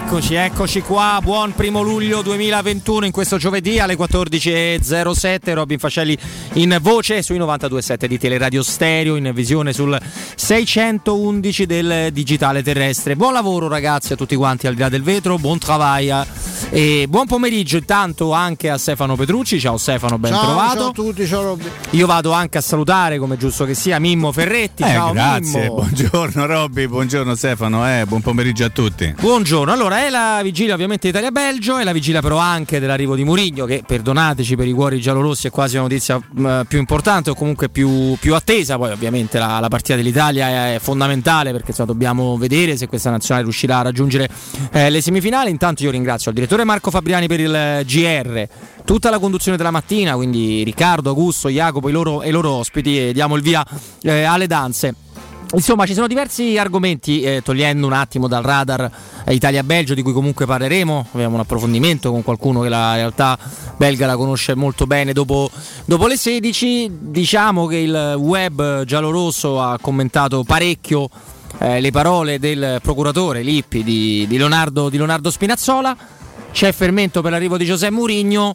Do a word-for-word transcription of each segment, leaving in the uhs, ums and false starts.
Eccoci, eccoci qua, buon primo luglio duemilaventuno in questo giovedì alle quattordici e zero sette. Robin Fascelli in voce sui novantadue virgola sette di Teleradio Stereo, in visione sul seicentoundici del digitale terrestre. Buon lavoro ragazzi a tutti quanti al di là del vetro, buon travail e buon pomeriggio intanto anche a Stefano Petrucci. Ciao Stefano, ben ciao, trovato. Ciao a tutti, ciao Robby. Io vado anche a salutare, come giusto che sia, Mimmo Ferretti. Eh, ciao grazie, Mimmo. Buongiorno Robby, buongiorno Stefano, eh, buon pomeriggio a tutti. Buongiorno, allora è la vigilia ovviamente Italia-Belgio, è la vigilia però anche dell'arrivo di Mourinho, che perdonateci per i cuori giallorossi è quasi la notizia mh, più importante o comunque più, più attesa. Poi ovviamente la, la partita dell'Italia è fondamentale perché insomma, dobbiamo vedere se questa nazionale riuscirà a raggiungere eh, le semifinali. Intanto io ringrazio il direttore Marco Fabriani per il G R, tutta la conduzione della mattina, quindi Riccardo, Augusto, Jacopo e i loro, e i loro ospiti, e diamo il via eh, alle danze. Insomma, ci sono diversi argomenti, eh, togliendo un attimo dal radar eh, Italia-Belgio, di cui comunque parleremo. Abbiamo un approfondimento con qualcuno che la realtà belga la conosce molto bene dopo, dopo le sedici. Diciamo che il web giallorosso ha commentato parecchio eh, le parole del procuratore Lippi di, di, Leonardo, di Leonardo Spinazzola. C'è fermento per l'arrivo di José Mourinho.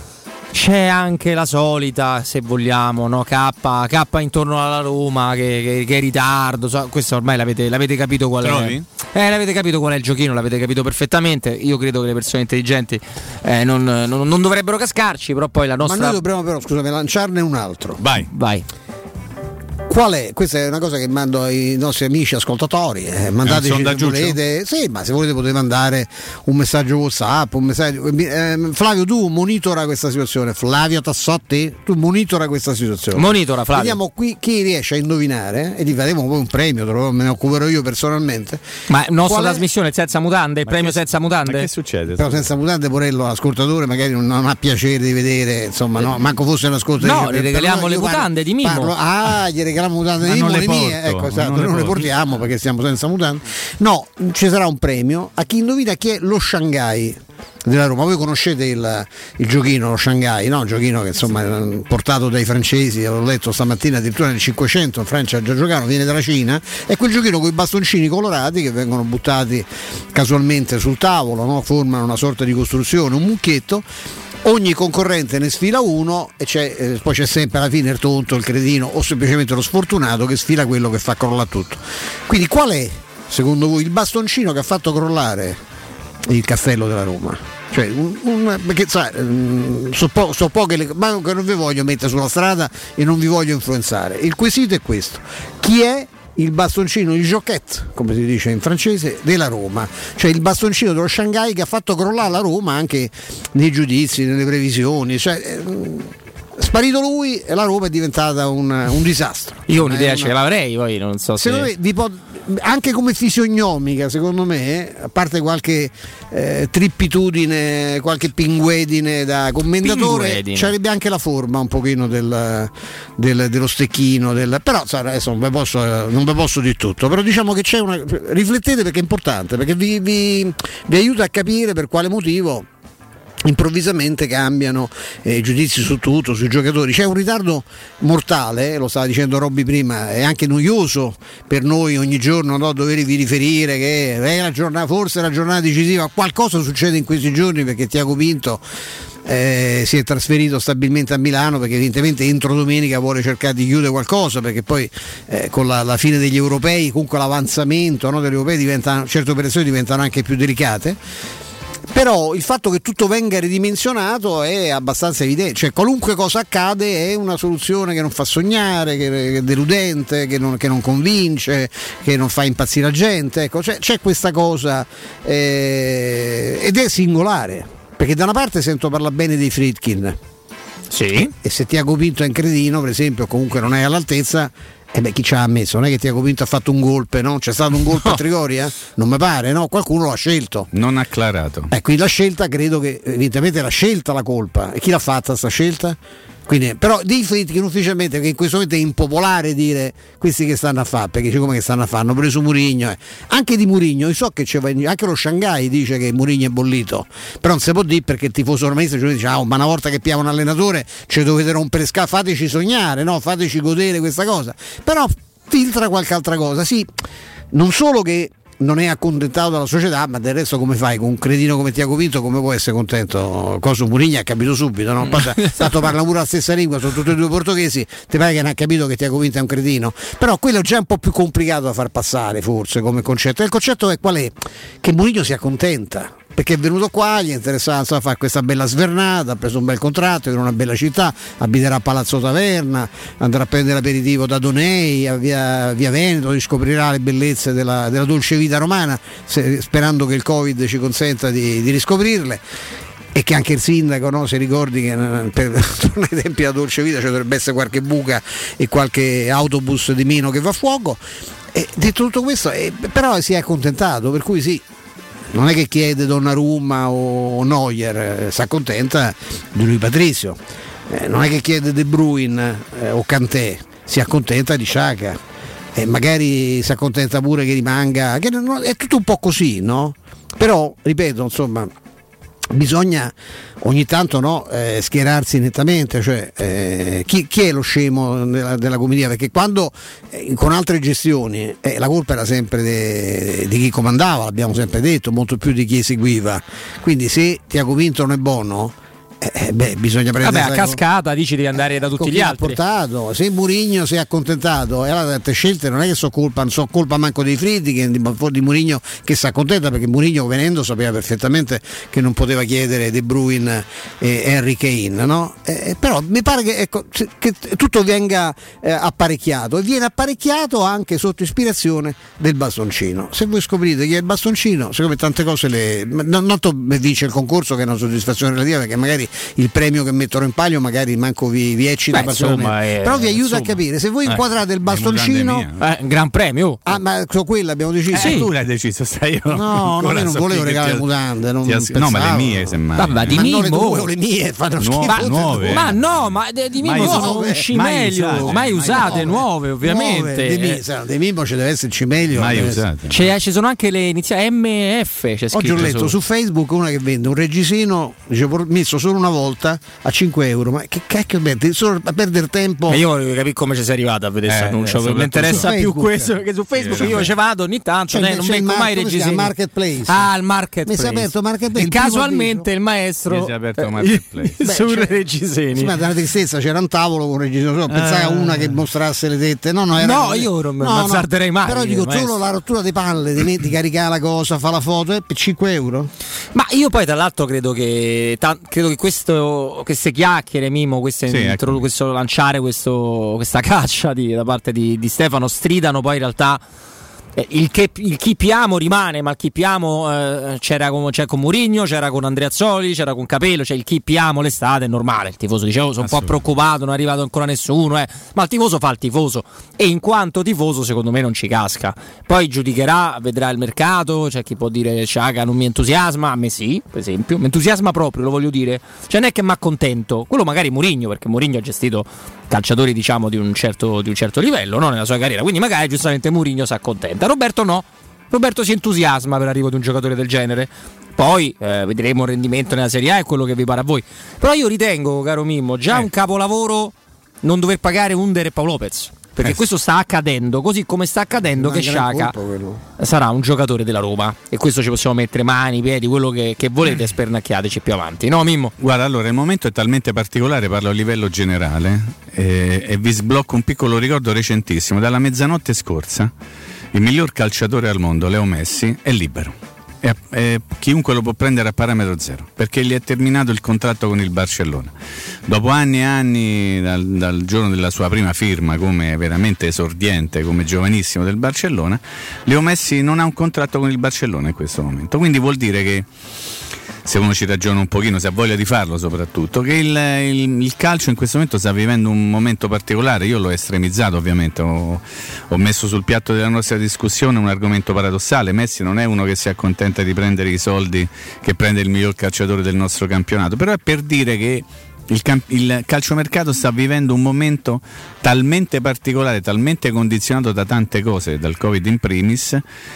C'è anche la solita, se vogliamo, no? K, K intorno alla Roma che, che, che è in ritardo. So, questo ormai l'avete, l'avete capito qual Trovi? è. Eh, l'avete capito qual è il giochino, l'avete capito perfettamente. Io credo che le persone intelligenti eh, non, non, non dovrebbero cascarci, però poi la nostra. Ma noi dobbiamo però, scusami, lanciarne un altro. Vai. Vai. Qual è? Questa è una cosa che mando ai nostri amici ascoltatori. Eh, mandateci se volete. Sì, ma se volete potete mandare un messaggio WhatsApp, un messaggio. Eh, Flavio, tu monitora questa situazione. Flavio Tassotti, tu monitora questa situazione. Monitora, Flavio. Vediamo qui chi riesce a indovinare e gli faremo poi un premio, me ne occuperò io personalmente. Ma nostra Qual trasmissione è senza mutande, il ma premio che, senza mutande? Ma che succede? Però senza mutande Porello, l'ascoltatore magari non, non ha piacere di vedere, insomma, no, manco fosse un ascoltatore. No, gli regaliamo le mutande di Mimmo. Parlo, ah, gli regaliamo mutande Ma di non Mimmo, le le mie, porto, ecco, esatto, non le non le porto. portiamo perché siamo senza mutande. No, ci sarà un premio a chi indovina chi è lo Shanghai della Roma. Voi conoscete il, il giochino, lo Shanghai, no? Il giochino che insomma è portato dai francesi, l'ho letto stamattina, addirittura nel cinquecento in Francia già giocano, viene dalla Cina, è quel giochino con i bastoncini colorati che vengono buttati casualmente sul tavolo, no? Formano una sorta di costruzione, un mucchietto. Ogni concorrente ne sfila uno e c'è, eh, poi c'è sempre alla fine il tonto, il cretino o semplicemente lo sfortunato che sfila quello che fa crollare tutto. Quindi qual è, secondo voi, il bastoncino che ha fatto crollare il castello della Roma? Cioè, un, un, perché sai, so, po- so poche le, ma non vi voglio mettere sulla strada e non vi voglio influenzare. Il quesito è questo: chi è il bastoncino, il joquette, come si dice in francese, della Roma, cioè il bastoncino dello Shanghai che ha fatto crollare la Roma anche nei giudizi, nelle previsioni, cioè eh, sparito lui e la Roma è diventata un, un disastro. Io un'idea una... ce l'avrei, poi non so secondo se me vi può, anche come fisiognomica, secondo me, a parte qualche eh, trippitudine, qualche pinguedine da commentatore, Pinguedine. c'arebbe anche la forma un pochino del, del, dello stecchino, del, però adesso non vi posso, non vi posso dire tutto, però diciamo che c'è una, riflettete perché è importante, perché vi, vi, vi aiuta a capire per quale motivo improvvisamente cambiano eh, giudizi su tutto, sui giocatori. C'è un ritardo mortale, lo stava dicendo Robby prima, è anche noioso per noi ogni giorno, no, dovervi riferire che è la giornata, forse è la giornata decisiva. Qualcosa succede in questi giorni perché Tiago Pinto eh, si è trasferito stabilmente a Milano, perché evidentemente entro domenica vuole cercare di chiudere qualcosa, perché poi eh, con la, la fine degli europei, comunque l'avanzamento, no, degli europei diventano, certe operazioni diventano anche più delicate. Però il fatto che tutto venga ridimensionato è abbastanza evidente, cioè qualunque cosa accade è una soluzione che non fa sognare, che è deludente, che non, che non convince, che non fa impazzire la gente, ecco, cioè, c'è questa cosa eh, ed è singolare, perché da una parte sento parlare bene dei Friedkin, sì, e se Tiago Pinto è un cretino, per esempio, comunque non è all'altezza, e eh beh, chi ci ha ammesso? Non è che Tiago Pinto ha fatto un golpe, no? C'è stato un golpe no. a Trigoria? Non mi pare, no? Qualcuno l'ha scelto. Non acclarato. Eh, quindi la scelta, credo che evidentemente la scelta la colpa. E chi l'ha fatta sta scelta? Quindi, però dei Friedkin ufficialmente, perché in questo momento è impopolare dire questi che stanno a fare, perché dice come che stanno a fare, hanno preso Mourinho, eh. Anche di Mourinho, io so che c'è, anche lo Shanghai dice che Mourinho è bollito, però non si può dire, perché il tifoso romanista ci dice, ah, ma una volta che piava un allenatore ci dovete rompere scala, fateci sognare, no? Fateci godere questa cosa, però filtra qualche altra cosa, sì, non solo che non è accontentato dalla società, ma del resto come fai? Con un cretino come Tiago Pinto come può essere contento? Coso Mourinho ha capito subito, no? Passa, tanto parla pure la stessa lingua, sono tutti e due portoghesi, ti pare che non ha capito che Tiago Pinto è un cretino? Però quello è già un po' più complicato da far passare forse come concetto. E il concetto è qual è? Che Mourinho si accontenta, perché è venuto qua, gli interessava fare questa bella svernata, ha preso un bel contratto in una bella città, abiterà a Palazzo Taverna, andrà a prendere l'aperitivo da Donei, a via, via Veneto, riscoprirà le bellezze della, della dolce vita romana, se, sperando che il Covid ci consenta di, di riscoprirle, e che anche il sindaco, no, si ricordi che per tornare ai tempi della dolce vita ci dovrebbe essere qualche buca e qualche autobus di meno che va a fuoco. E detto tutto questo, eh, però si è accontentato, per cui sì, non è che chiede Donnarumma o Neuer, eh, si accontenta di lui Patrizio, eh, non è che chiede De Bruyne eh, o Kanté, si accontenta di Xhaka, e magari si accontenta pure che rimanga, che non, è tutto un po' così, no? Però ripeto, insomma, bisogna ogni tanto, no, eh, schierarsi nettamente, cioè eh, chi, chi è lo scemo della, della comitiva? Perché quando eh, con altre gestioni eh, la colpa era sempre de, di chi comandava, l'abbiamo sempre detto, molto più di chi eseguiva, quindi se Tiago Pinto non è buono, Eh, beh, bisogna prendere. Vabbè, a cascata dici devi andare da tutti gli altri. Portato. Se Mourinho si è accontentato, e allora le scelte non è che so colpa, non so colpa manco dei Fritti, che di, di Mourinho che si accontenta, perché Mourinho venendo sapeva perfettamente che non poteva chiedere De Bruyne e Harry Kane, no? Eh, però mi pare che, ecco, che tutto venga eh, apparecchiato, e viene apparecchiato anche sotto ispirazione del bastoncino. Se voi scoprite chi è il bastoncino, secondo me tante cose le. Non, non to, vince il concorso, che è una soddisfazione relativa, perché magari il premio che mettono in palio magari manco vi, vi eccita. Beh, insomma, è, però vi aiuta insomma, a capire se voi eh, inquadrate il bastoncino, eh, gran premio. Ah, ma su quello abbiamo deciso. Eh, sì. Tu l'hai deciso, stai io. No, no, io non volevo regalare mutande, non as- no, ma le mie semmai. Vabbè, di ma Mimmo. non le tue o le mie fanno Nuove, schifo. nuove. Ma no, ma di Mimmo sono nuove, un cimelio, mai usate, mai usate nuove, ovviamente. Di Mimmo ci deve essere il cimelio. Mai usate. C'è, ci sono anche le iniziali M F. C'è Oggi ho letto su Facebook una che vende un reggiseno, dice, messo solo una volta a cinque euro. Ma che cacchio metti? Solo a perdere tempo. Ma io voglio capire come ci sei arrivato a vedere questo Eh, annuncio. eh, Mi interessa più Facebook. questo, che su Facebook Sì, io ci vado ogni tanto, C'è- eh, non c'è il becco mai i mar- come si chiama? reggiseni. Marketplace. Ah, il marketplace. Mi si è aperto Marketplace, E il primo casualmente avviso. il maestro Mi si è aperto eh, Marketplace. Beh, sul cioè, reggiseni. Sì, ma da una tristezza, c'era un tavolo con un reggiseno solo, pensavo a una che mostrasse le tette. No, no, era No, io non mi azzarderei mai, Però dico, maestro. solo la rottura dei palle di, di caricare la cosa, fa la foto, eh, per cinque euro. Ma io poi tra l'altro credo che ta- credo che questo, queste chiacchiere, Mimo, queste Sì, intro- ecco. questo lanciare questo, questa caccia di, da parte di, di Stefano stridano poi in realtà. Eh, il, che, il chi piamo rimane, ma il chi piamo eh, c'era con, c'è con Mourinho, c'era con Andreazzoli, c'era con Capello, cioè il chi piamo l'estate è normale, il tifoso dicevo sono un po' preoccupato, non è arrivato ancora nessuno, eh. Ma il tifoso fa il tifoso, e in quanto tifoso secondo me non ci casca, poi giudicherà, vedrà il mercato, c'è chi può dire Xhaka non mi entusiasma, a me sì, per esempio, mi entusiasma proprio, lo voglio dire, cioè non è che mi accontento, quello magari Mourinho, perché Mourinho ha gestito calciatori diciamo di un certo, di un certo livello, no, nella sua carriera, quindi magari giustamente Mourinho si accontenta. Roberto no, Roberto si entusiasma per l'arrivo di un giocatore del genere. Poi eh, vedremo il rendimento nella Serie A e quello che vi pare a voi. Però io ritengo, caro Mimmo, già eh. un capolavoro non dover pagare Under e Paolo Lopez, perché eh. questo sta accadendo, così come sta accadendo Una che gran Xhaka colpa quello. sarà un giocatore della Roma, e questo ci possiamo mettere mani, piedi, quello che, che volete, spernacchiateci più avanti, no Mimmo? Guarda, allora il momento è talmente particolare, parlo a livello generale, eh, e vi sblocco un piccolo ricordo recentissimo. Dalla mezzanotte scorsa il miglior calciatore al mondo, Leo Messi, è libero. E, e chiunque lo può prendere a parametro zero, perché gli è terminato il contratto con il Barcellona. Dopo anni e anni dal, dal giorno della sua prima firma come veramente esordiente, come giovanissimo del Barcellona, Leo Messi non ha un contratto con il Barcellona in questo momento. Quindi vuol dire che, se uno ci ragiona un pochino, se ha voglia di farlo soprattutto, che il, il, il calcio in questo momento sta vivendo un momento particolare. Io l'ho estremizzato ovviamente, ho, ho messo sul piatto della nostra discussione un argomento paradossale. Messi non è uno che si accontenta di prendere i soldi che prende il miglior calciatore del nostro campionato, però è per dire che il, camp- il calciomercato sta vivendo un momento talmente particolare, talmente condizionato da tante cose, dal Covid in primis,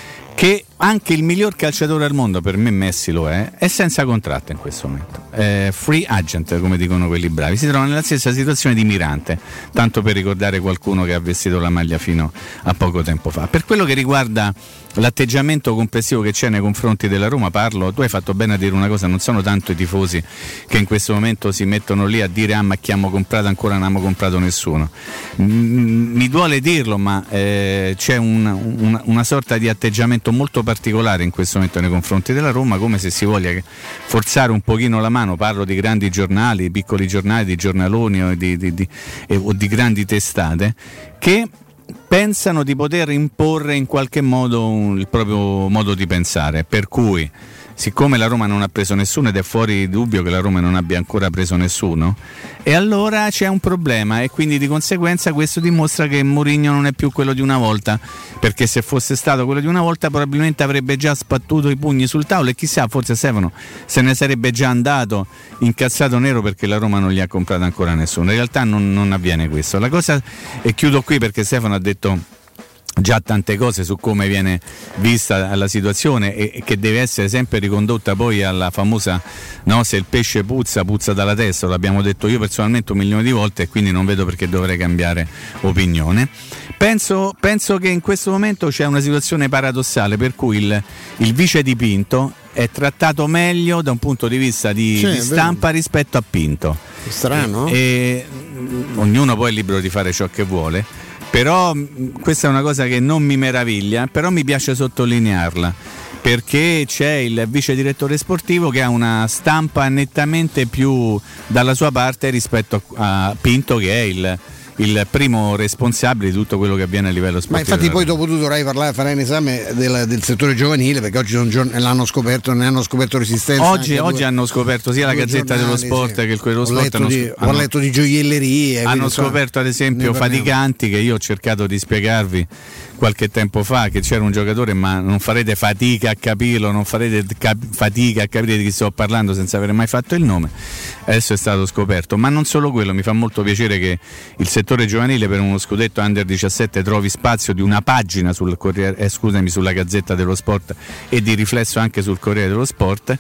che anche il miglior calciatore al mondo, per me Messi lo è, è senza contratto in questo momento, eh, free agent come dicono quelli bravi, si trova nella stessa situazione di Mirante, tanto per ricordare qualcuno che ha vestito la maglia fino a poco tempo fa. Per quello che riguarda l'atteggiamento complessivo che c'è nei confronti della Roma, parlo, tu hai fatto bene a dire una cosa, non sono tanto i tifosi che in questo momento si mettono lì a dire ah ma chi abbiamo comprato, ancora non abbiamo comprato nessuno. Mi duole dirlo, ma eh, c'è una, una, una sorta di atteggiamento molto particolare in questo momento nei confronti della Roma, come se si voglia forzare un pochino la mano. Parlo di grandi giornali, piccoli giornali, di giornaloni o di, di, di, eh, o di grandi testate che pensano di poter imporre in qualche modo un, il proprio modo di pensare, per cui siccome la Roma non ha preso nessuno, ed è fuori dubbio che la Roma non abbia ancora preso nessuno, e allora c'è un problema, e quindi di conseguenza questo dimostra che Mourinho non è più quello di una volta, perché se fosse stato quello di una volta probabilmente avrebbe già sbattuto i pugni sul tavolo, e chissà, forse Stefano se ne sarebbe già andato incazzato nero perché la Roma non gli ha comprato ancora nessuno. In realtà non, non avviene questo. La cosa, e chiudo qui perché Stefano ha detto già tante cose su come viene vista la situazione, e che deve essere sempre ricondotta poi alla famosa, no, se il pesce puzza, puzza dalla testa. L'abbiamo detto io personalmente un milione di volte, e quindi non vedo perché dovrei cambiare opinione. Penso, penso che in questo momento c'è una situazione paradossale per cui il, il vice di Pinto è trattato meglio da un punto di vista di, sì, di stampa rispetto a Pinto. Strano. E, e ognuno poi è libero di fare ciò che vuole, però questa è una cosa che non mi meraviglia, però mi piace sottolinearla, perché c'è il vice direttore sportivo che ha una stampa nettamente più dalla sua parte rispetto a, a Pinto, che è il il primo responsabile di tutto quello che avviene a livello sportivo. Ma infatti poi dopo tu dovrai parlare, fare un esame del, del settore giovanile, perché oggi non, l'hanno scoperto, ne hanno scoperto resistenza. Oggi, oggi due, hanno scoperto sia la Gazzetta dello Sport, sì, che il Corriere dello Sport. Hanno, di, hanno, ho letto di gioiellerie. Hanno scoperto ad esempio faticanti, che io ho cercato di spiegarvi qualche tempo fa, che c'era un giocatore, ma non farete fatica a capirlo, non farete cap- fatica a capire di chi sto parlando senza aver mai fatto il nome. Adesso è stato scoperto, ma non solo quello, mi fa molto piacere che il settore giovanile per uno scudetto under diciassette trovi spazio di una pagina sul Corriere, eh, scusami, sulla Gazzetta dello Sport, e di riflesso anche sul Corriere dello Sport.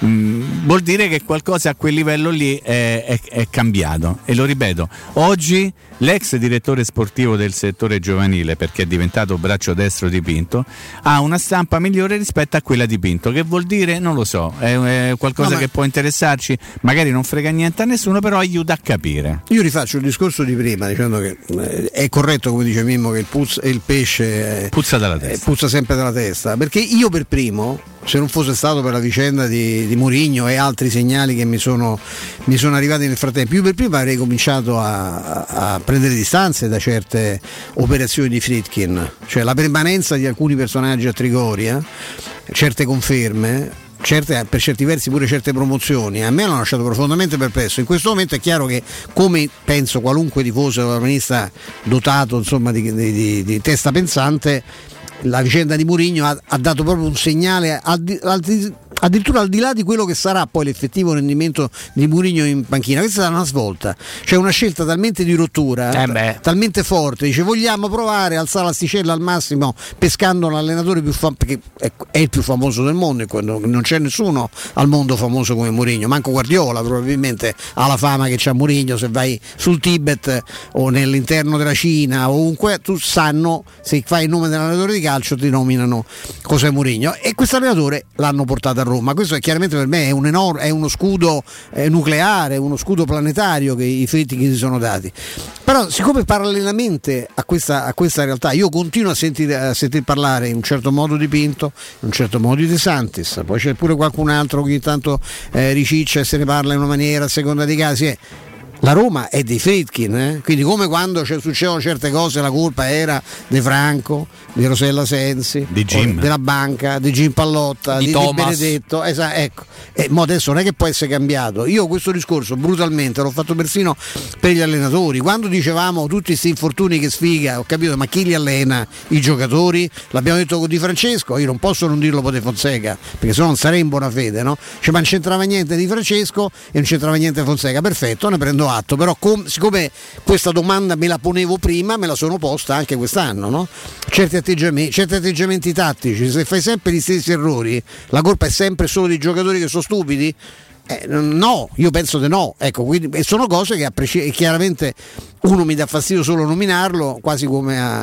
Mm, vuol dire che qualcosa a quel livello lì è, è, è cambiato, e lo ripeto, oggi l'ex direttore sportivo del settore giovanile, perché è diventato braccio destro di Pinto, ha una stampa migliore rispetto a quella di Pinto. Che vuol dire? Non lo so, è, è qualcosa no, ma... che può interessarci, magari non frega niente a nessuno, però aiuta a capire. Io rifaccio il discorso di prima dicendo che è corretto, come dice Mimmo, che il, puz- il pesce puzza dalla testa, puzza sempre dalla testa, perché io per primo, se non fosse stato per la vicenda di, di Mourinho e altri segnali che mi sono, mi sono arrivati nel frattempo, io per prima avrei cominciato a, a prendere distanze da certe operazioni di Friedkin, cioè la permanenza di alcuni personaggi a Trigoria, certe conferme, certe, per certi versi pure certe promozioni, a me l'hanno lasciato profondamente perplesso. In questo momento è chiaro che, come penso qualunque tifoso romanista dotato, insomma, di, di, di, di testa pensante, la vicenda di Mourinho ha, ha dato proprio un segnale al, al, addirittura al di là di quello che sarà poi l'effettivo rendimento di Mourinho in panchina. Questa è una svolta, c'è una scelta talmente di rottura, eh talmente forte, dice vogliamo provare a alzare l'asticella al massimo pescando l'allenatore più famoso, perché è il più famoso del mondo, e quando non c'è nessuno al mondo famoso come Mourinho, manco Guardiola probabilmente ha la fama che c'ha Mourinho. Se vai sul Tibet o nell'interno della Cina ovunque, tu sanno, se fai il nome dell'allenatore di calcio ti nominano José Mourinho, e questo allenatore l'hanno portato a Roma. Questo è chiaramente per me è, un enorme, è uno scudo eh, nucleare, uno scudo planetario che i Friedkin si sono dati. Però siccome parallelamente a questa, a questa realtà io continuo a sentire, a sentire parlare in un certo modo di Pinto, in un certo modo di De Santis, poi c'è pure qualcun altro che ogni tanto eh, riciccia e se ne parla in una maniera a seconda dei casi, eh. La Roma è dei Friedkin, eh? Quindi come quando succedevano certe cose la colpa era di Franco, di Rosella Sensi, di Jim, della banca, di Jim Pallotta, di, di, di Benedetto, esatto, ecco. E mo adesso non è che può essere cambiato. Io questo discorso brutalmente l'ho fatto persino per gli allenatori. Quando dicevamo tutti questi infortuni che sfiga, ho capito, ma chi li allena? I giocatori? L'abbiamo detto con Di Francesco, io non posso non dirlo con De Fonseca, perché sennò non sarei in buona fede, no? Cioè, ma non c'entrava niente Di Francesco e non c'entrava niente Fonseca, perfetto, ne prendo atto, però com- siccome questa domanda me la ponevo prima, me la sono posta anche quest'anno, no? Certi atteggiamenti, certi atteggiamenti tattici, se fai sempre gli stessi errori, la colpa è sempre solo dei giocatori che sono stupidi? Eh, no, io penso di no, ecco, quindi, e sono cose che a preci- chiaramente uno mi dà fastidio solo nominarlo, quasi come a,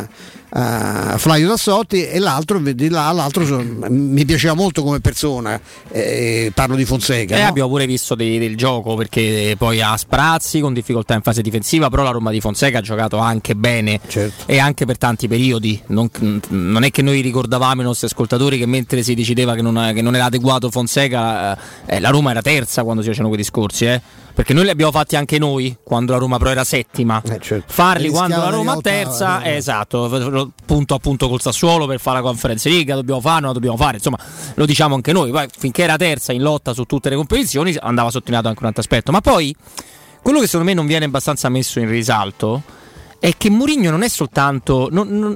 a Flavio Tassotti, e l'altro di là, l'altro sono, mi piaceva molto come persona, eh, parlo di Fonseca. E no? abbiamo pure visto dei, del gioco, perché poi ha sprazzi con difficoltà in fase difensiva, però la Roma di Fonseca ha giocato anche bene, certo. E anche per tanti periodi. Non, non è che noi ricordavamo i nostri ascoltatori che mentre si decideva che non, che non era adeguato Fonseca, eh, la Roma era terza quando si facevano quei discorsi, eh? Perché noi li abbiamo fatti anche noi quando la Roma però era settima. Eh, certo. Farli e quando la Roma terza, eh, esatto, punto a punto col Sassuolo per fare la Conference League, la dobbiamo fare, non la dobbiamo fare, insomma lo diciamo anche noi. Poi finché era terza in lotta su tutte le competizioni andava sottolineato anche un altro aspetto. Ma poi quello che secondo me non viene abbastanza messo in risalto è che Mourinho non è soltanto non, non,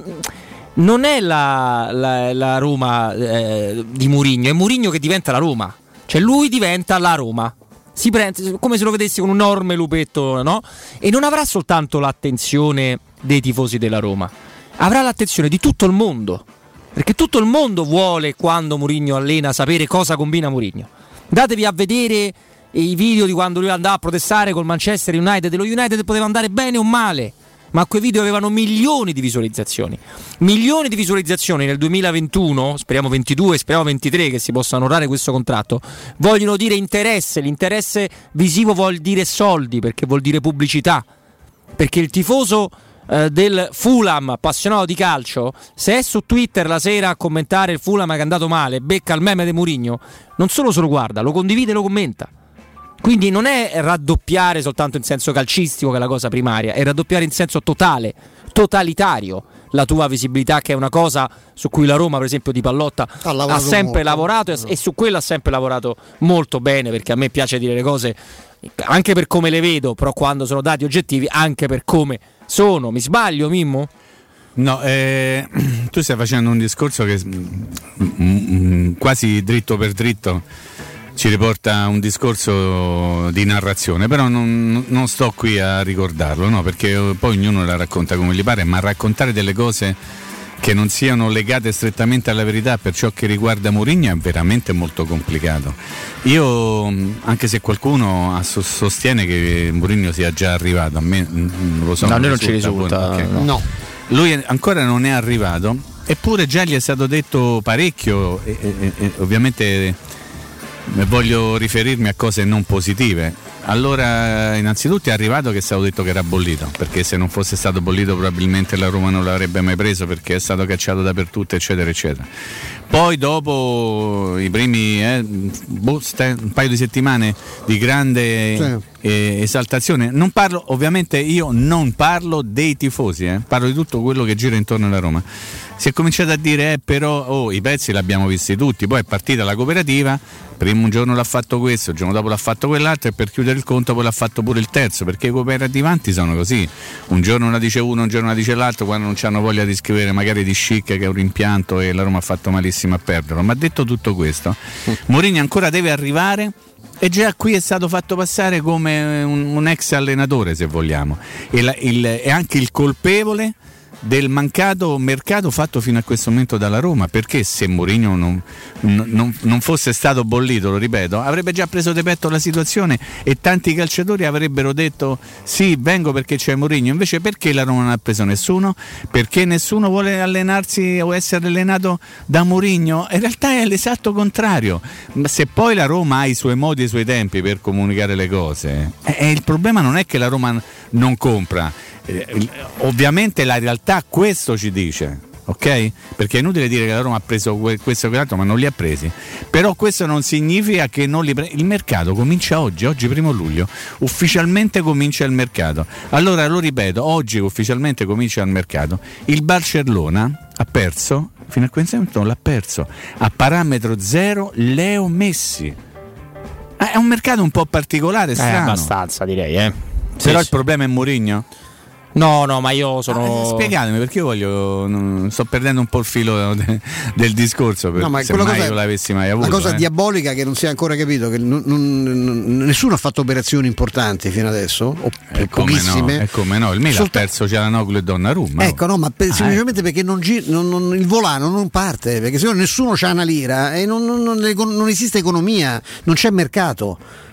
non è la, la, la Roma eh, di Mourinho, è Mourinho che diventa la Roma, cioè lui diventa la Roma. Si prende come se lo vedessi con un enorme lupetto, no? E non avrà soltanto l'attenzione dei tifosi della Roma, avrà l'attenzione di tutto il mondo, perché tutto il mondo vuole, quando Mourinho allena, sapere cosa combina Mourinho. Datevi a vedere i video di quando lui andava a protestare col Manchester United, e lo United poteva andare bene o male, ma quei video avevano milioni di visualizzazioni, milioni di visualizzazioni nel duemilaventuno, speriamo ventidue, speriamo ventitré che si possa onorare questo contratto, vogliono dire interesse. L'interesse visivo vuol dire soldi, perché vuol dire pubblicità, perché il tifoso eh, del Fulham appassionato di calcio, se è su Twitter la sera a commentare il Fulham che è andato male, becca il meme di Mourinho, non solo se lo guarda, lo condivide e lo commenta. Quindi non è raddoppiare soltanto in senso calcistico, che è la cosa primaria, è raddoppiare in senso totale, totalitario la tua visibilità, che è una cosa su cui la Roma, per esempio, di Pallotta ha, ha sempre molto. lavorato e, e su quello ha sempre lavorato molto bene, perché a me piace dire le cose anche per come le vedo, però quando sono dati oggettivi anche per come sono. Mi sbaglio, Mimmo? No, eh, tu stai facendo un discorso che mm, mm, quasi dritto per dritto ci riporta a un discorso di narrazione, però non, non sto qui a ricordarlo, no? Perché poi ognuno la racconta come gli pare, ma raccontare delle cose che non siano legate strettamente alla verità per ciò che riguarda Mourinho è veramente molto complicato. Io, anche se qualcuno sostiene che Mourinho sia già arrivato, a me non lo so. No, a noi non risulta, ci risulta. Okay. No. no. Lui ancora non è arrivato, eppure già gli è stato detto parecchio, e, e, e ovviamente voglio riferirmi a cose non positive. Allora, innanzitutto è arrivato che è stato detto che era bollito, perché se non fosse stato bollito probabilmente la Roma non l'avrebbe mai preso, perché è stato cacciato dappertutto, eccetera eccetera. Poi dopo i primi eh, un paio di settimane di grande sì. eh, esaltazione, non parlo, ovviamente io non parlo dei tifosi, eh, parlo di tutto quello che gira intorno alla Roma. Si è cominciato a dire eh, però oh, i pezzi li abbiamo visti tutti, poi è partita la cooperativa, primo un giorno l'ha fatto questo, il giorno dopo l'ha fatto quell'altro, e per chiudere il conto poi l'ha fatto pure il terzo, perché i cooperativanti sono così, un giorno una dice uno, un giorno una dice l'altro, quando non hanno voglia di scrivere magari di Schick che è un rimpianto e la Roma ha fatto malissimo a perderlo. Ma detto tutto questo, Mourinho ancora deve arrivare, e già qui è stato fatto passare come un, un ex allenatore, se vogliamo, e la, il, è anche il colpevole del mancato mercato fatto fino a questo momento dalla Roma, perché se Mourinho non, non, non fosse stato bollito, lo ripeto, avrebbe già preso di petto la situazione e tanti calciatori avrebbero detto sì, vengo perché c'è Mourinho. Invece perché la Roma non ha preso nessuno? Perché nessuno vuole allenarsi o essere allenato da Mourinho? In realtà è l'esatto contrario. Ma se poi la Roma ha i suoi modi e i suoi tempi per comunicare le cose, eh, il problema non è che la Roma non compra. Eh, ovviamente la realtà questo ci dice, ok? Perché è inutile dire che la Roma ha preso que- questo e quell'altro, ma non li ha presi. Però questo non significa che non li pre- il mercato comincia oggi, oggi primo luglio, ufficialmente comincia il mercato. Allora lo ripeto, oggi ufficialmente comincia il mercato. Il Barcellona ha perso, fino a questo momento non l'ha perso, a parametro zero Leo Messi. Eh, è un mercato un po' particolare, strano. Eh, abbastanza direi, eh. Però sì. Il problema è Mourinho? No, no, ma io sono. Ah, spiegatemi, perché io voglio. Non, sto perdendo un po' il filo de, del discorso. Per, no, ma se mai cosa, io l'avessi mai avuto. La cosa eh. diabolica che non si è ancora capito, che non, non, nessuno ha fatto operazioni importanti fino adesso, o eh, pochissime. Come no, eh, come no, il Milan Solta- ha perso Cialanoglu e Donnarumma. Ecco, no, ma per, ah, semplicemente eh. perché non gi- non, non, il volano non parte, perché se no nessuno c'ha una lira e non, non, non, non esiste economia, non c'è mercato.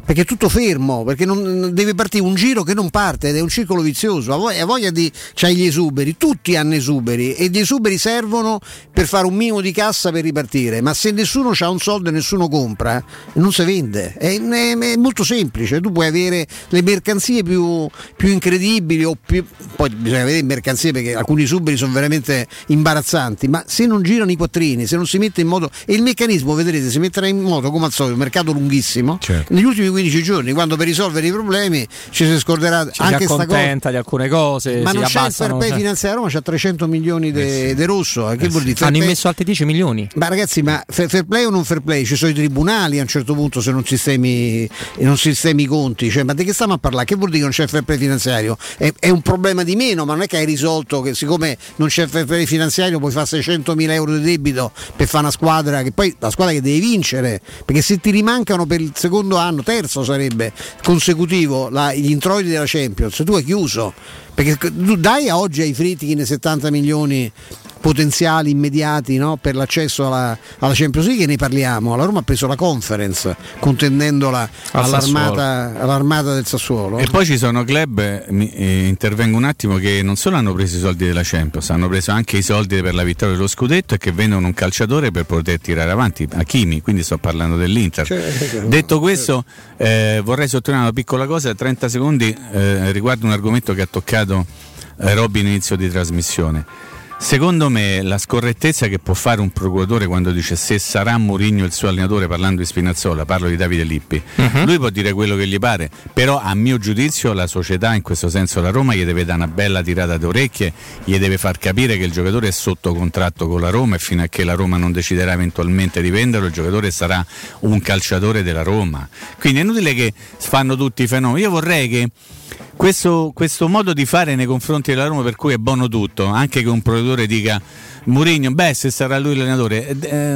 perché è tutto fermo, perché non deve partire un giro che non parte ed è un circolo vizioso. Ha voglia di c'hai gli esuberi, tutti hanno esuberi e gli esuberi servono per fare un minimo di cassa per ripartire, ma se nessuno ha un soldo e nessuno compra non si vende, è, è, è molto semplice. Tu puoi avere le mercanzie più, più incredibili o più, poi bisogna vedere mercanzie perché alcuni esuberi sono veramente imbarazzanti, ma se non girano i quattrini, se non si mette in modo, e il meccanismo vedrete si metterà in moto come al solito, un mercato lunghissimo, certo. Negli ultimi quindici giorni, quando per risolvere i problemi ci si scorderà ci anche si accontenta di alcune cose, ma si non c'è il fair play cioè. finanziario, Roma c'ha trecento milioni de, eh sì. de rosso, che eh vuol dire? Sì. Hanno immesso altri dieci milioni. Ma ragazzi, ma fair play o non fair play? Ci sono i tribunali a un certo punto se non sistemi, non sistemi i conti, cioè, ma di che stiamo a parlare? Che vuol dire che non c'è il fair play finanziario? È, è un problema di meno, ma non è che hai risolto che siccome non c'è il fair play finanziario puoi fare seicentomila euro di debito per fare una squadra che poi la squadra che deve vincere, perché se ti rimancano per il secondo anno, terzo sarebbe consecutivo la, gli introiti della Champions, tu hai chiuso, perché tu dai a oggi ai Friedkin settanta milioni potenziali immediati, no? Per l'accesso alla, alla Champions League, ne parliamo. La Roma ha preso la Conference contendendola all'armata, all'armata del Sassuolo. E poi ci sono club, eh, intervengo un attimo, che non solo hanno preso i soldi della Champions, hanno preso anche i soldi per la vittoria dello scudetto e che vendono un calciatore per poter tirare avanti, Hakimi, quindi sto parlando dell'Inter. Certo. Detto questo, eh, vorrei sottolineare una piccola cosa, trenta secondi, eh, riguardo un argomento che ha toccato eh, Robby in inizio di trasmissione. Secondo me la scorrettezza che può fare un procuratore quando dice se sarà Mourinho il suo allenatore, parlando di Spinazzola, parlo di Davide Lippi, uh-huh. Lui può dire quello che gli pare, però a mio giudizio la società, in questo senso la Roma, gli deve dare una bella tirata d'orecchie, gli deve far capire che il giocatore è sotto contratto con la Roma e fino a che la Roma non deciderà eventualmente di venderlo il giocatore sarà un calciatore della Roma. Quindi è inutile che fanno tutti i fenomeni. Io vorrei che Questo, questo modo di fare nei confronti della Roma, per cui è buono tutto, anche che un procuratore dica Mourinho, beh, se sarà lui l'allenatore, eh,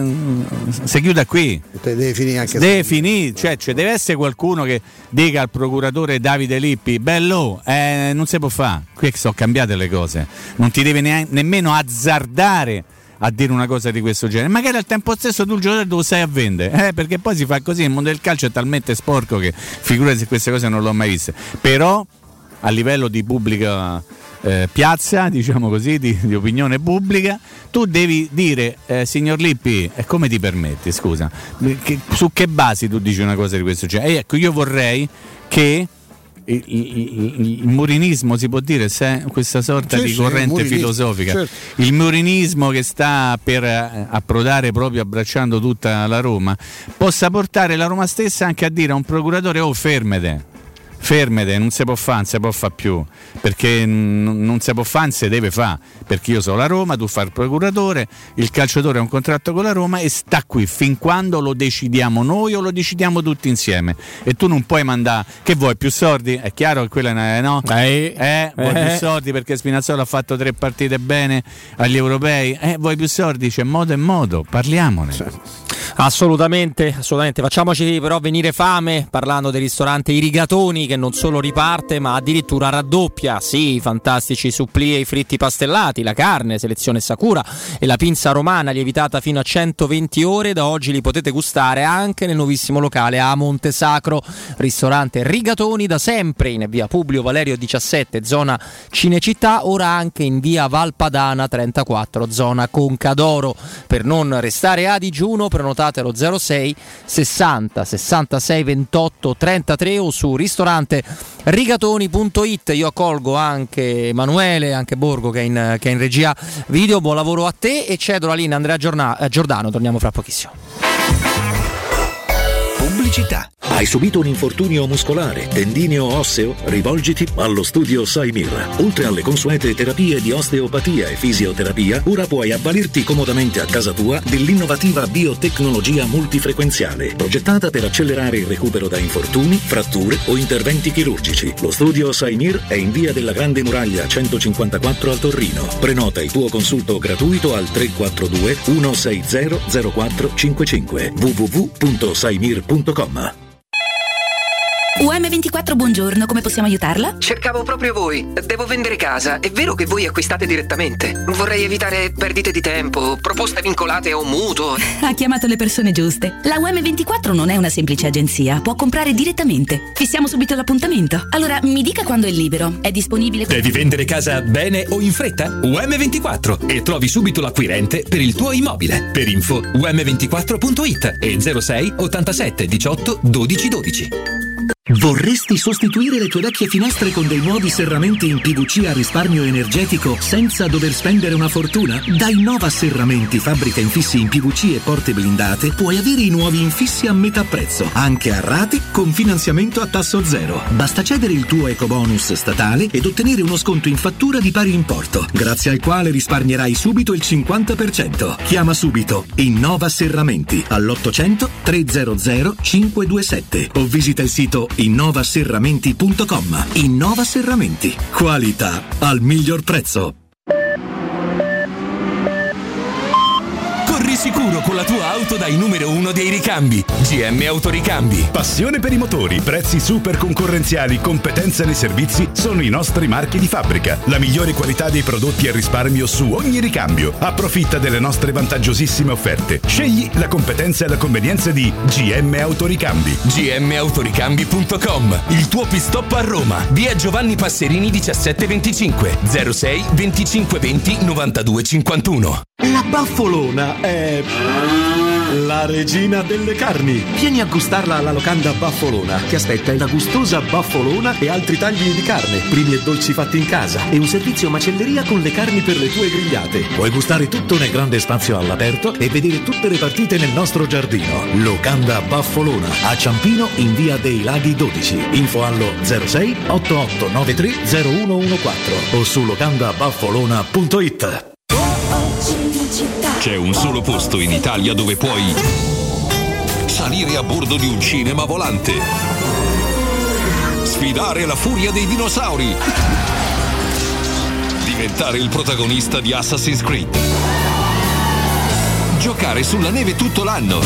si chiuda qui, deve finire, anche deve finire, cioè, cioè deve essere qualcuno che dica al procuratore Davide Lippi, bello, eh, non si può fare, qui sono cambiate le cose, non ti devi neanche, nemmeno azzardare a dire una cosa di questo genere, magari al tempo stesso tu il giocatore lo sai a vendere, eh, perché poi si fa così, il mondo del calcio è talmente sporco che figurati se queste cose non l'ho mai viste, però a livello di pubblica eh, piazza, diciamo così, di, di opinione pubblica, tu devi dire, eh, signor Lippi, e come ti permetti, scusa, che, su che basi tu dici una cosa di questo genere? E ecco, io vorrei che il, il, il murinismo, si può dire, se questa sorta sì, di corrente sì, filosofica, certo. Il murinismo che sta per approdare proprio abbracciando tutta la Roma, possa portare la Roma stessa anche a dire a un procuratore, oh fermete fermete, non si può fare, non si può fare più, perché n- non si può fare, non si deve fare, perché io sono la Roma, tu fai il procuratore, il calciatore ha un contratto con la Roma e sta qui fin quando lo decidiamo noi o lo decidiamo tutti insieme, e tu non puoi mandare, che vuoi, più soldi? È chiaro che quella è una, no? Eh, eh, vuoi eh. più soldi perché Spinazzola ha fatto tre partite bene agli europei, eh, vuoi più soldi? C'è modo e modo, parliamone. Certo. Assolutamente, assolutamente. Facciamoci però venire fame parlando del ristorante I Rigatoni, che non solo riparte ma addirittura raddoppia. Sì, fantastici supplì e i fritti pastellati, la carne, selezione Sakura e la pinza romana lievitata fino a centoventi ore. Da oggi li potete gustare anche nel nuovissimo locale a Monte Sacro. Ristorante Rigatoni, da sempre in via Publio Valerio diciassette, zona Cinecittà, ora anche in via Valpadana trentaquattro, zona Concadoro. Per non restare a digiuno, prenotate lo zero sei sessanta sessantasei ventotto trentatré o su ristorante rigatoni punto it. Io accolgo anche Emanuele, anche Borgo che è in, che è in regia video. Buon lavoro a te e cedo la linea Andrea Giorna- Giordano. Torniamo fra pochissimo. Pubblicità. Hai subito un infortunio muscolare, tendineo o osseo? Rivolgiti allo studio Saimir. Oltre alle consuete terapie di osteopatia e fisioterapia, ora puoi avvalerti comodamente a casa tua dell'innovativa biotecnologia multifrequenziale, progettata per accelerare il recupero da infortuni, fratture o interventi chirurgici. Lo studio Saimir è in via della Grande Muraglia centocinquantaquattro al Torrino. Prenota il tuo consulto gratuito al tre quattro due uno sei zero zero quattro cinque cinque w w w punto saimir punto com. U M ventiquattro, buongiorno, come possiamo aiutarla? Cercavo proprio voi. Devo vendere casa. È vero che voi acquistate direttamente? Vorrei evitare perdite di tempo, proposte vincolate a un mutuo. Ha chiamato le persone giuste. La U M ventiquattro non è una semplice agenzia, può comprare direttamente. Fissiamo subito l'appuntamento. Allora, mi dica quando è libero. È disponibile? Devi vendere casa bene o in fretta? U M ventiquattro e trovi subito l'acquirente per il tuo immobile. Per info u m ventiquattro punto it e zero sei ottantasette diciotto dodici dodici. Vorresti sostituire le tue vecchie finestre con dei nuovi serramenti in P V C a risparmio energetico senza dover spendere una fortuna? Da Innova Serramenti, fabbrica infissi in P V C e porte blindate, puoi avere i nuovi infissi a metà prezzo, anche a rate con finanziamento a tasso zero. Basta cedere il tuo ecobonus statale ed ottenere uno sconto in fattura di pari importo, grazie al quale risparmierai subito il cinquanta per cento. Chiama subito Innova Serramenti all'ottocento trecento cinque due sette o visita il sito innova serramenti punto com. Innova Serramenti, qualità al miglior prezzo. Corri sicuro con la tua auto dai numero uno dei ricambi. G M Autoricambi. Passione per i motori, prezzi super concorrenziali, competenza nei servizi sono i nostri marchi di fabbrica. La migliore qualità dei prodotti e risparmio su ogni ricambio. Approfitta delle nostre vantaggiosissime offerte. Scegli la competenza e la convenienza di G M Autoricambi. G M Autoricambi punto com. Il tuo pit stop a Roma. Via Giovanni Passerini diciassette venticinque zero sei venticinque venti novantadue cinquantuno. La Baffolona è la regina delle carni. Vieni a gustarla alla locanda Baffolona. Ti aspetta una gustosa baffolona e altri tagli di carne, primi e dolci fatti in casa e un servizio macelleria con le carni per le tue grigliate. Puoi gustare tutto nel grande spazio all'aperto e vedere tutte le partite nel nostro giardino. Locanda Baffolona a Ciampino in via dei Laghi dodici. Info allo zero sei otto otto nove tre zero uno uno quattro o su locanda baffolona punto it. C'è un solo posto in Italia dove puoi salire a bordo di un cinema volante, sfidare la furia dei dinosauri, diventare il protagonista di Assassin's Creed, giocare sulla neve tutto l'anno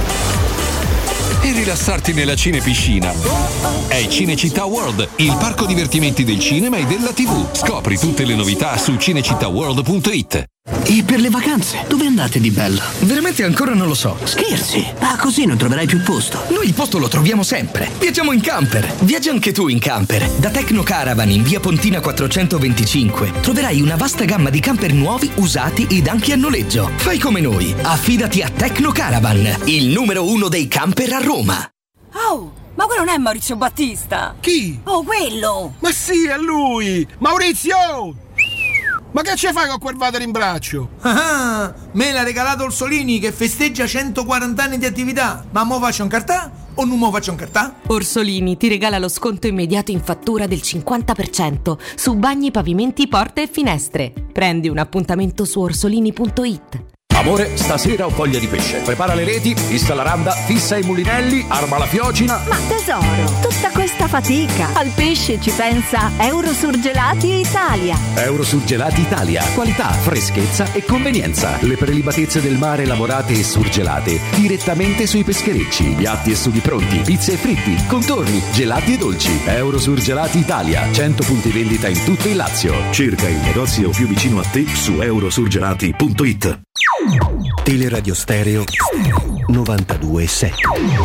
e rilassarti nella cinepiscina. È Cinecittà World, il parco divertimenti del cinema e della tivù. Scopri tutte le novità su cinecittà world punto it. E per le vacanze, dove andate di bello? Veramente ancora non lo so. Scherzi? Ah, così non troverai più posto. Noi il posto lo troviamo sempre. Viaggiamo in camper. Viaggia anche tu in camper. Da Tecno Caravan in via Pontina quattrocentoventicinque troverai una vasta gamma di camper nuovi, usati ed anche a noleggio. Fai come noi. Affidati a Tecno Caravan, il numero uno dei camper a Roma. Oh, ma quello non è Maurizio Battista? Chi? Oh, quello! Ma sì, è lui! Maurizio! Ma che ci fai con quel water in braccio? Ah, me l'ha regalato Orsolini che festeggia centoquaranta anni di attività. Ma mo faccio un cartà o non mo faccio un cartà? Orsolini ti regala lo sconto immediato in fattura del cinquanta per cento su bagni, pavimenti, porte e finestre. Prendi un appuntamento su orsolini punto it. Amore, stasera ho voglia di pesce. Prepara le reti, fissa la randa, fissa i mulinelli, arma la fiocina. Ma tesoro, tutta questa fatica. Al pesce ci pensa Eurosurgelati Italia. Eurosurgelati Italia. Qualità, freschezza e convenienza. Le prelibatezze del mare lavorate e surgelate direttamente sui pescherecci. Piatti e sughi pronti, pizze e fritti, contorni, gelati e dolci. Eurosurgelati Italia. cento punti vendita in tutto il Lazio. Cerca il negozio più vicino a te su eurosurgelati punto it. Teleradio Stereo novantadue sette.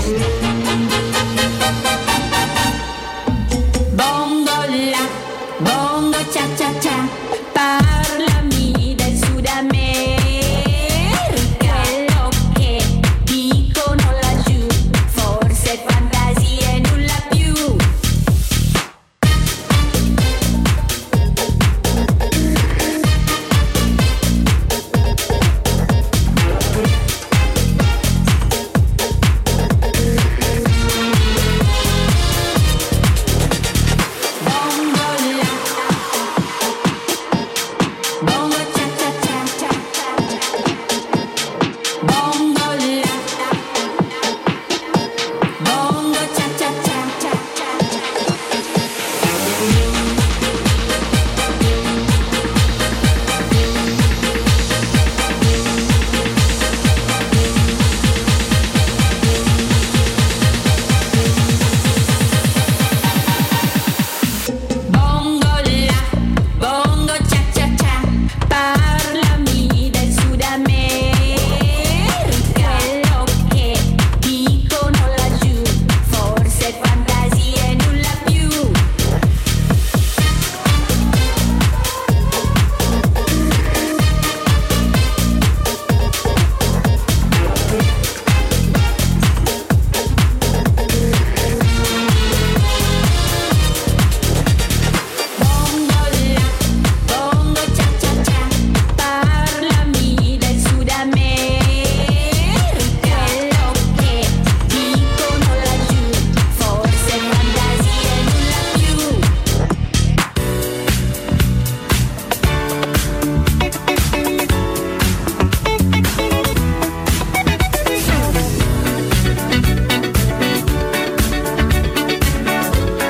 Bongo la, bongo cia cia cia, parlami del Sud America. Quello che dicono laggiù, forse fantasia e nulla più.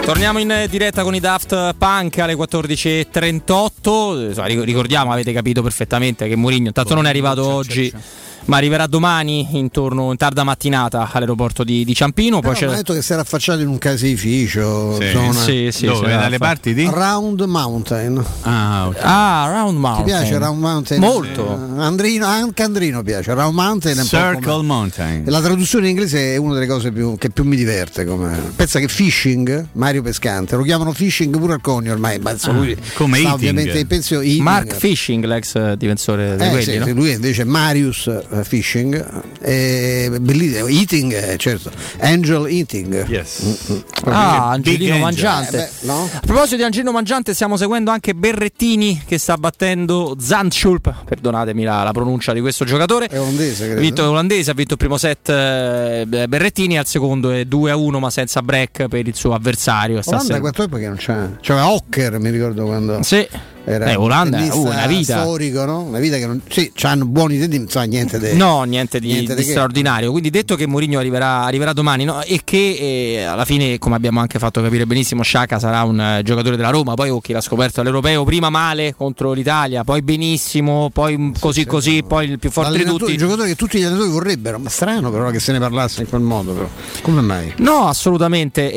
Torniamo in diretta con i Daft Punk alle quattordici e trentotto. Ricordiamo, avete capito perfettamente che Mourinho intanto non è arrivato oggi, ma arriverà domani intorno in tarda mattinata all'aeroporto di, di Ciampino. Poi no, c'è... ma ha detto che si era affacciato in un caseificio, sì. zona... sì, sì, dove? sì, Dalle parti di Round Mountain. Ah, okay. ah, Round Mountain. Ti piace Round Mountain? Molto. Eh, Andrino, anche Andrino piace. Round Mountain è un Circle po' come... Mountain. La traduzione in inglese è una delle cose più, che più mi diverte. Come... Pensa che fishing, Mario Pescante, lo chiamano fishing pure al conio ormai. Ma ah, lui come sta eating. Ovviamente in pensione. Mark Fishing, l'ex difensore di eh, quelli, sì, no? lui invece è Marius uh, Fishing. Eh, bellissimo. Eating, eh, certo. Angel Eating. Yes. Mm-hmm. Ah, Angelino Mangiante. Eh, beh, no? A proposito di Angelino Mangiante, stiamo seguendo anche Berrettini che sta battendo Zandschulp, perdonatemi la, la pronuncia di questo giocatore. È olandese, credo. Ha vinto olandese, ha vinto il primo set eh, Berrettini, al secondo è due a uno ma senza break per il suo avversario. Olanda quanto è perché non c'è? C'aveva Hocker, mi ricordo quando. Sì. Era eh, Olanda è uh, una vita storico, no? Una vita che non. Sì, c'hanno buoni idee, non so niente di. No, niente di, niente di di straordinario. Quindi detto che Mourinho arriverà, arriverà domani, no? E che eh, alla fine, come abbiamo anche fatto capire benissimo, Sciacca sarà un uh, giocatore della Roma. Poi Occhi l'ha scoperto all'Europeo, prima male contro l'Italia, poi benissimo, poi così sì, così, sì, poi il più forte di tutti. Il giocatore che tutti gli allenatori vorrebbero, ma strano però che se ne parlasse in quel modo. Però. Come mai? No, assolutamente.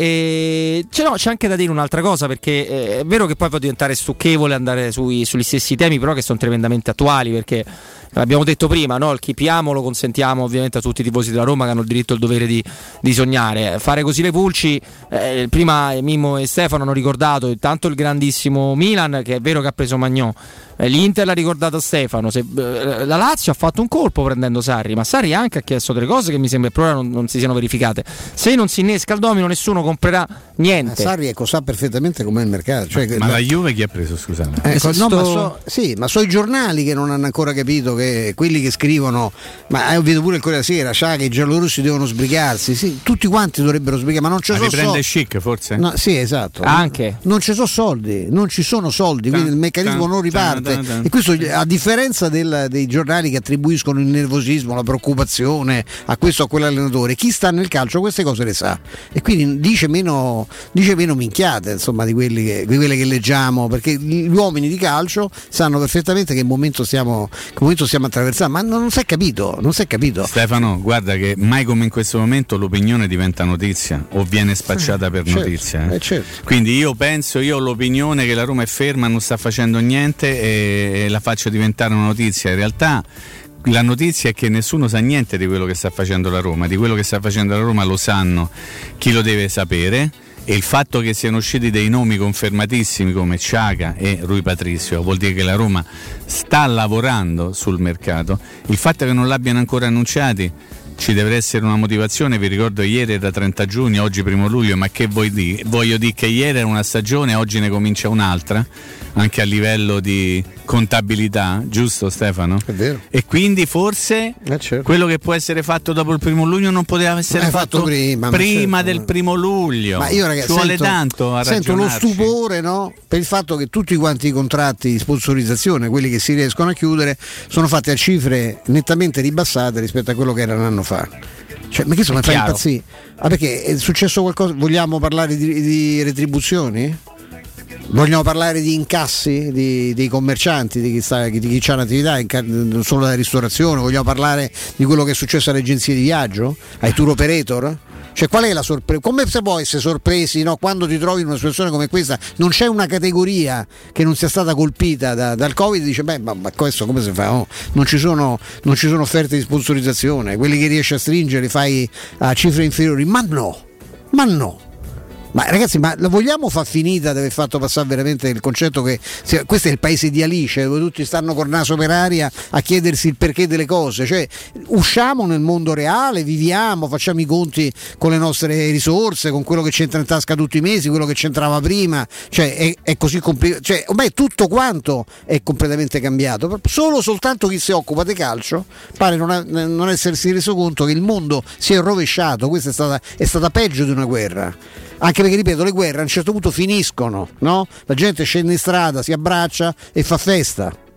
E c'è, no, c'è anche da dire un'altra cosa, perché eh, è vero che poi può diventare stucchevole andare sui, sugli stessi temi, però che sono tremendamente attuali, perché l'abbiamo detto prima, no? Il chipiamo lo consentiamo ovviamente a tutti i tifosi della Roma che hanno il diritto e il dovere di, di sognare. Fare così le pulci, eh, prima Mimmo e Stefano hanno ricordato intanto il grandissimo Milan, che è vero che ha preso Magnò, eh, l'Inter l'ha ricordato Stefano, se, eh, la Lazio ha fatto un colpo prendendo Sarri, ma Sarri anche ha chiesto delle cose che mi sembra per ora non, non si siano verificate. Se non si innesca il domino nessuno comprerà niente. Eh, Sarri ecco, sa perfettamente com'è il mercato, cioè, ma, ma la Juve chi ha preso, scusate? Eh, Ecco, no, sto... ma so, sì, ma so i giornali che non hanno ancora capito, che quelli che scrivono, ma ho visto pure il Corriere della Sera, sa che i giallorossi devono sbrigarsi, sì, tutti quanti dovrebbero sbrigare, ma non ci sono soldi. Riprende chic forse? No, sì, esatto. Anche. Non ci sono soldi, non ci sono soldi, quindi il meccanismo non riparte. E questo a differenza del, dei giornali che attribuiscono il nervosismo, la preoccupazione a questo o a quell'allenatore, chi sta nel calcio queste cose le sa. E quindi dice meno, dice meno minchiate, insomma, di, quelli che, di quelle che leggiamo, perché gli uomini di calcio sanno perfettamente che momento stiamo, che momento stiamo attraversando, ma non, non si è capito, non si è capito. Stefano, guarda che mai come in questo momento l'opinione diventa notizia o viene spacciata per certo, notizia. Eh? Eh, certo. Quindi io penso, io ho l'opinione che la Roma è ferma, non sta facendo niente e la faccio diventare una notizia. In realtà la notizia è che nessuno sa niente di quello che sta facendo la Roma, di quello che sta facendo la Roma lo sanno chi lo deve sapere. E il fatto che siano usciti dei nomi confermatissimi come Sciacca e Rui Patricio vuol dire che la Roma sta lavorando sul mercato. Il fatto che non l'abbiano ancora annunciati, ci deve essere una motivazione. Vi ricordo ieri era trenta giugno, oggi primo luglio, ma che vuoi dire? Voglio dire che ieri era una stagione, oggi ne comincia un'altra, anche a livello di contabilità, giusto Stefano? È vero. E quindi forse eh certo. quello che può essere fatto dopo il primo luglio non poteva essere fatto, fatto prima, prima certo. del primo luglio. Ma io ragazzi ci vuole sento, tanto a sento lo ragionarci. stupore, no? Per il fatto che tutti quanti i contratti di sponsorizzazione, quelli che si riescono a chiudere, sono fatti a cifre nettamente ribassate rispetto a quello che era un anno fa. Cioè, ma che sono fai impazzire? Ah, perché è successo qualcosa? Vogliamo parlare di, di retribuzioni? Vogliamo parlare di incassi di, dei commercianti, di chi, sta, di chi ha un'attività, non solo della ristorazione? Vogliamo parlare di quello che è successo alle agenzie di viaggio, ai tour operator? Cioè, qual è la sorpresa? Come si può essere sorpresi, no? Quando ti trovi in una situazione come questa? Non c'è una categoria che non sia stata colpita da, dal Covid e dice beh, ma, ma questo come si fa? Oh, non, ci sono, non ci sono offerte di sponsorizzazione, quelli che riesci a stringere fai a cifre inferiori, ma no, ma no. Ma ragazzi, ma la vogliamo far finita di aver fatto passare veramente il concetto che sia, questo è il paese di Alice, dove tutti stanno col naso per aria a chiedersi il perché delle cose? Cioè, usciamo nel mondo reale, viviamo, facciamo i conti con le nostre risorse, con quello che c'entra in tasca tutti i mesi, quello che c'entrava prima, cioè è, è così complicato, cioè ormai tutto quanto è completamente cambiato. Solo soltanto chi si occupa di calcio pare non, ha, non essersi reso conto che il mondo si è rovesciato. Questa è stata, è stata peggio di una guerra. Anche perché, ripeto, le guerre a un certo punto finiscono, no? La gente scende in strada, si abbraccia e fa festa.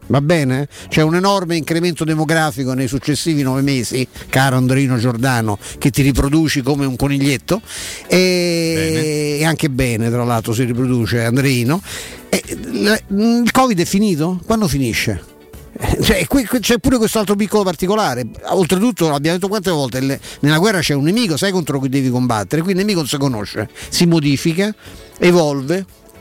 Va bene? C'è un enorme incremento demografico nei successivi nove mesi, caro Andrino Giordano, che ti riproduci come un coniglietto e, e anche bene, tra l'altro, si riproduce Andrino. E, il Covid è finito? Quando finisce? Cioè, c'è pure questo altro piccolo particolare. Oltretutto, l'abbiamo detto quante volte, le, nella guerra c'è un nemico, sai contro cui devi combattere, quindi il nemico non si conosce, si modifica, evolve,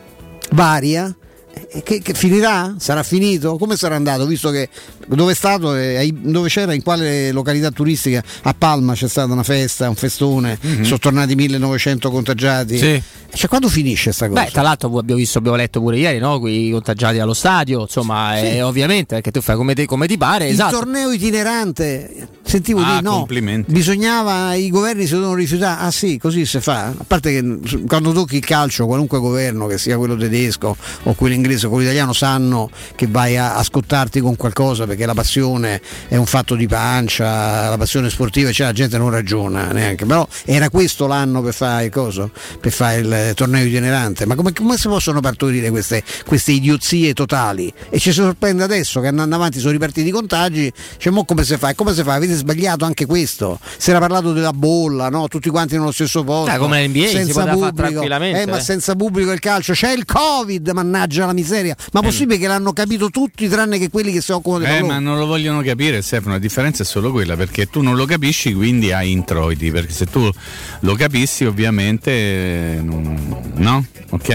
varia. Che, che finirà? Sarà finito? Come sarà andato? Visto che dove è stato, eh, dove c'era, in quale località turistica? A Palma c'è stata una festa, un festone, mm-hmm. sono tornati millenovecento contagiati. Sì. Cioè, quando finisce sta cosa? Beh, tra l'altro abbiamo visto, abbiamo letto pure ieri, no? Quei contagiati allo stadio, insomma, sì. eh, ovviamente, perché tu fai come, te, come ti pare. Il esatto. torneo itinerante, sentivo ah, dire no, complimenti. Bisognava, i governi si devono rifiutare. Ah sì, così si fa. A parte che quando tocchi il calcio, qualunque governo, che sia quello tedesco o quello inglese o quello italiano, sanno che vai a, a scottarti con qualcosa, perché la passione è un fatto di pancia, la passione sportiva, cioè la gente non ragiona neanche. Però era questo l'anno per fare il coso, per fare il torneo itinerante. Ma come, come si possono partorire queste, queste idiozie totali? E ci sorprende adesso che andando avanti sono ripartiti i contagi, cioè mo come si fa? E come si fa? Avete sbagliato anche questo. Si era parlato della bolla, no? Tutti quanti nello stesso posto, eh, come l'N B A, senza si poteva fare pubblico, tranquillamente, eh, ma eh. senza pubblico il calcio, c'è il Covid, mannaggia la miseria. Ma Eh, possibile che l'hanno capito tutti tranne che quelli che si occupano di Eh, pallone? ma non lo vogliono capire, Stefano, la differenza è solo quella, perché tu non lo capisci, quindi hai introiti, perché se tu lo capissi ovviamente eh, no? Ok?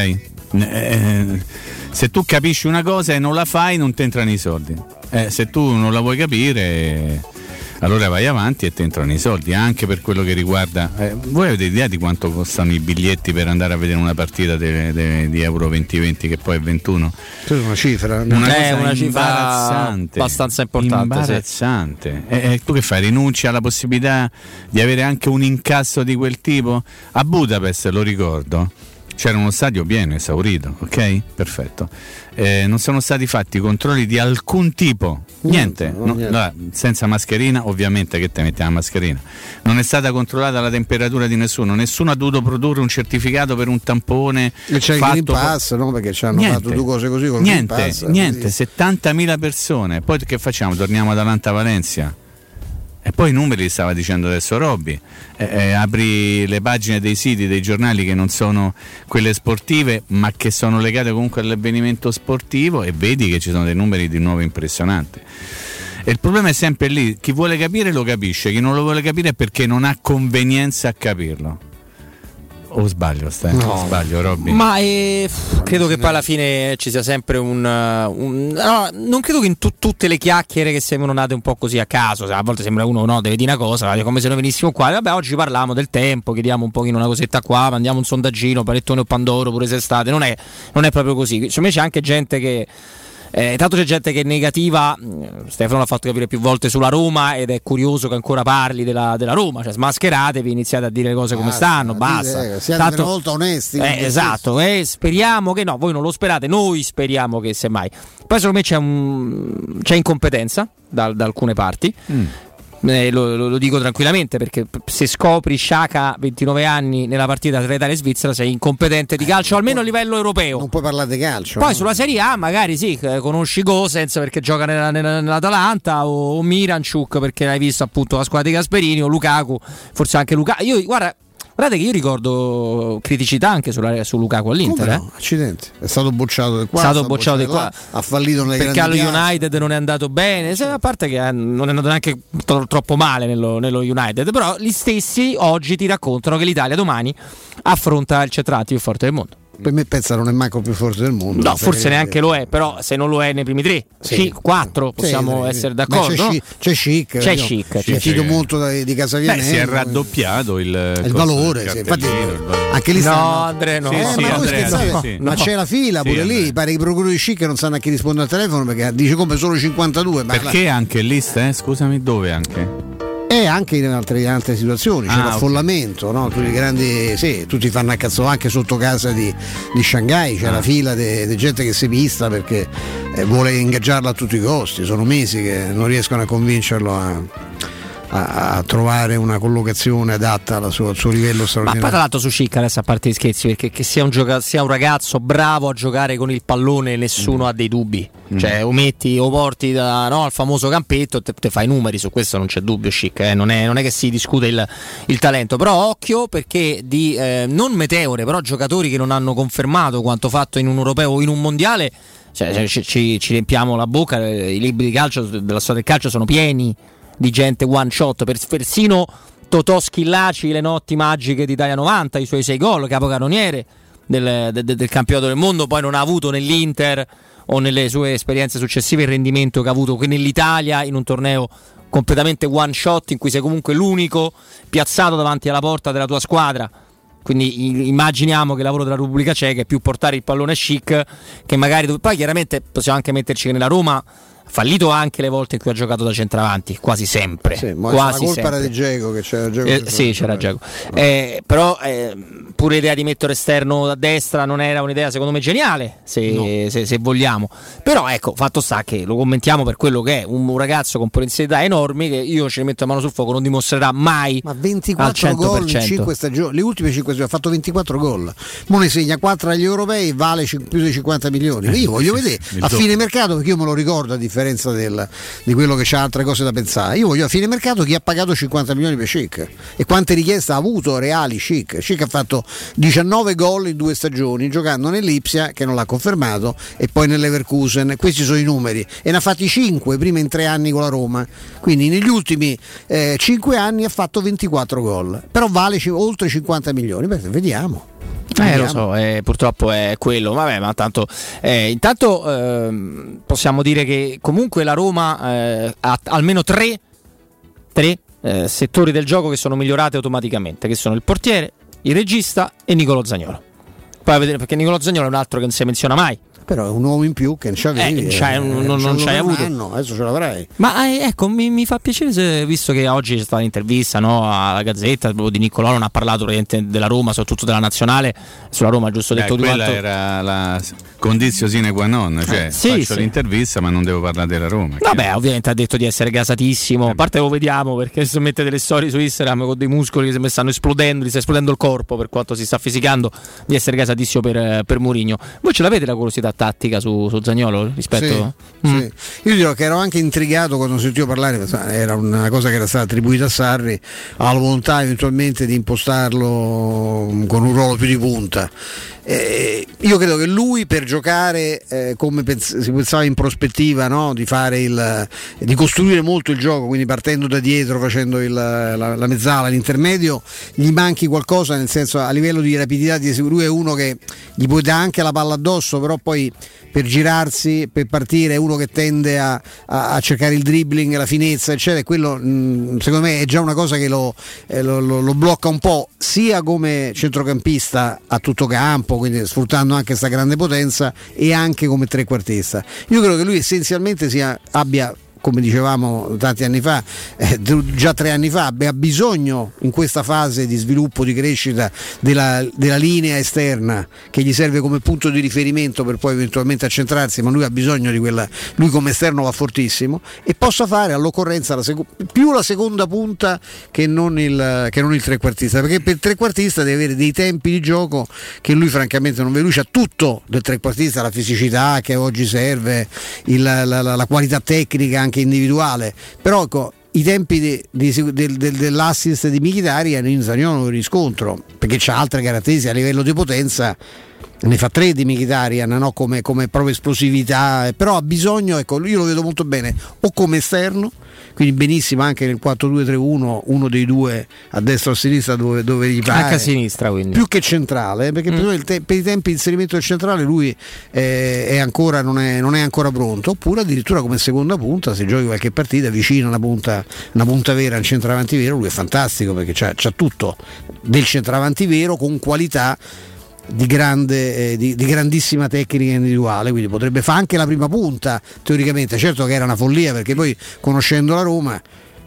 Eh, se tu capisci una cosa e non la fai non ti entrano i soldi. Eh, se tu non la vuoi capire allora vai avanti e ti entrano i soldi, anche per quello che riguarda eh, voi avete idea di quanto costano i biglietti per andare a vedere una partita de, de, di Euro duemilaventi, che poi è ventuno? È una cifra, una, è cosa una cifra imbarazzante, abbastanza importante, imbarazzante. Sì. E, e tu che fai? Rinunci alla possibilità di avere anche un incasso di quel tipo? A Budapest, lo ricordo, c'era uno stadio pieno, esaurito, ok? Perfetto. Eh, non sono stati fatti controlli di alcun tipo, niente, no, niente. No, senza mascherina, ovviamente, che te metti la mascherina. Non è stata controllata la temperatura di nessuno, nessuno ha dovuto produrre un certificato per un tampone. E c'è il Green Pass, no? Perché ci hanno niente, fatto due cose così con niente, il Green Pass. Niente, così. settantamila persone. Poi che facciamo? Torniamo ad Atalanta-Valencia? E poi i numeri li stava dicendo adesso Robby, eh, eh, apri le pagine dei siti, dei giornali che non sono quelle sportive ma che sono legate comunque all'avvenimento sportivo e vedi che ci sono dei numeri di nuovo impressionanti. E il problema è sempre lì, chi vuole capire lo capisce, chi non lo vuole capire è perché non ha convenienza a capirlo. O sbaglio, stai? No. Sbaglio, Robby. Ma eh, credo che poi alla fine ci sia sempre un. un no, non credo che in tu, tutte le chiacchiere che sembrano nate un po' così a caso, a volte sembra uno no, deve dire una cosa, come se noi venissimo qua. Vabbè, oggi parliamo del tempo, chiediamo un pochino una cosetta qua, mandiamo un sondaggino, panettone o pandoro pure se estate. Non è, non è proprio così. Secondo me c'è anche gente che. Eh, tanto c'è gente che è negativa, Stefano l'ha fatto capire più volte sulla Roma ed è curioso che ancora parli della, della Roma, cioè smascheratevi, iniziate a dire le cose come basta, stanno, basta. Dite, siate tanto, una volta onesti. Eh, esatto, eh, speriamo che no, voi non lo sperate, noi speriamo che semmai. Poi secondo me c'è, un, c'è incompetenza da, da alcune parti. Mm. Eh, lo, lo, lo dico tranquillamente, perché se scopri Sciacca ventinove anni nella partita tra Italia e Svizzera sei incompetente di calcio, eh, almeno a livello europeo. Non puoi parlare di calcio. Poi no? Sulla Serie A magari sì, conosci Gosens perché gioca nella, nella, nell'Atalanta, o, o Miranchuk perché hai visto appunto la squadra di Gasperini, o Lukaku, forse anche Lukaku. Io guarda, guardate che io ricordo criticità anche sulla, su Lukaku all'Inter. Come no? eh? Accidenti, è stato bocciato di qua, è stato bocciato di qua, là, ha fallito nelle perché allo grandi United piazze. Non è andato bene, a parte che non è andato neanche tro- troppo male nello, nello United, però gli stessi oggi ti raccontano che l'Italia domani affronta il centravanti più forte del mondo. Per me pensa non è manco più forte del mondo. No, forse neanche lo è, però se non lo è nei primi tre, sì. quattro possiamo sì, essere d'accordo. C'è, no? Chic, c'è Chic, c'è Chic, c'è Chic. Fido molto da, di Casavianello. Beh, si è raddoppiato il, il valore, sì. Infatti, il valore. Anche lì no, stanno... Andrea, no. Sì, eh, sì, ma, Andrea, scherzate, sì, ma no. c'è la fila pure sì, lì. Andrea. Pare che i procuratori di Chic non sanno a chi rispondere al telefono perché dice come solo cinquantadue. Ma perché la... anche lì, eh? Scusami, dove anche? E anche in altre, in altre situazioni c'è ah, l'affollamento, okay. no? Tutti i grandi, sì, tutti fanno a cazzo, anche sotto casa di, di Shanghai c'è ah. la fila di gente che si pista perché eh, vuole ingaggiarla a tutti i costi. Sono mesi che non riescono a convincerlo a, a, a trovare una collocazione adatta alla sua, al suo livello straordinario. Ma poi tra l'altro su Schick, adesso a parte gli scherzi, perché che sia un, gioca- sia un ragazzo bravo a giocare con il pallone nessuno mm. ha dei dubbi, mm. cioè o metti o porti da, no, al famoso campetto, te, te fai i numeri, su questo non c'è dubbio Schick, eh? non, è, non è che si discute il, il talento, però occhio perché di eh, non meteore, però giocatori che non hanno confermato quanto fatto in un europeo o in un mondiale, cioè, ci, ci, ci riempiamo la bocca, i libri di calcio della storia del calcio sono pieni di gente one shot, persino Totò Schillaci, le notti magiche d'Italia novanta, i suoi sei gol, capocannoniere del, del, del campionato del mondo, poi non ha avuto nell'Inter o nelle sue esperienze successive il rendimento che ha avuto qui nell'Italia in un torneo completamente one shot in cui sei comunque l'unico piazzato davanti alla porta della tua squadra. Quindi immaginiamo che il lavoro della Repubblica Ceca è più portare il pallone Schick, che magari poi chiaramente possiamo anche metterci che nella Roma fallito anche le volte in cui ha giocato da centravanti, quasi sempre. Sì, ma quasi la colpa sempre. era di Dzeko, che c'era Dzeko. Eh, sì, c'era Dzeko. Eh, però eh, pure l'idea di mettere esterno da destra non era un'idea secondo me geniale, se, no. se, se vogliamo. Però ecco, fatto sta che lo commentiamo per quello che è, un, un ragazzo con potenzialità enormi che io ci metto la mano sul fuoco, non dimostrerà mai ma ventiquattro gol in cinque stagioni, le ultime cinque stagioni ha fatto ventiquattro gol. Mo ne segna quattro agli europei, vale più di cinquanta milioni. Io voglio vedere a fine mercato, perché io me lo ricordo a differenza Del, di quello che c'ha altre cose da pensare. Io voglio a fine mercato chi ha pagato cinquanta milioni per Schick e quante richieste ha avuto reali Schick. Schick ha fatto diciannove gol in due stagioni giocando nell'Ipsia, che non l'ha confermato, e poi nell'Leverkusen. Questi sono i numeri, e ne ha fatti cinque prima in tre anni con la Roma, quindi negli ultimi eh, cinque anni ha fatto ventiquattro gol, però vale c- oltre cinquanta milioni. Beh, vediamo. Eh, lo so, eh, purtroppo è quello, vabbè, ma tanto eh, intanto eh, possiamo dire che comunque la Roma eh, ha almeno tre, tre eh, settori del gioco che sono migliorati automaticamente, che sono il portiere, il regista e Nicolò Zaniolo. Poi a vedere, perché Nicolò Zaniolo è un altro che non si menziona mai. Però è un uomo in più che non c'avevi, eh, c'hai, eh, non, non, non c'hai avuto. Anno, adesso ce l'avrai. Ma eh, ecco, mi, mi fa piacere se, visto che oggi c'è stata l'intervista, no, alla Gazzetta proprio di Niccolò, non ha parlato della Roma, soprattutto della nazionale. Sulla Roma, giusto detto, eh, quella quanto... era la condizio sine qua non, cioè eh, sì, faccio sì. l'intervista ma non devo parlare della Roma. Vabbè, chiaro. Ovviamente ha detto di essere gasatissimo, a parte lo vediamo perché se mette delle storie su Instagram con dei muscoli che stanno esplodendo, gli sta esplodendo il corpo per quanto si sta fisicando, di essere gasatissimo per, per Mourinho. Voi ce l'avete la curiosità tattica su, su Zaniolo rispetto? Sì, mm. sì. Io dirò che ero anche intrigato quando sentivo parlare, era una cosa che era stata attribuita a Sarri, alla volontà eventualmente di impostarlo con un ruolo più di punta. Eh, io credo che lui, per giocare eh, come pens- si pensava in prospettiva, no? di fare il di costruire molto il gioco, quindi partendo da dietro, facendo il, la, la mezzala, l'intermedio, gli manchi qualcosa, nel senso, a livello di rapidità, di esecuzione. Lui è uno che gli puoi dare anche la palla addosso, però poi per girarsi, per partire, è uno che tende a, a, a cercare il dribbling, la finezza, eccetera. Quello mh, secondo me è già una cosa che lo, eh, lo, lo, lo blocca un po', sia come centrocampista a tutto campo, quindi sfruttando anche questa grande potenza, e anche come trequartista. Io credo che lui essenzialmente sia, abbia, come dicevamo tanti anni fa, eh, già tre anni fa, abbia bisogno in questa fase di sviluppo, di crescita della, della linea esterna che gli serve come punto di riferimento per poi eventualmente accentrarsi, ma lui ha bisogno di quella, lui come esterno va fortissimo, e possa fare all'occorrenza la sec- più la seconda punta che non, il, che non il trequartista, perché per il trequartista deve avere dei tempi di gioco che lui francamente non vede. Lui c'ha tutto del trequartista, la fisicità che oggi serve, il, la, la, la qualità tecnica anche individuale, però ecco, i tempi di, di, del, del, dell'assist di Mkhitaryan in Zaniolo non riscontro, perché c'ha altre caratteristiche a livello di potenza, ne fa tre di Mkhitaryan, no? come, come proprio esplosività, però ha bisogno, ecco, io lo vedo molto bene o come esterno, quindi benissimo anche nel quattro due tre uno, uno dei due a destra o a sinistra dove, dove gli pare, anche a sinistra, quindi più che centrale, perché mm. per, te, per i tempi di inserimento del centrale lui eh, è ancora, non, è, non è ancora pronto, oppure addirittura come seconda punta, se giochi qualche partita vicino a una punta, una punta vera, un centravanti vero, lui è fantastico, perché c'ha, c'ha tutto del centravanti vero con qualità di grande eh, di, di grandissima tecnica individuale, quindi potrebbe fare anche la prima punta teoricamente. Certo che era una follia, perché poi conoscendo la Roma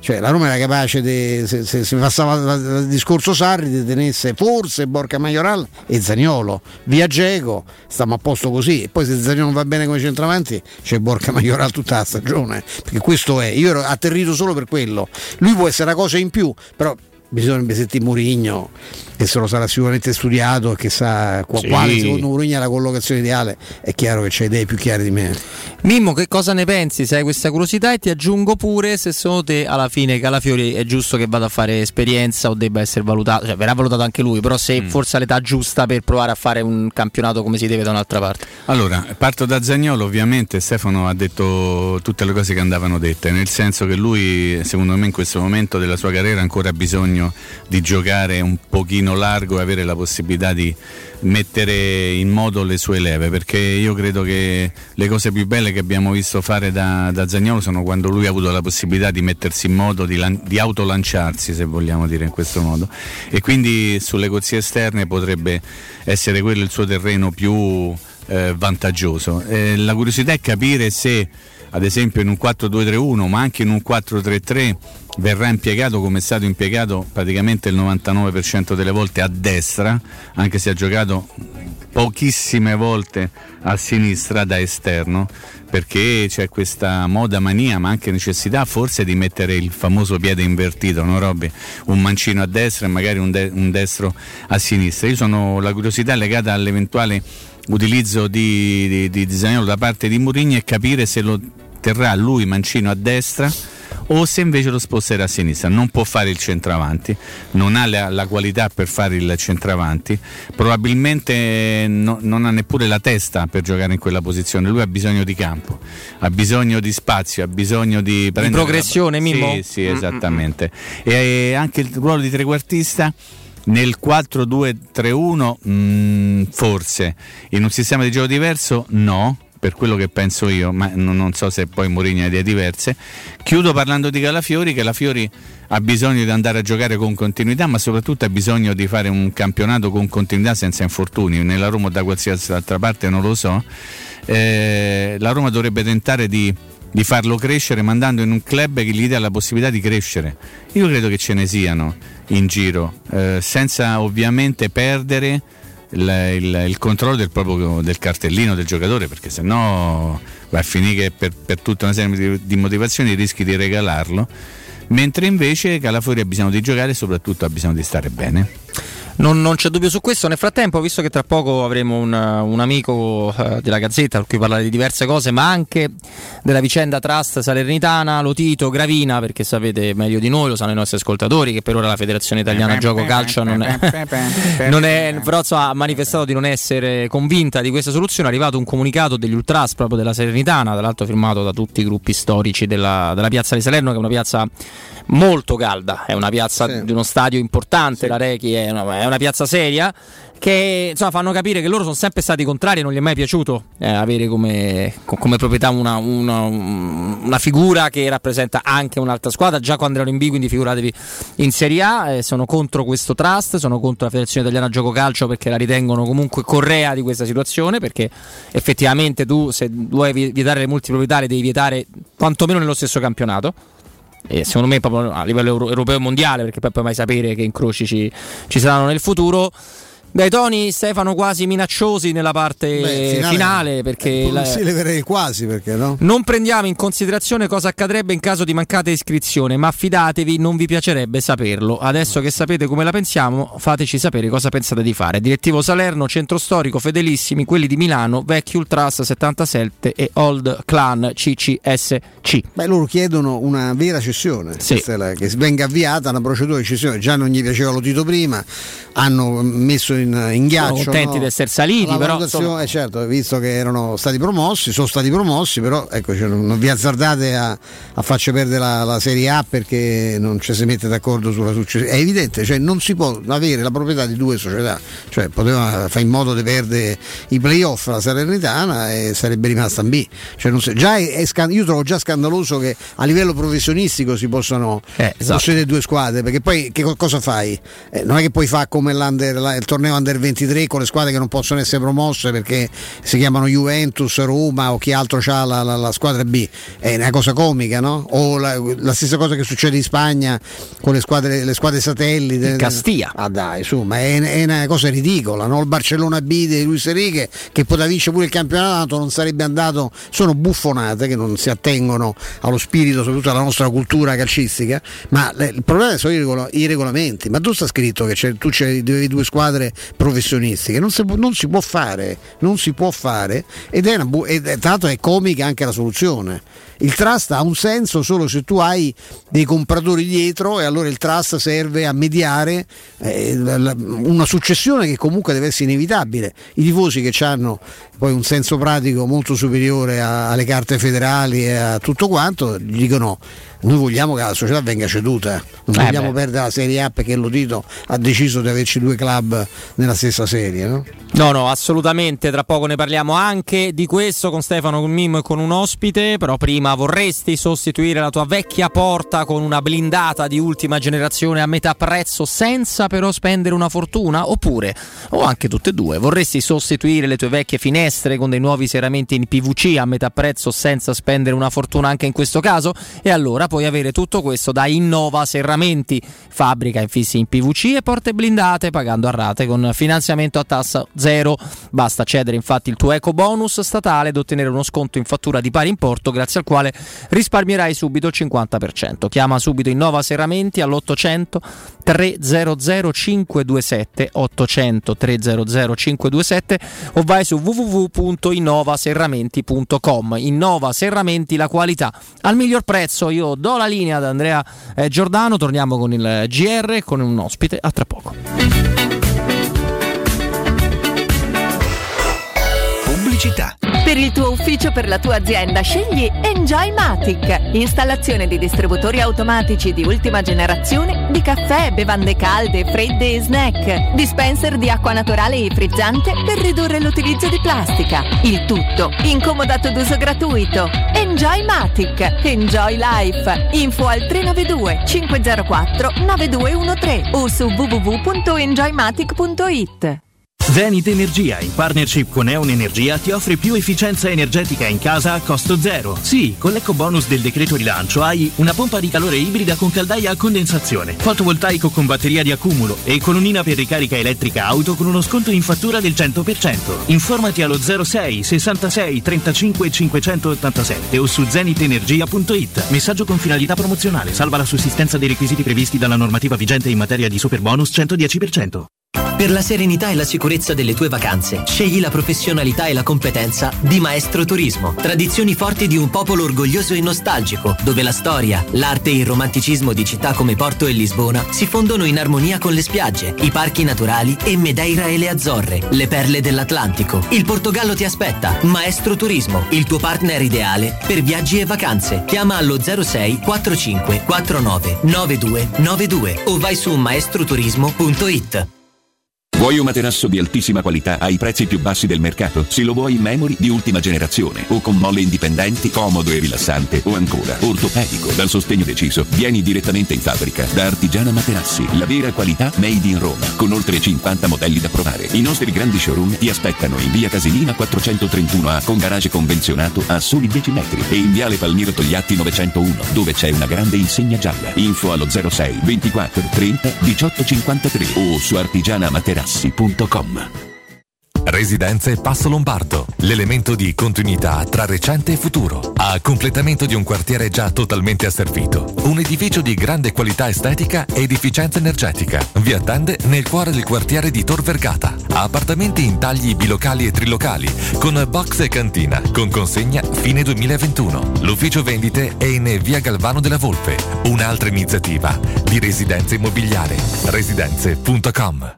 Cioè la Roma era capace di, se, se, se passava il discorso Sarri, di tenesse forse Borca Majoral e Zaniolo, via Dzeko, stiamo a posto così, e poi se Zaniolo non va bene come centravanti c'è Borca Majoral tutta la stagione, perché questo è, io ero atterrito solo per quello, lui può essere una cosa in più, però bisogna sentire Mourinho, che se lo sarà sicuramente studiato, che sa Sì. quale secondo Mourinho è la collocazione ideale. È chiaro che c'hai idee più chiare di me. Mimmo, che cosa ne pensi se hai questa curiosità? E ti aggiungo pure se secondo te alla fine Calafiori è giusto che vada a fare esperienza o debba essere valutato, cioè verrà valutato anche lui, però se Mm. forse ha l'età giusta per provare a fare un campionato come si deve da un'altra parte. Allora, parto da Zaniolo, ovviamente Stefano ha detto tutte le cose che andavano dette, nel senso che lui, secondo me in questo momento della sua carriera ancora ha bisogno di giocare un pochino largo e avere la possibilità di mettere in modo le sue leve, perché io credo che le cose più belle che abbiamo visto fare da, da Zaniolo sono quando lui ha avuto la possibilità di mettersi in modo di, lan- di autolanciarsi, se vogliamo dire in questo modo, e quindi sulle corsie esterne potrebbe essere quello il suo terreno più eh, vantaggioso. Eh, la curiosità è capire se ad esempio in un quattro due tre uno ma anche in un quattro tre tre verrà impiegato come è stato impiegato praticamente il novantanove per cento delle volte a destra, anche se ha giocato pochissime volte a sinistra da esterno, perché c'è questa moda mania ma anche necessità forse di mettere il famoso piede invertito, no Robby? Un mancino a destra e magari un, de- un destro a sinistra. Io sono la curiosità legata all'eventuale utilizzo di, di, di, di Zaniolo da parte di Mourinho e capire se lo terrà lui mancino a destra o se invece lo sposterà a sinistra. Non può fare il centravanti, non ha la, la qualità per fare il centravanti, probabilmente no, non ha neppure la testa per giocare in quella posizione. Lui ha bisogno di campo, ha bisogno di spazio, ha bisogno di prendere progressione, la... Mimmo? Sì, sì, esattamente. E anche il ruolo di trequartista nel quattro due tre uno mh, forse, in un sistema di gioco diverso no, per quello che penso io, ma non, non so se poi Mourinho ha idee diverse. Chiudo parlando di Calafiori. Calafiori ha bisogno di andare a giocare con continuità, ma soprattutto ha bisogno di fare un campionato con continuità senza infortuni. Nella Roma o da qualsiasi altra parte non lo so. Eh, la Roma dovrebbe tentare di di farlo crescere mandando in un club che gli dia la possibilità di crescere. Io credo che ce ne siano in giro, eh, senza ovviamente perdere il, il, il controllo del proprio del cartellino del giocatore, perché sennò va a finire che per, per tutta una serie di, di motivazioni rischi di regalarlo, mentre invece Calafiori ha bisogno di giocare e soprattutto ha bisogno di stare bene. Non, non c'è dubbio su questo. Nel frattempo, visto che tra poco avremo un, un amico uh, della Gazzetta con cui parlare di diverse cose, ma anche della vicenda Trust Salernitana, Lotito, Gravina, perché sapete meglio di noi, lo sanno i nostri ascoltatori, che per ora la Federazione Italiana Gioco Calcio non è, non è però insomma, ha manifestato di non essere convinta di questa soluzione. È arrivato un comunicato degli Ultras proprio della Salernitana, tra l'altro firmato da tutti i gruppi storici della, della piazza di Salerno, che è una piazza molto calda, è una piazza sì. di uno stadio importante, sì. La Rechi è una, è una piazza seria, che insomma fanno capire che loro sono sempre stati contrari e non gli è mai piaciuto eh, avere come, come proprietà una, una, una figura che rappresenta anche un'altra squadra, già quando erano in B, quindi figuratevi in Serie A. Eh, sono contro questo trust, sono contro la Federazione Italiana Gioco Calcio, perché la ritengono comunque correa di questa situazione, perché effettivamente tu se vuoi vietare le multiproprietarie devi vietare quantomeno nello stesso campionato. E secondo me proprio a livello euro- europeo e mondiale, perché poi puoi mai sapere che incroci ci, ci saranno nel futuro. Dai toni, Stefano, quasi minacciosi nella parte Beh, finale, finale, perché eh, la... si leverei quasi, perché no? Non prendiamo in considerazione cosa accadrebbe in caso di mancata iscrizione, ma fidatevi, non vi piacerebbe saperlo. Adesso che sapete come la pensiamo, fateci sapere cosa pensate di fare. Direttivo Salerno, Centro Storico, fedelissimi quelli di Milano, Vecchi Ultras settantasette e Old Clan C C S C. Beh, loro chiedono una vera cessione, sì. la, che venga avviata una procedura di cessione. Già non gli piaceva Lotito prima, hanno messo in in ghiaccio, sono contenti no? di essere saliti, però sono... eh, certo, visto che erano stati promossi, sono stati promossi, però ecco, cioè, non, non vi azzardate a, a farci perdere la, la Serie A perché non ci si mette d'accordo sulla successione. È evidente, cioè non si può avere la proprietà di due società, cioè poteva fare in modo di perdere i playoff la Salernitana e sarebbe rimasta in B. Cioè, non so, già è, è scan- io trovo già scandaloso che a livello professionistico si possano eh, esatto. possedere due squadre, perché poi che cosa fai? Eh, non è che poi fa come l'under, la, il torneo torneo under ventitré con le squadre che non possono essere promosse perché si chiamano Juventus, Roma o chi altro ha la, la, la squadra B. È una cosa comica, no? O la, la stessa cosa che succede in Spagna con le squadre, le squadre satellite. In Castiglia. Ah dai, su, ma è, è una cosa ridicola, no? Il Barcellona B di Luis Enrique, che poteva vincere pure il campionato, non sarebbe andato. Sono buffonate che non si attengono allo spirito, soprattutto alla nostra cultura calcistica, ma le, il problema sono i, regolo, i regolamenti. Ma tu sta scritto che c'è, tu c'hai due squadre professionistiche, non si, non si può fare, non si può fare ed è una bu- ed, tra l'altro è comica anche la soluzione. Il trust ha un senso solo se tu hai dei compratori dietro, e allora il trust serve a mediare eh, la, una successione che comunque deve essere inevitabile. I tifosi che hanno poi un senso pratico molto superiore a, alle carte federali e a tutto quanto dicono: noi vogliamo che la società venga ceduta, non eh vogliamo beh. perdere la Serie A perché l'Odito ha deciso di averci due club nella stessa serie, no? No, no, assolutamente, tra poco ne parliamo anche di questo con Stefano, con Mimmo e con un ospite, però prima vorresti sostituire la tua vecchia porta con una blindata di ultima generazione a metà prezzo senza però spendere una fortuna? Oppure, o anche tutte e due, vorresti sostituire le tue vecchie finestre con dei nuovi serramenti in P V C a metà prezzo senza spendere una fortuna anche in questo caso? E allora puoi avere tutto questo da Innova Serramenti, fabbrica infissi in P V C e porte blindate pagando a rate con finanziamento a tassa zero. Basta cedere infatti il tuo eco bonus statale ed ottenere uno sconto in fattura di pari importo, grazie al quale risparmierai subito il cinquanta per cento. Chiama subito Innova Serramenti all'ottocento trecento cinque due sette ottocento trecento cinque due sette o vai su w w w punto innova serramenti punto com. Innova Serramenti, la qualità al miglior prezzo. Io do la linea ad Andrea eh, Giordano, torniamo con il G R con un ospite, a tra poco. Pubblicità. Per il tuo ufficio, per la tua azienda, scegli Enjoymatic. Installazione di distributori automatici di ultima generazione di caffè, bevande calde, fredde e snack. Dispenser di acqua naturale e frizzante per ridurre l'utilizzo di plastica. Il tutto incomodato d'uso gratuito. Enjoymatic. Enjoy life. Info al tre nove due cinque zero quattro nove due uno tre o su w w w punto enjoymatic punto it. Zenith Energia, in partnership con Eon Energia, ti offre più efficienza energetica in casa a costo zero. Sì, con l'eco bonus del decreto rilancio hai una pompa di calore ibrida con caldaia a condensazione, fotovoltaico con batteria di accumulo e colonnina per ricarica elettrica auto con uno sconto in fattura del cento per cento. Informati allo zero sei sessantasei trentacinque cinquecentottantasette o su zenith energia punto it. Messaggio con finalità promozionale, salva la sussistenza dei requisiti previsti dalla normativa vigente in materia di superbonus centodieci per cento. Per la serenità e la sicurezza delle tue vacanze, scegli la professionalità e la competenza di Maestro Turismo. Tradizioni forti di un popolo orgoglioso e nostalgico, dove la storia, l'arte e il romanticismo di città come Porto e Lisbona si fondono in armonia con le spiagge, i parchi naturali e Medeira e le Azzorre, le perle dell'Atlantico. Il Portogallo ti aspetta. Maestro Turismo, il tuo partner ideale per viaggi e vacanze. Chiama allo zero sei quarantacinque quarantanove novantadue novantadue o vai su maestroturismo punto it. Vuoi un materasso di altissima qualità ai prezzi più bassi del mercato? Se lo vuoi in memory di ultima generazione o con molle indipendenti, comodo e rilassante, o ancora ortopedico dal sostegno deciso, vieni direttamente in fabbrica da Artigiana Materassi, la vera qualità made in Roma, con oltre cinquanta modelli da provare. I nostri grandi showroom ti aspettano in via Casilina quattrocentotrentuno A con garage convenzionato a soli dieci metri e in viale Palmiro Togliatti novecentouno dove c'è una grande insegna gialla. Info allo zero sei ventiquattro trenta diciotto cinquantatré o su artigiana materassi punto com. Residenze Passo Lombardo, l'elemento di continuità tra recente e futuro. A completamento di un quartiere già totalmente asservito. Un edificio di grande qualità estetica ed efficienza energetica. Vi attende nel cuore del quartiere di Tor Vergata. Appartamenti in tagli bilocali e trilocali, con box e cantina, con consegna fine duemilaventuno. L'ufficio vendite è in via Galvano della Volpe, un'altra iniziativa di Residenze Immobiliare. Residenze punto com.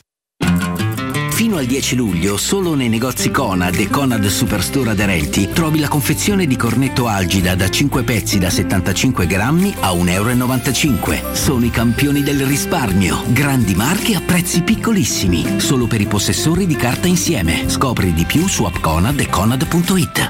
Fino al dieci luglio, solo nei negozi Conad e Conad Superstore aderenti, trovi la confezione di cornetto Algida da cinque pezzi da settantacinque grammi a un euro e novantacinque. Sono i campioni del risparmio. Grandi marche a prezzi piccolissimi. Solo per i possessori di carta insieme. Scopri di più su app Conad e conad punto it.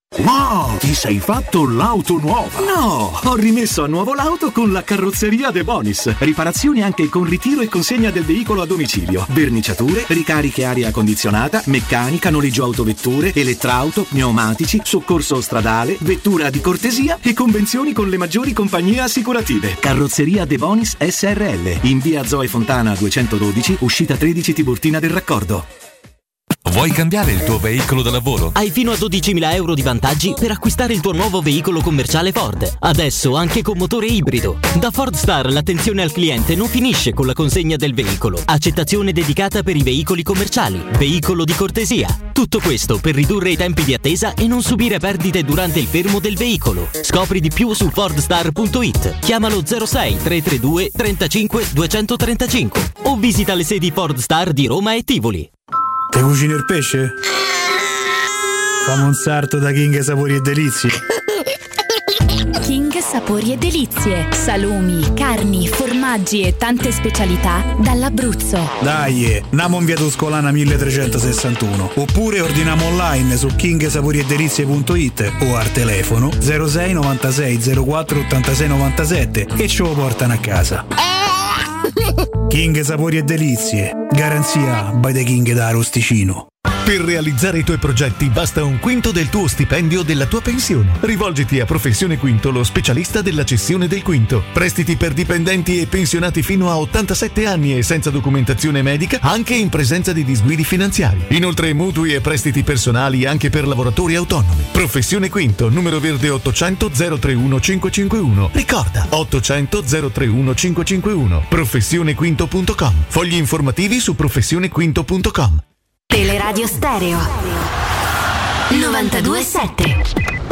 Ma ti sei fatto l'auto nuova? No, ho rimesso a nuovo l'auto con la carrozzeria De Bonis. Riparazioni anche con ritiro e consegna del veicolo a domicilio, verniciature, ricariche aria condizionata, meccanica, noleggio autovetture, elettrauto, pneumatici, soccorso stradale, vettura di cortesia e convenzioni con le maggiori compagnie assicurative. Carrozzeria De Bonis S R L in via Zoe Fontana duecentododici, uscita tredici Tiburtina del Raccordo. Vuoi cambiare il tuo veicolo da lavoro? Hai fino a dodicimila euro di vantaggi per acquistare il tuo nuovo veicolo commerciale Ford. Adesso anche con motore ibrido. Da Ford Star l'attenzione al cliente non finisce con la consegna del veicolo. Accettazione dedicata per i veicoli commerciali. Veicolo di cortesia. Tutto questo per ridurre i tempi di attesa e non subire perdite durante il fermo del veicolo. Scopri di più su fordstar punto it. Chiamalo zero sei tre tre due trentacinque duecentotrentacinque o visita le sedi Ford Star di Roma e Tivoli. Te cucini il pesce? Fammi un sarto da King Sapori e Delizie. King Sapori e Delizie. Salumi, carni, formaggi e tante specialità dall'Abruzzo. Dai, namo in via Tuscolana milletrecentosessantuno. Oppure ordiniamo online su king sapori e delizie punto it o al telefono zero sei novantasei zero quattro ottantasei novantasette e ce lo portano a casa. King Sapori e Delizie. Garanzia by the King da Arosticino. Per realizzare i tuoi progetti basta un quinto del tuo stipendio o della tua pensione. Rivolgiti a Professione Quinto, lo specialista della cessione del quinto. Prestiti per dipendenti e pensionati fino a ottantasette anni e senza documentazione medica, anche in presenza di disguidi finanziari. Inoltre mutui e prestiti personali anche per lavoratori autonomi. Professione Quinto, numero verde ottocento zero trentuno cinquecentocinquantuno. Ricorda, ottocento zero trentuno cinquecentocinquantuno. professione quinto punto com. Fogli informativi su professione quinto punto com. Teleradio Stereo novantadue sette.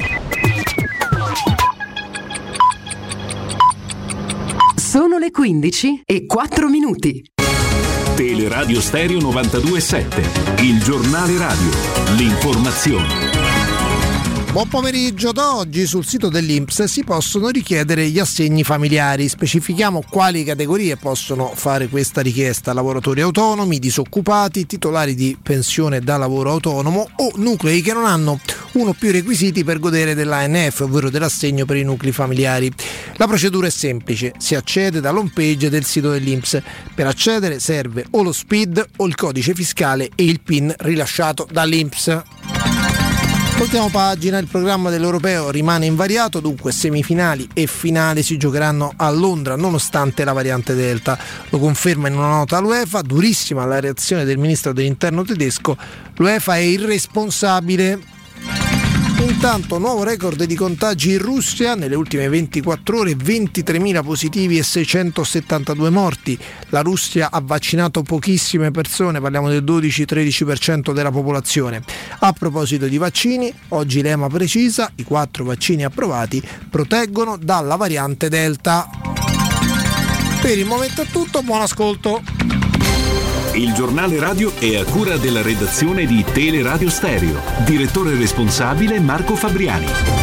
Sono le quindici e quattro minuti. Teleradio Stereo novantadue sette, il giornale radio, l'informazione. Buon pomeriggio. Da oggi sul sito dell'I N P S si possono richiedere gli assegni familiari. Specifichiamo quali categorie possono fare questa richiesta: lavoratori autonomi, disoccupati, titolari di pensione da lavoro autonomo o nuclei che non hanno uno o più requisiti per godere dell'A N F, ovvero dell'assegno per i nuclei familiari. La procedura è semplice: si accede dall'home page del sito dell'I N P S. Per accedere serve o lo S P I D o il codice fiscale e il P I N rilasciato dall'I N P S. Voltiamo pagina. Il programma dell'Europeo rimane invariato, dunque semifinali e finali si giocheranno a Londra nonostante la variante Delta. Lo conferma in una nota l'UEFA. Durissima la reazione del ministro dell'interno tedesco: l'UEFA è irresponsabile. Intanto nuovo record di contagi in Russia, nelle ultime ventiquattro ore ventitremila positivi e seicentosettantadue morti. La Russia ha vaccinato pochissime persone, parliamo del dodici tredici per cento della popolazione. A proposito di vaccini, oggi l'E M A precisa: i quattro vaccini approvati proteggono dalla variante Delta. Per il momento è tutto, buon ascolto. Il giornale radio è a cura della redazione di Teleradio Stereo. Direttore responsabile Marco Fabriani.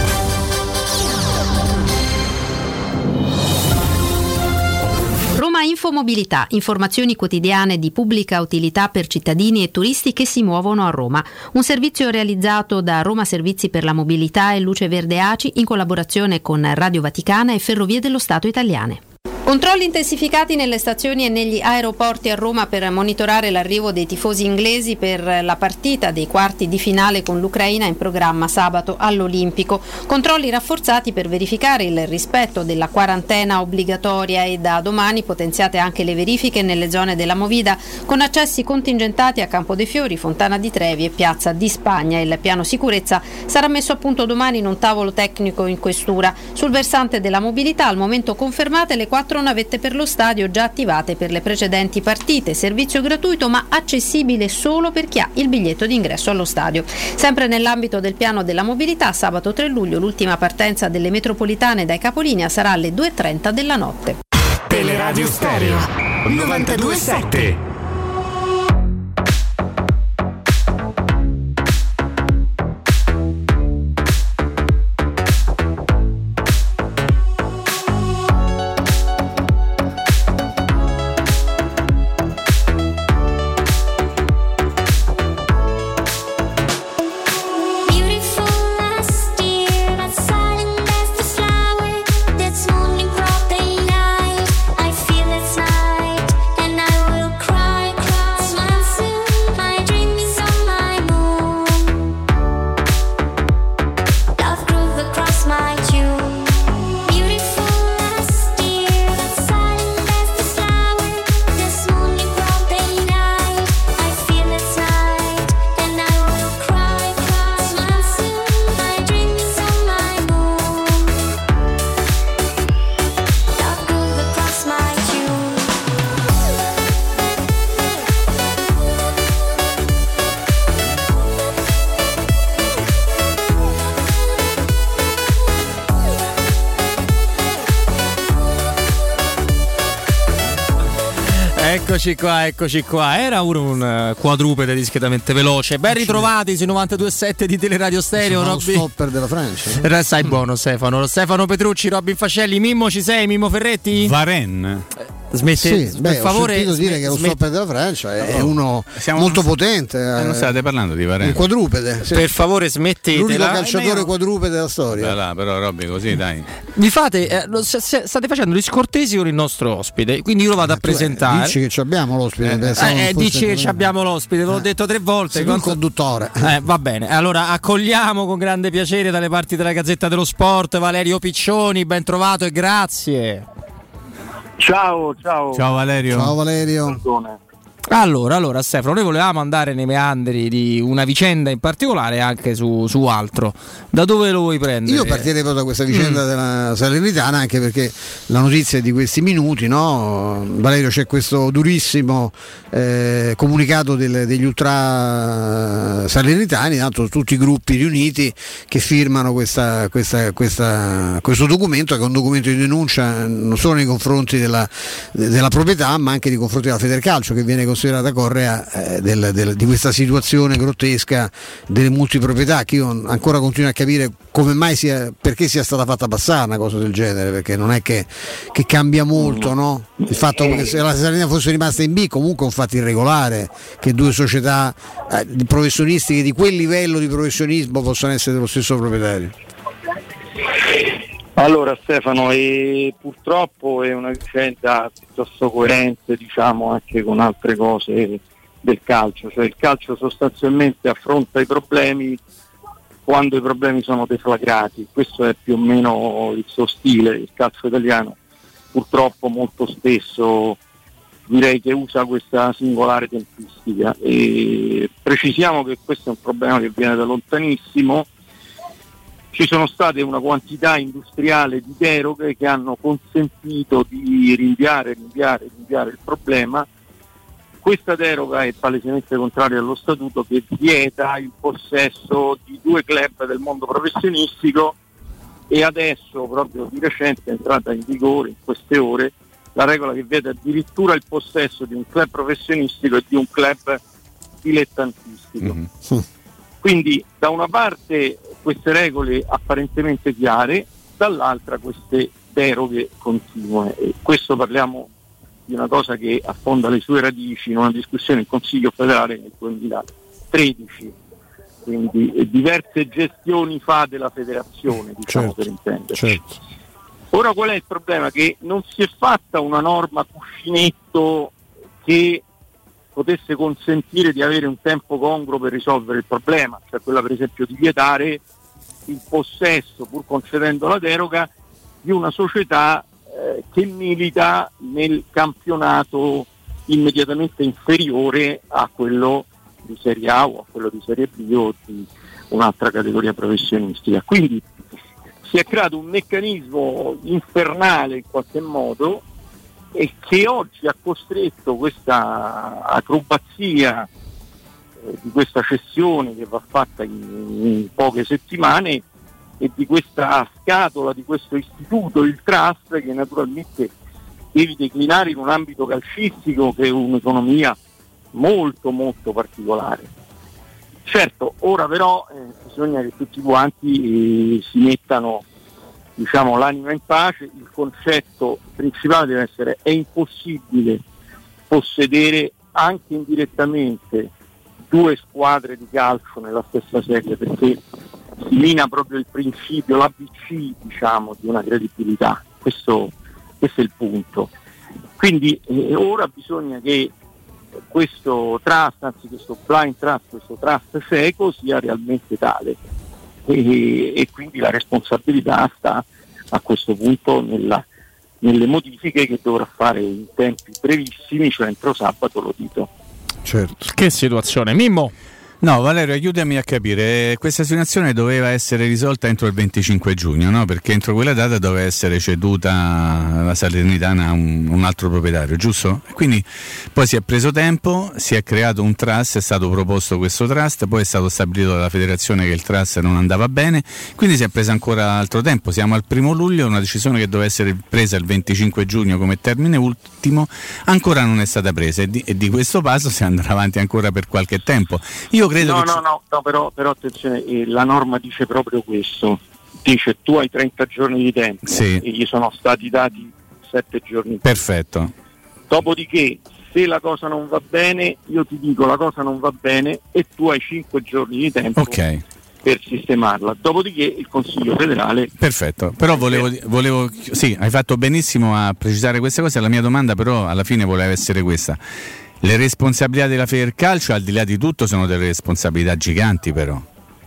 Roma Infomobilità, informazioni quotidiane di pubblica utilità per cittadini e turisti che si muovono a Roma. Un servizio realizzato da Roma Servizi per la Mobilità e Luce Verde A C I in collaborazione con Radio Vaticana e Ferrovie dello Stato italiane. Controlli intensificati nelle stazioni e negli aeroporti a Roma per monitorare l'arrivo dei tifosi inglesi per la partita dei quarti di finale con l'Ucraina in programma sabato all'Olimpico. Controlli rafforzati per verificare il rispetto della quarantena obbligatoria e da domani potenziate anche le verifiche nelle zone della Movida con accessi contingentati a Campo dei Fiori, Fontana di Trevi e Piazza di Spagna. Il piano sicurezza sarà messo a punto domani in un tavolo tecnico in questura. Sul versante della mobilità al momento confermate le quattro navette per lo stadio già attivate per le precedenti partite, servizio gratuito ma accessibile solo per chi ha il biglietto d'ingresso allo stadio. Sempre nell'ambito del piano della mobilità, sabato tre luglio l'ultima partenza delle metropolitane dai capolinea sarà alle due e trenta della notte. Teleradio Stereo novantadue sette. Beautiful as Eccoci qua, eccoci qua. Era un, un quadrupede discretamente veloce. Ben ritrovati sui novantadue virgola sette di Teleradio Stereo. Sono Robby... lo stopper della Francia. Eh? Stai buono, Stefano. Stefano Petrucci, Robin Fascelli. Mimmo, ci sei? Mimmo Ferretti? Varenne. Smette, sì, per beh, favore. Ho sentito dire che lo smet- stopper della Francia è uno Siamo... molto potente. Eh, non state parlando di Varenne. Un quadrupede. Sì. Per favore, smettetela. L'unico calciatore io... quadrupede della storia. Là, però, Robby, così dai. Vi fate, eh, state facendo gli scortesi con il nostro ospite, quindi io lo vado a presentare. Dici che abbiamo l'ospite. Eh, eh, dici che abbiamo l'ospite, ve l'ho detto tre volte. Sei il conduttore. Eh, va bene. Allora accogliamo con grande piacere dalle parti della Gazzetta dello Sport Valerio Piccioni, ben trovato e grazie. Ciao, ciao. Ciao Valerio. Ciao Valerio. Perdone. Allora, allora Stefano, noi volevamo andare nei meandri di una vicenda in particolare, anche su, su altro. Da dove lo vuoi prendere? Io partirei proprio da questa vicenda mm. della Salernitana, anche perché la notizia è di questi minuti, no? Valerio, c'è questo durissimo eh, comunicato del, degli ultra salernitani, tanto tutti i gruppi riuniti che firmano questa, questa, questa, questo documento, che è un documento di denuncia non solo nei confronti della, della proprietà, ma anche nei confronti della Federcalcio, che viene considerata correa eh, del, del, di questa situazione grottesca delle multiproprietà, che io ancora continuo a capire come mai sia, perché sia stata fatta passare una cosa del genere, perché non è che, che cambia molto, no? Il fatto che se la Salernitana fosse rimasta in B comunque è un fatto irregolare che due società eh, professionistiche di quel livello di professionismo possano essere dello stesso proprietario. Allora Stefano, e purtroppo è una vicenda piuttosto coerente, diciamo, anche con altre cose del calcio, cioè il calcio sostanzialmente affronta i problemi quando i problemi sono deflagrati, questo è più o meno il suo stile. Il calcio italiano purtroppo molto spesso direi che usa questa singolare tempistica, e precisiamo che questo è un problema che viene da lontanissimo. Ci sono state una quantità industriale di deroghe che hanno consentito di rinviare, rinviare, rinviare il problema. Questa deroga è palesemente contraria allo statuto, che vieta il possesso di due club del mondo professionistico, e adesso, proprio di recente, è entrata in vigore in queste ore la regola che vieta addirittura il possesso di un club professionistico e di un club dilettantistico. Mm-hmm. Quindi da una parte queste regole apparentemente chiare, dall'altra queste deroghe continue, e questo parliamo di una cosa che affonda le sue radici in una discussione in Consiglio federale nel duemilatredici, quindi diverse gestioni fa della federazione, diciamo, certo, per intenderci. Certo. Ora qual è il problema? Che non si è fatta una norma cuscinetto che potesse consentire di avere un tempo congruo per risolvere il problema, cioè quella per esempio di vietare il possesso, pur concedendo la deroga, di una società eh, che milita nel campionato immediatamente inferiore a quello di Serie A o a quello di Serie B o di un'altra categoria professionistica. Quindi si è creato un meccanismo infernale in qualche modo, e che oggi ha costretto questa acrobazia eh, di questa cessione che va fatta in, in poche settimane, e di questa scatola, di questo istituto, il trust, che naturalmente devi declinare in un ambito calcistico che è un'economia molto molto particolare. Certo, ora però eh, bisogna che tutti quanti eh, si mettano, diciamo, l'anima in pace. Il concetto principale deve essere: è impossibile possedere anche indirettamente due squadre di calcio nella stessa serie, perché si mina proprio il principio, l'A B C, diciamo, di una credibilità. Questo, questo è il punto. Quindi eh, ora bisogna che questo trust, anzi questo blind trust, questo trust cieco sia realmente tale. E, e quindi la responsabilità sta a questo punto nella, nelle modifiche che dovrà fare in tempi brevissimi, cioè entro sabato, lo dito. Certo. Che situazione, Mimmo? No, Valerio, aiutami a capire. Questa situazione doveva essere risolta entro il venticinque giugno, no? Perché entro quella data doveva essere ceduta la Salernitana a un, un altro proprietario, giusto? Quindi poi si è preso tempo, si è creato un trust, è stato proposto questo trust, poi è stato stabilito dalla federazione che il trust non andava bene, quindi si è preso ancora altro tempo. Siamo al primo luglio, una decisione che doveva essere presa il venticinque giugno come termine ultimo, ancora non è stata presa e di, e di questo passo si andrà avanti ancora per qualche tempo. Io credo no, che no, no, no, però, però attenzione, eh, la norma dice proprio questo, dice tu hai trenta giorni di tempo, sì. E gli sono stati dati sette giorni. Perfetto. Dopodiché, se la cosa non va bene, io ti dico la cosa non va bene e tu hai cinque giorni di tempo. Ok. Per sistemarla, dopodiché il Consiglio federale. Perfetto, però volevo, volevo sì, hai fatto benissimo a precisare queste cose. La mia domanda però alla fine voleva essere questa: le responsabilità della Federcalcio al di là di tutto sono delle responsabilità giganti, però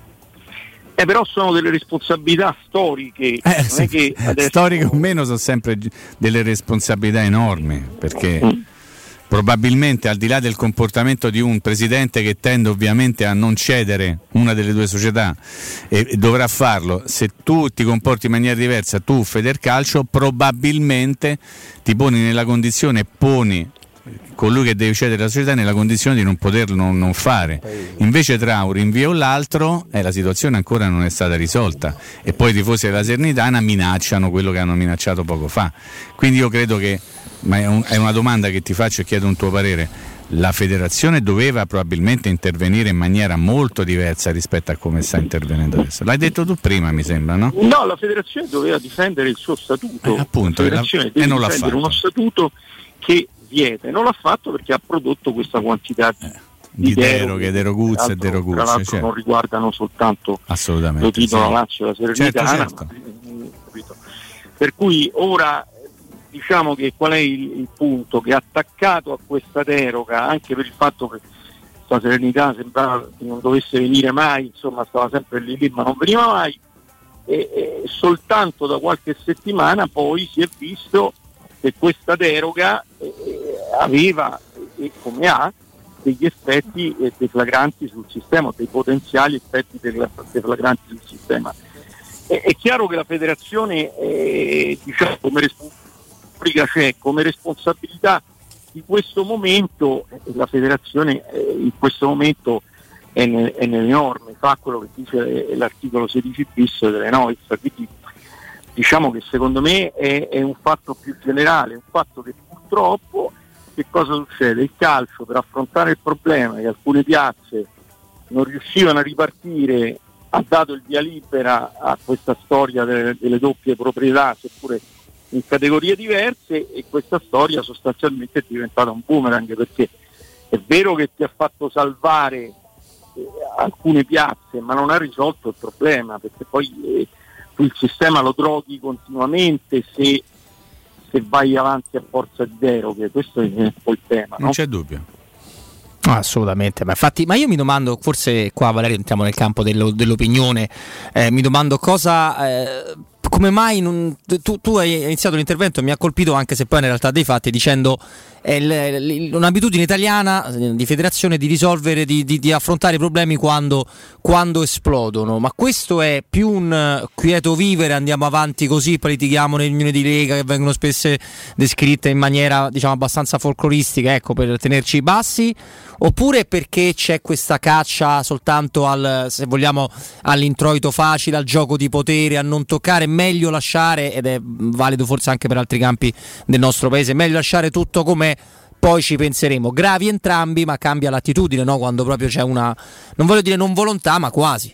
Eh, però sono delle responsabilità storiche, eh, non sì, è che adesso... storiche o meno sono sempre gi- delle responsabilità enormi, perché mm. probabilmente al di là del comportamento di un presidente che tende ovviamente a non cedere una delle due società e, e dovrà farlo, se tu ti comporti in maniera diversa, tu Federcalcio probabilmente ti poni nella condizione, poni colui che deve cedere la società nella condizione di non poterlo non, non fare. Invece tra un rinvio o l'altro eh, la situazione ancora non è stata risolta e poi i tifosi della Salernitana minacciano quello che hanno minacciato poco fa. Quindi io credo che, ma è, un, è una domanda che ti faccio e chiedo un tuo parere, la federazione doveva probabilmente intervenire in maniera molto diversa rispetto a come sta intervenendo adesso. L'hai detto tu prima, mi sembra, no? No, la federazione doveva difendere il suo statuto, eh, appunto, la federazione la, deve e non l'ha difendere fatto. uno statuto che vieta, non l'ha fatto perché ha prodotto questa quantità di, eh, di deroghe, deroguzze e deroguzze, deroguzze, tra l'altro certo. Non riguardano soltanto assolutamente lo titolo sì. Lazio e la Salernitana, certo, certo. Per cui ora diciamo che qual è il, il punto? Che attaccato a questa deroga, anche per il fatto che la Salernità sembrava che non dovesse venire mai, insomma stava sempre lì lì ma non veniva mai, e, e soltanto da qualche settimana poi si è visto che questa deroga eh, aveva e eh, come ha degli effetti eh, deflagranti sul sistema, dei potenziali effetti deflagranti sul sistema. E, è chiaro che la federazione eh, diciamo come responsabilità c'è, come responsabilità di questo momento eh, la federazione eh, in questo momento è, ne, è nelle norme, fa quello che dice l'articolo sedici bis delle N O I F, quindi diciamo che secondo me è, è un fatto più generale, un fatto che purtroppo che cosa succede? Il calcio, per affrontare il problema che alcune piazze non riuscivano a ripartire, ha dato il via libera a questa storia delle, delle doppie proprietà, seppure in categorie diverse, e questa storia sostanzialmente è diventata un boomerang, perché è vero che ti ha fatto salvare eh, alcune piazze, ma non ha risolto il problema, perché poi eh, il sistema lo droghi continuamente se, se vai avanti a forza di deroghe. Questo è un po' il tema, non no? c'è dubbio. No, assolutamente, ma infatti, ma io mi domando, forse qua Valerio entriamo nel campo dello, dell'opinione, eh, mi domando cosa eh, come mai non, tu, tu hai iniziato l'intervento e mi ha colpito, anche se poi in realtà dei fatti, dicendo è l, l, un'abitudine italiana di federazione di risolvere, di, di, di affrontare i problemi quando, quando esplodono, ma questo è più un quieto vivere, andiamo avanti così, litighiamo nelle riunioni di Lega che vengono spesso descritte in maniera diciamo abbastanza folcloristica, ecco, per tenerci bassi, oppure perché c'è questa caccia soltanto al, se vogliamo, all'introito facile, al gioco di potere, a non toccare, meglio lasciare, ed è valido forse anche per altri campi del nostro paese, meglio lasciare tutto com'è, poi ci penseremo. Gravi entrambi, ma cambia l'attitudine, no? Quando proprio c'è una, non voglio dire non volontà, ma quasi.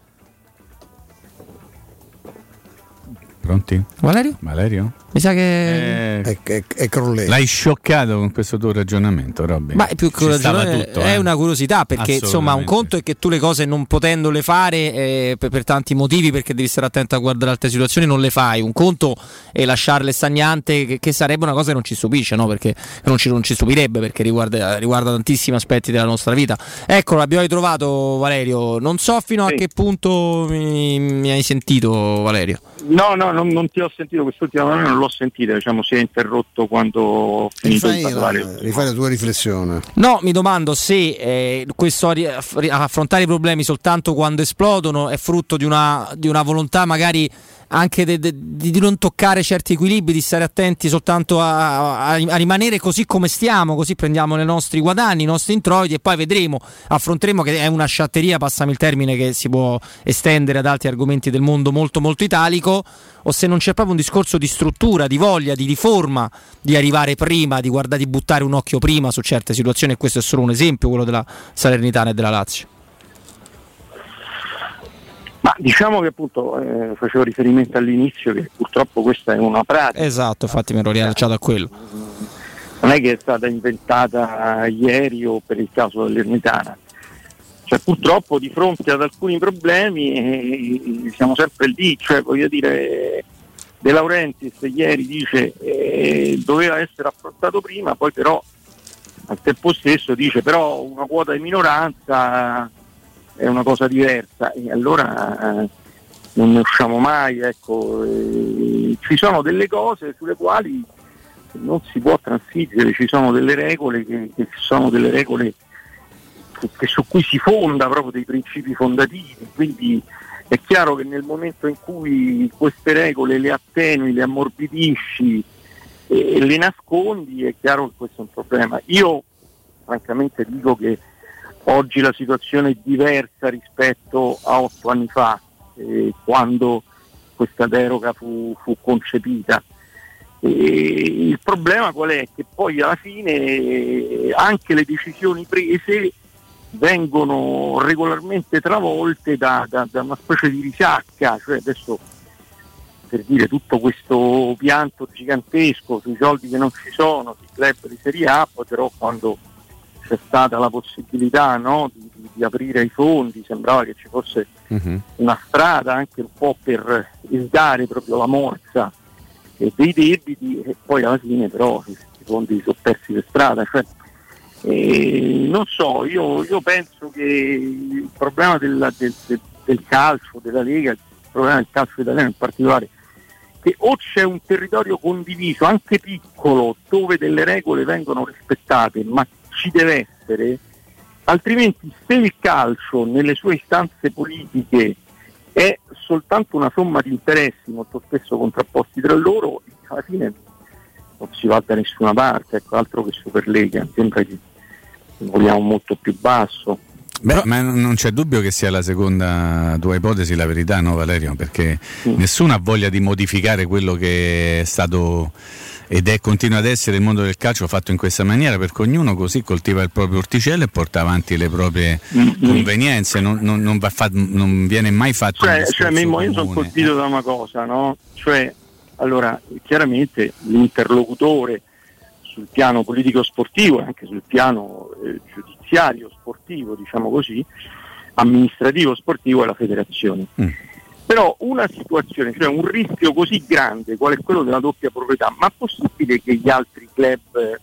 Pronti? Valerio? Valerio? Mi sa che eh, è, è, è crollato. L'hai scioccato con questo tuo ragionamento, Robby. Ma è più che tutto, è eh. una curiosità, perché insomma un conto è che tu le cose non potendole fare eh, per, per tanti motivi, perché devi stare attento a guardare altre situazioni, non le fai. Un conto è lasciarle stagnante, che, che sarebbe una cosa che non ci stupisce, no? Perché non ci, non ci stupirebbe, perché riguarda, riguarda tantissimi aspetti della nostra vita. Ecco, l'abbiamo ritrovato, Valerio. Non so fino sì. a che punto mi, mi hai sentito, Valerio. No, no, non, non ti ho sentito quest'ultima parola, non l'ho sentita, diciamo si è interrotto quando ho finito di parlare. La, rifai la tua riflessione. No, mi domando se eh, questo affrontare i problemi soltanto quando esplodono è frutto di una, di una volontà magari anche de, de, di non toccare certi equilibri, di stare attenti soltanto a, a, a rimanere così come stiamo, così prendiamo i nostri guadagni, i nostri introiti e poi vedremo, affronteremo, che è una sciatteria, passami il termine, che si può estendere ad altri argomenti del mondo molto molto italico, o se non c'è proprio un discorso di struttura, di voglia, di riforma, di arrivare prima, di guardare, di buttare un occhio prima su certe situazioni, e questo è solo un esempio, quello della Salernitana e della Lazio. Ma diciamo che appunto eh, facevo riferimento all'inizio che purtroppo questa è una pratica. Esatto, infatti mi ero riallacciato a quello. Non è che è stata inventata ieri o per il caso dell'Ernitana. Cioè purtroppo di fronte ad alcuni problemi eh, siamo sempre lì, cioè voglio dire De Laurentiis ieri dice eh, doveva essere affrontato prima, poi però al tempo stesso dice però una quota di minoranza è una cosa diversa, e allora eh, non ne usciamo mai, ecco. Eh, ci sono delle cose sulle quali non si può transigere, ci sono delle regole che, che sono delle regole che, che su cui si fonda proprio dei principi fondativi, quindi è chiaro che nel momento in cui queste regole le attenui, le ammorbidisci e le nascondi, è chiaro che questo è un problema. Io francamente dico che oggi la situazione è diversa rispetto a otto anni fa, eh, quando questa deroga fu, fu concepita. E il problema qual è? Che poi alla fine eh, anche le decisioni prese vengono regolarmente travolte da, da, da una specie di risacca, cioè adesso per dire tutto questo pianto gigantesco sui soldi che non ci sono, di club di Serie A, poi però quando c'è stata la possibilità, no, di, di, di aprire i fondi, sembrava che ci fosse uh-huh. una strada anche un po' per dare proprio la morsa eh, dei debiti, e poi alla fine però i fondi sono persi per strada, cioè, eh, non so, io, io penso che il problema della, del, del, del calcio, della Lega, il problema del calcio italiano in particolare, che o c'è un territorio condiviso, anche piccolo, dove delle regole vengono rispettate, ma ci deve essere, altrimenti se il calcio nelle sue istanze politiche è soltanto una somma di interessi molto spesso contrapposti tra loro, alla fine non si va da nessuna parte, ecco, altro che Superlega, mi sembra che vogliamo molto più basso. Beh, ma non c'è dubbio che sia la seconda tua ipotesi la verità, no Valerio? Perché sì. Nessuno ha voglia di modificare quello che è stato ed è continua ad essere il mondo del calcio fatto in questa maniera, perché ognuno così coltiva il proprio orticello e porta avanti le proprie mm-hmm. convenienze, non, non, non, va fa, non viene mai fatto cioè, cioè Mimmo, io sono colpito da una cosa, no? Cioè, allora, chiaramente l'interlocutore sul piano politico sportivo e anche sul piano eh, giudiziario sportivo, diciamo così, amministrativo sportivo è la federazione. Mm. Però una situazione, cioè un rischio così grande qual è quello della doppia proprietà, ma è possibile che gli altri club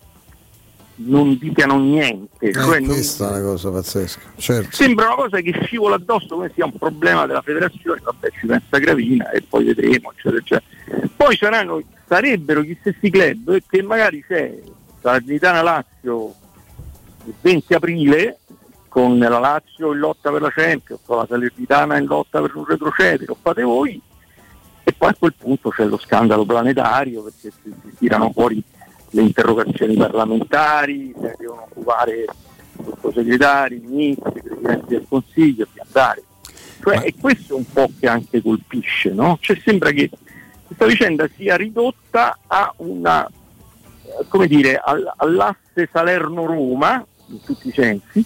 non dicano niente? Eh, cioè questa non... è una cosa pazzesca, certo. Sembra una cosa che scivola addosso come sia un problema della federazione, vabbè ci pensa Gravina e poi vedremo, eccetera, eccetera. Poi saranno, sarebbero gli stessi club che magari c'è Salernitana Lazio il venti aprile, con la Lazio in lotta per la Champions, con la Salernitana in lotta per un retrocedere, lo fate voi, e poi a quel punto c'è lo scandalo planetario, perché si, si tirano fuori le interrogazioni parlamentari, se devono occupare sottosegretari, ministri, presidenti del Consiglio, di andare. Cioè, Ma... è questo un po' che anche colpisce, no? Cioè sembra che questa vicenda sia ridotta a una, come dire, all'asse Salerno-Roma, in tutti i sensi,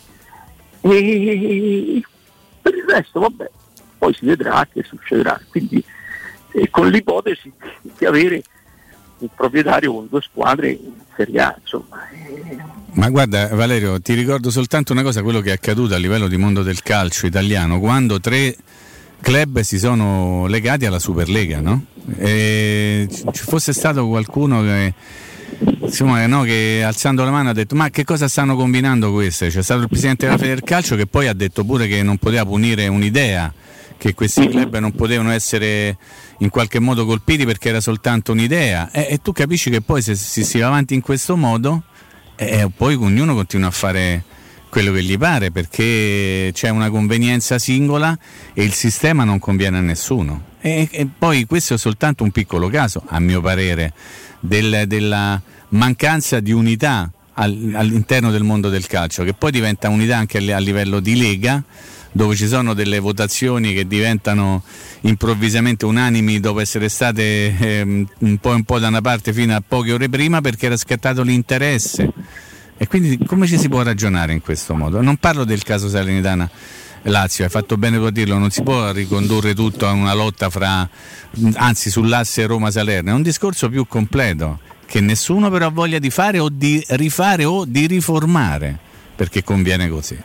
e per il resto vabbè, poi si vedrà che succederà, quindi eh, con l'ipotesi di avere un proprietario con due squadre in Serie A, insomma. Eh. Ma guarda Valerio, ti ricordo soltanto una cosa, quello che è accaduto a livello di mondo del calcio italiano quando tre club si sono legati alla Superlega, no? E ci fosse stato qualcuno che insomma, no, che alzando la mano ha detto ma che cosa stanno combinando queste? C'è stato il presidente della Federcalcio che poi ha detto pure che non poteva punire un'idea che questi club non potevano essere in qualche modo colpiti perché era soltanto un'idea, e, e tu capisci che poi se si, si va avanti in questo modo eh, poi ognuno continua a fare quello che gli pare perché c'è una convenienza singola e il sistema non conviene a nessuno, e, e poi questo è soltanto un piccolo caso a mio parere del, della mancanza di unità al, all'interno del mondo del calcio, che poi diventa unità anche a livello di lega, dove ci sono delle votazioni che diventano improvvisamente unanimi dopo essere state eh, un po' un po' da una parte fino a poche ore prima perché era scattato l'interesse. E quindi come ci si può ragionare in questo modo? Non parlo del caso Salernitana Lazio, hai fatto bene tu a dirlo, non si può ricondurre tutto a una lotta fra, anzi sull'asse Roma-Salerno, è un discorso più completo che nessuno però ha voglia di fare o di rifare o di riformare perché conviene così.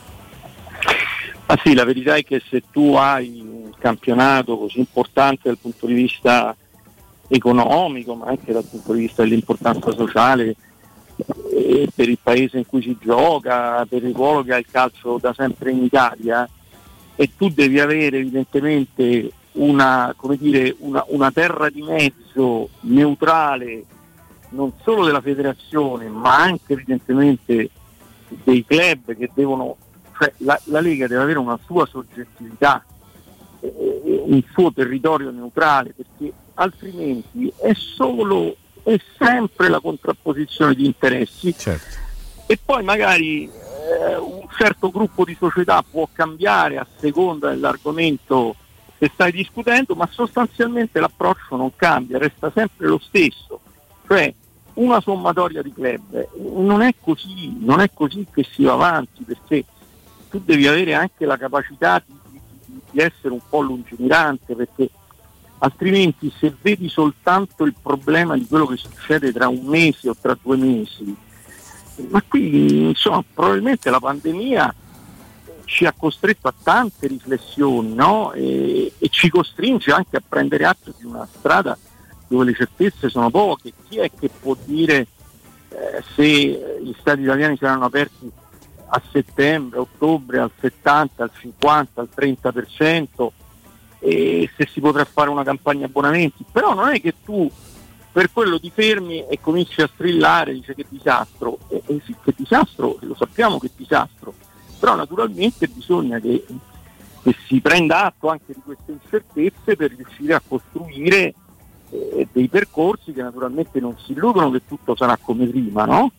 Ah sì, la verità è che se tu hai un campionato così importante dal punto di vista economico, ma anche dal punto di vista dell'importanza sociale, eh, per il paese in cui si gioca, per il ruolo che ha il calcio da sempre in Italia, e tu devi avere evidentemente una, come dire, una, una terra di mezzo neutrale, non solo della federazione, ma anche evidentemente dei club che devono. Cioè, la, la Lega deve avere una sua soggettività, eh, un suo territorio neutrale, perché altrimenti è solo, è sempre la contrapposizione di interessi. Certo. E poi magari eh, un certo gruppo di società può cambiare a seconda dell'argomento che stai discutendo, ma sostanzialmente l'approccio non cambia, resta sempre lo stesso. Cioè una sommatoria di club non è così, non è così che si va avanti, perché tu devi avere anche la capacità di, di, di essere un po' lungimirante, perché altrimenti se vedi soltanto il problema di quello che succede tra un mese o tra due mesi, ma qui insomma probabilmente la pandemia ci ha costretto a tante riflessioni, no? e, e ci costringe anche a prendere atto di una strada dove le certezze sono poche. Chi è che può dire eh, se gli stadi italiani saranno aperti a settembre, ottobre, al settanta, al cinquanta, al trenta per cento, e se si potrà fare una campagna abbonamenti? Però non è che tu per quello ti fermi e cominci a strillare, dice che disastro, e, e sì, che disastro, lo sappiamo che disastro, però naturalmente bisogna che, che si prenda atto anche di queste incertezze per riuscire a costruire eh, dei percorsi che naturalmente non si illudono che tutto sarà come prima, no?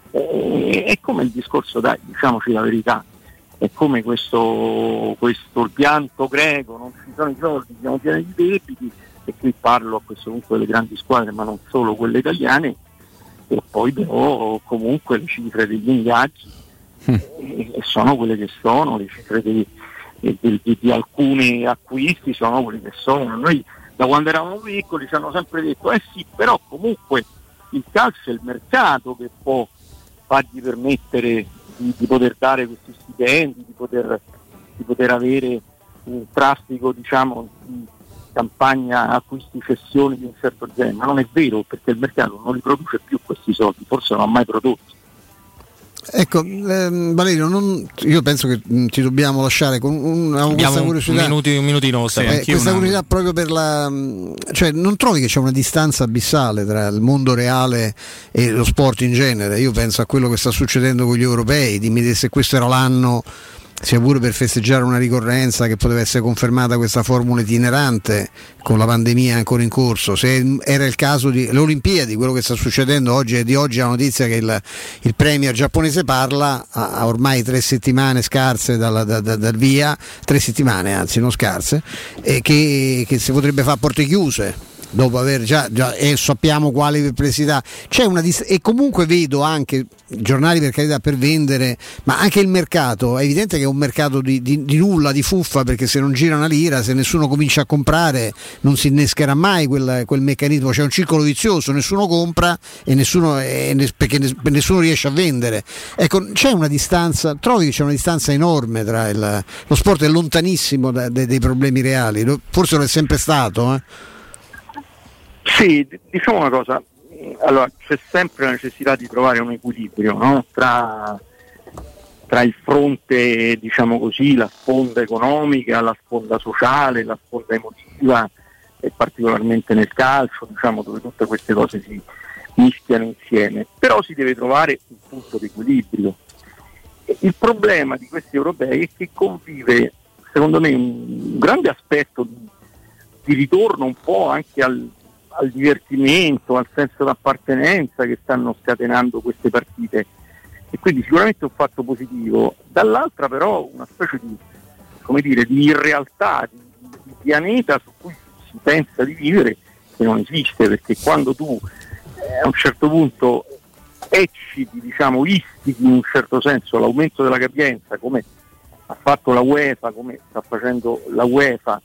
È come il discorso, dai, diciamoci la verità, è come questo, questo pianto greco, non ci sono i soldi, siamo pieni di debiti, e qui parlo a questo punto delle grandi squadre, ma non solo quelle italiane, e poi però comunque le cifre degli ingaggi mm. e sono quelle che sono, le cifre di, di, di, di alcuni acquisti sono quelle che sono. Noi da quando eravamo piccoli ci hanno sempre detto, eh sì, però comunque il calcio è il mercato che può fargli permettere di, di poter dare questi stipendi, di poter, di poter avere un traffico, diciamo, di campagna acquisti cessioni di un certo genere, ma non è vero, perché il mercato non li produce più questi soldi, forse non ha mai prodotti. Ecco, ehm, Valerio, non, io penso che mh, ci dobbiamo lasciare con una, questa un, curiosità, un, minuti, un minutino sì, eh, questa una... curiosità proprio per la, cioè non trovi che c'è una distanza abissale tra il mondo reale e lo sport in genere? Io penso a quello che sta succedendo con gli europei, dimmi se questo era l'anno, sia pure per festeggiare una ricorrenza che poteva essere confermata questa formula itinerante con la pandemia ancora in corso, se era il caso di le Olimpiadi, quello che sta succedendo oggi è di oggi la notizia che il, il premier giapponese parla a, a ormai tre settimane scarse dal, da, da, dal via, tre settimane anzi non scarse, e che, che si potrebbe fare a porte chiuse dopo aver già, già e sappiamo quali perplessità c'è una dist- e comunque vedo anche giornali, per carità, per vendere, ma anche il mercato è evidente che è un mercato di, di, di nulla, di fuffa, perché se non gira una lira, se nessuno comincia a comprare non si innescherà mai quel, quel meccanismo, c'è un circolo vizioso, nessuno compra e nessuno eh, perché nessuno riesce a vendere. Ecco, c'è una distanza, trovi che c'è una distanza enorme tra il, lo sport è lontanissimo da, dai, dei problemi reali, forse lo è sempre stato, eh? Sì, diciamo una cosa, allora c'è sempre la necessità di trovare un equilibrio, no? tra, tra il fronte, diciamo così, la sponda economica, la sponda sociale, la sponda emotiva, e particolarmente nel calcio, diciamo, dove tutte queste cose si mischiano insieme. Però si deve trovare un punto di equilibrio. E il problema di questi europei è che convive, secondo me, un grande aspetto di, di ritorno un po' anche al, al divertimento, al senso d'appartenenza che stanno scatenando queste partite, e quindi sicuramente un fatto positivo. Dall'altra però una specie di, come dire, di irrealtà, di, di pianeta su cui si pensa di vivere, che non esiste, perché quando tu eh, a un certo punto ecciti, diciamo, istichi in un certo senso l'aumento della capienza, come ha fatto la UEFA, come sta facendo la UEFA,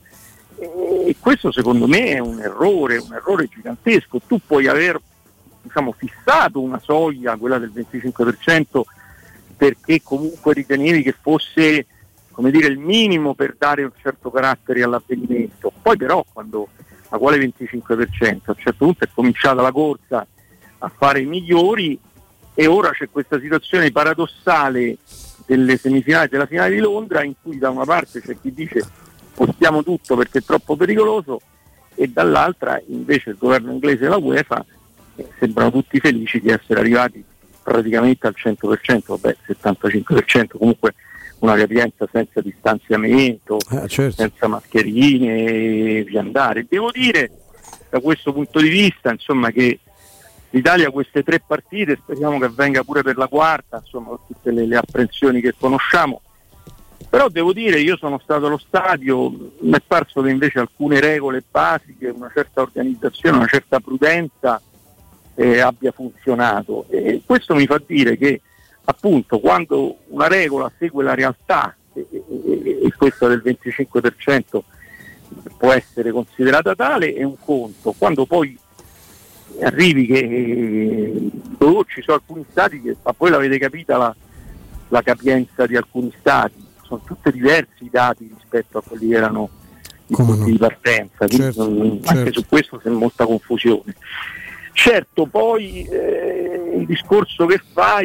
e questo secondo me è un errore, un errore gigantesco. Tu puoi aver, diciamo, fissato una soglia, quella del venticinque per cento, perché comunque ritenevi che fosse, come dire, il minimo per dare un certo carattere all'avvenimento. Poi però quando, a quale venticinque per cento? A un certo punto è cominciata la corsa a fare i migliori, e ora c'è questa situazione paradossale delle semifinali della finale di Londra, in cui da una parte c'è chi dice postiamo tutto perché è troppo pericoloso, e dall'altra invece il governo inglese e la UEFA eh, sembrano tutti felici di essere arrivati praticamente al cento per cento, vabbè, settantacinque per cento, comunque una capienza senza distanziamento, ah, certo. senza mascherine e via andare. Devo dire da questo punto di vista, insomma, che l'Italia queste tre partite, speriamo che avvenga pure per la quarta, insomma, con tutte le, le apprensioni che conosciamo. Però devo dire, io sono stato allo stadio, mi è parso che invece alcune regole basiche, una certa organizzazione, una certa prudenza eh, abbia funzionato, e questo mi fa dire che appunto quando una regola segue la realtà, e, e, e questa del venticinque per cento può essere considerata tale, è un conto. Quando poi arrivi che eh, oh, ci sono alcuni stati che, ma voi l'avete capita la, la capienza di alcuni stati, sono tutti diversi i dati rispetto a quelli che erano i punti no? di partenza, certo, quindi certo. anche su questo c'è molta confusione. Certo, poi eh, il discorso che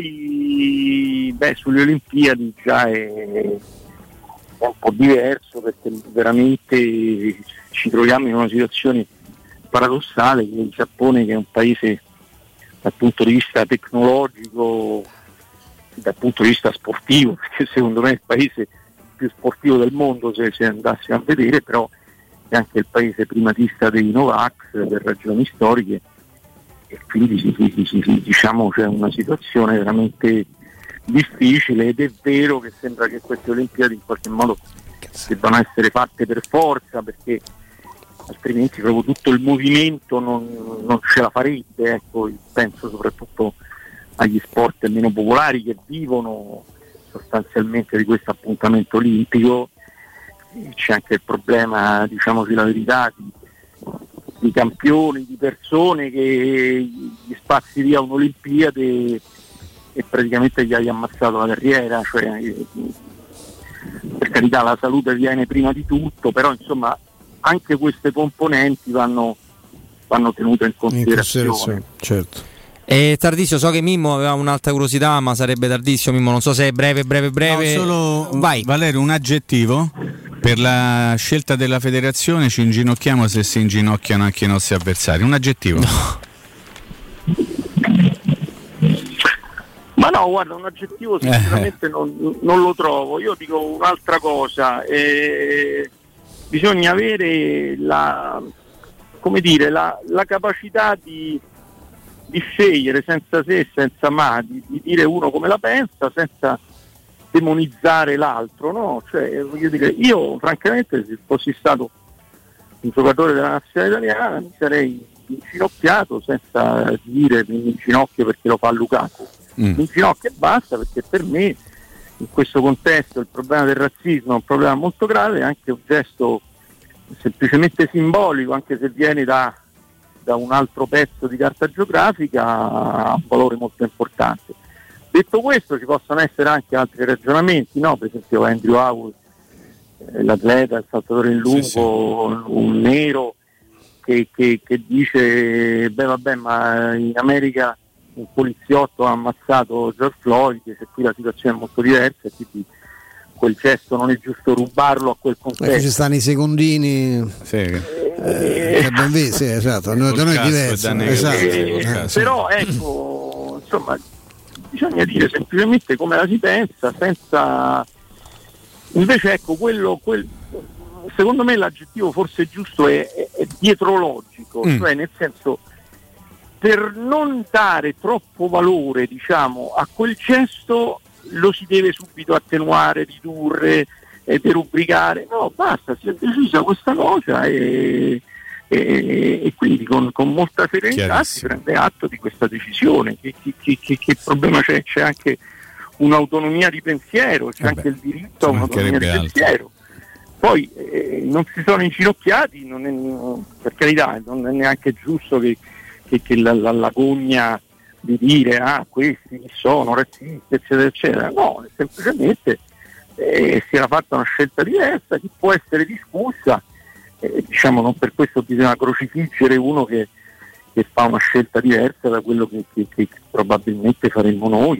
fai, beh, sulle Olimpiadi già è un po' diverso, perché veramente ci troviamo in una situazione paradossale, che il Giappone, che è un paese dal punto di vista tecnologico, dal punto di vista sportivo, perché secondo me è il paese più sportivo del mondo se, se andassimo a vedere, però è anche il paese primatista dei Novax per ragioni storiche, e quindi sì, sì, sì, sì, diciamo c'è una situazione veramente difficile, ed è vero che sembra che queste Olimpiadi in qualche modo debbano essere fatte per forza, perché altrimenti proprio tutto il movimento non, non ce la farebbe, ecco, penso soprattutto agli sport meno popolari che vivono sostanzialmente di questo appuntamento olimpico. C'è anche il problema, diciamoci la verità, di, di campioni, di persone che gli spazi via un'Olimpiade e praticamente gli hai ammazzato la carriera, cioè, per carità la salute viene prima di tutto, però insomma anche queste componenti vanno, vanno tenute in considerazione. In considerazione, certo. E tardissimo, so che Mimmo aveva un'altra curiosità, ma sarebbe tardissimo, Mimmo, non so se è breve, breve, breve. No, solo vai. Valerio, un aggettivo per la scelta della federazione: ci inginocchiamo se si inginocchiano anche i nostri avversari. Un aggettivo. No. Ma no, guarda, un aggettivo sinceramente eh. non, non lo trovo. Io dico un'altra cosa, eh, bisogna avere la, come dire, la, la capacità di di scegliere senza se e senza ma, di, di dire uno come la pensa senza demonizzare l'altro, no? Cioè, voglio dire, io francamente se fossi stato un giocatore della nazionale italiana mi sarei inginocchiato senza dire mi inginocchio perché lo fa Lukaku, mm. mi inginocchio e basta, perché per me in questo contesto il problema del razzismo è un problema molto grave, anche un gesto semplicemente simbolico, anche se viene da da un altro pezzo di carta geografica, ha un valore molto importante. Detto questo, ci possono essere anche altri ragionamenti, no? Per esempio Andrew Howell, eh, l'atleta, il saltatore in lungo, sì, sì. un nero che, che, che dice beh vabbè, ma in America un poliziotto ha ammazzato George Floyd, se qui la situazione è molto diversa e quindi quel gesto non è giusto rubarlo a quel contesto. Eh, ci stanno i secondini, sì. eh, eh, ben visto, sì, esatto, non è diverso, esatto. Eh, eh, però ecco, insomma, bisogna dire semplicemente come la si pensa, senza invece ecco quello quel, secondo me l'aggettivo forse giusto è, è, è dietrologico, mm. cioè nel senso, per non dare troppo valore, diciamo, a quel gesto lo si deve subito attenuare, ridurre, eh, derubricare. No, basta, si è decisa questa cosa e, e, e quindi con, con molta serenità si prende atto di questa decisione. Che, che, che, che problema c'è? C'è anche un'autonomia di pensiero, c'è Vabbè, anche il diritto a un'autonomia di pensiero. Poi eh, non si sono inginocchiati, non è, per carità, non è neanche giusto che che, che la, la, la gogna di dire ah questi sono razzisti eccetera eccetera, no, semplicemente eh, si era fatta una scelta diversa che può essere discussa, eh, diciamo non per questo bisogna crocifiggere uno che, che fa una scelta diversa da quello che, che, che probabilmente faremmo noi,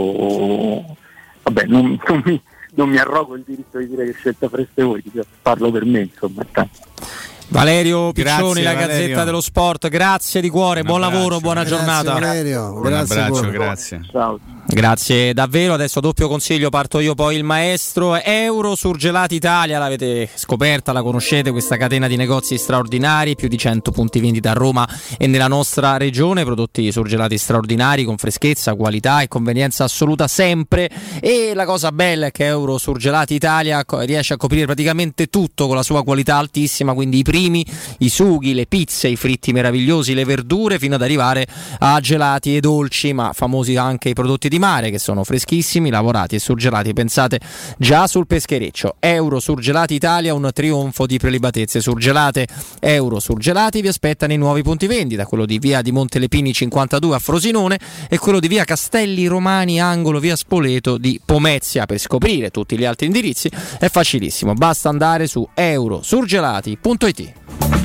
ecco, vabbè non, non, mi, non mi arrogo il diritto di dire che scelta fareste voi, parlo per me, insomma. Tanto. Valerio Piccioni, grazie, la Valerio. Gazzetta dello Sport, grazie di cuore, Un buon abbraccio. lavoro, buona Grazie, giornata. Valerio. Un Grazie abbraccio, a voi. grazie. Ciao. Grazie davvero, adesso doppio consiglio, parto io poi il maestro. Euro Surgelati Italia, l'avete scoperta, la conoscete, questa catena di negozi straordinari, più di cento punti vendita a Roma e nella nostra regione, prodotti surgelati straordinari con freschezza, qualità e convenienza assoluta sempre. E la cosa bella è che Euro Surgelati Italia riesce a coprire praticamente tutto con la sua qualità altissima, quindi i primi, i sughi, le pizze, i fritti meravigliosi, le verdure, fino ad arrivare a gelati e dolci, ma famosi anche i prodotti di mare che sono freschissimi, lavorati e surgelati, pensate già sul peschereccio. Euro Surgelati Italia, un trionfo di prelibatezze surgelate. Euro Surgelati vi aspettano i nuovi punti vendita, quello di via di Montelepini cinquantadue a Frosinone e quello di via Castelli Romani angolo via Spoleto di Pomezia. Per scoprire tutti gli altri indirizzi è facilissimo, basta andare su eurosurgelati punto it.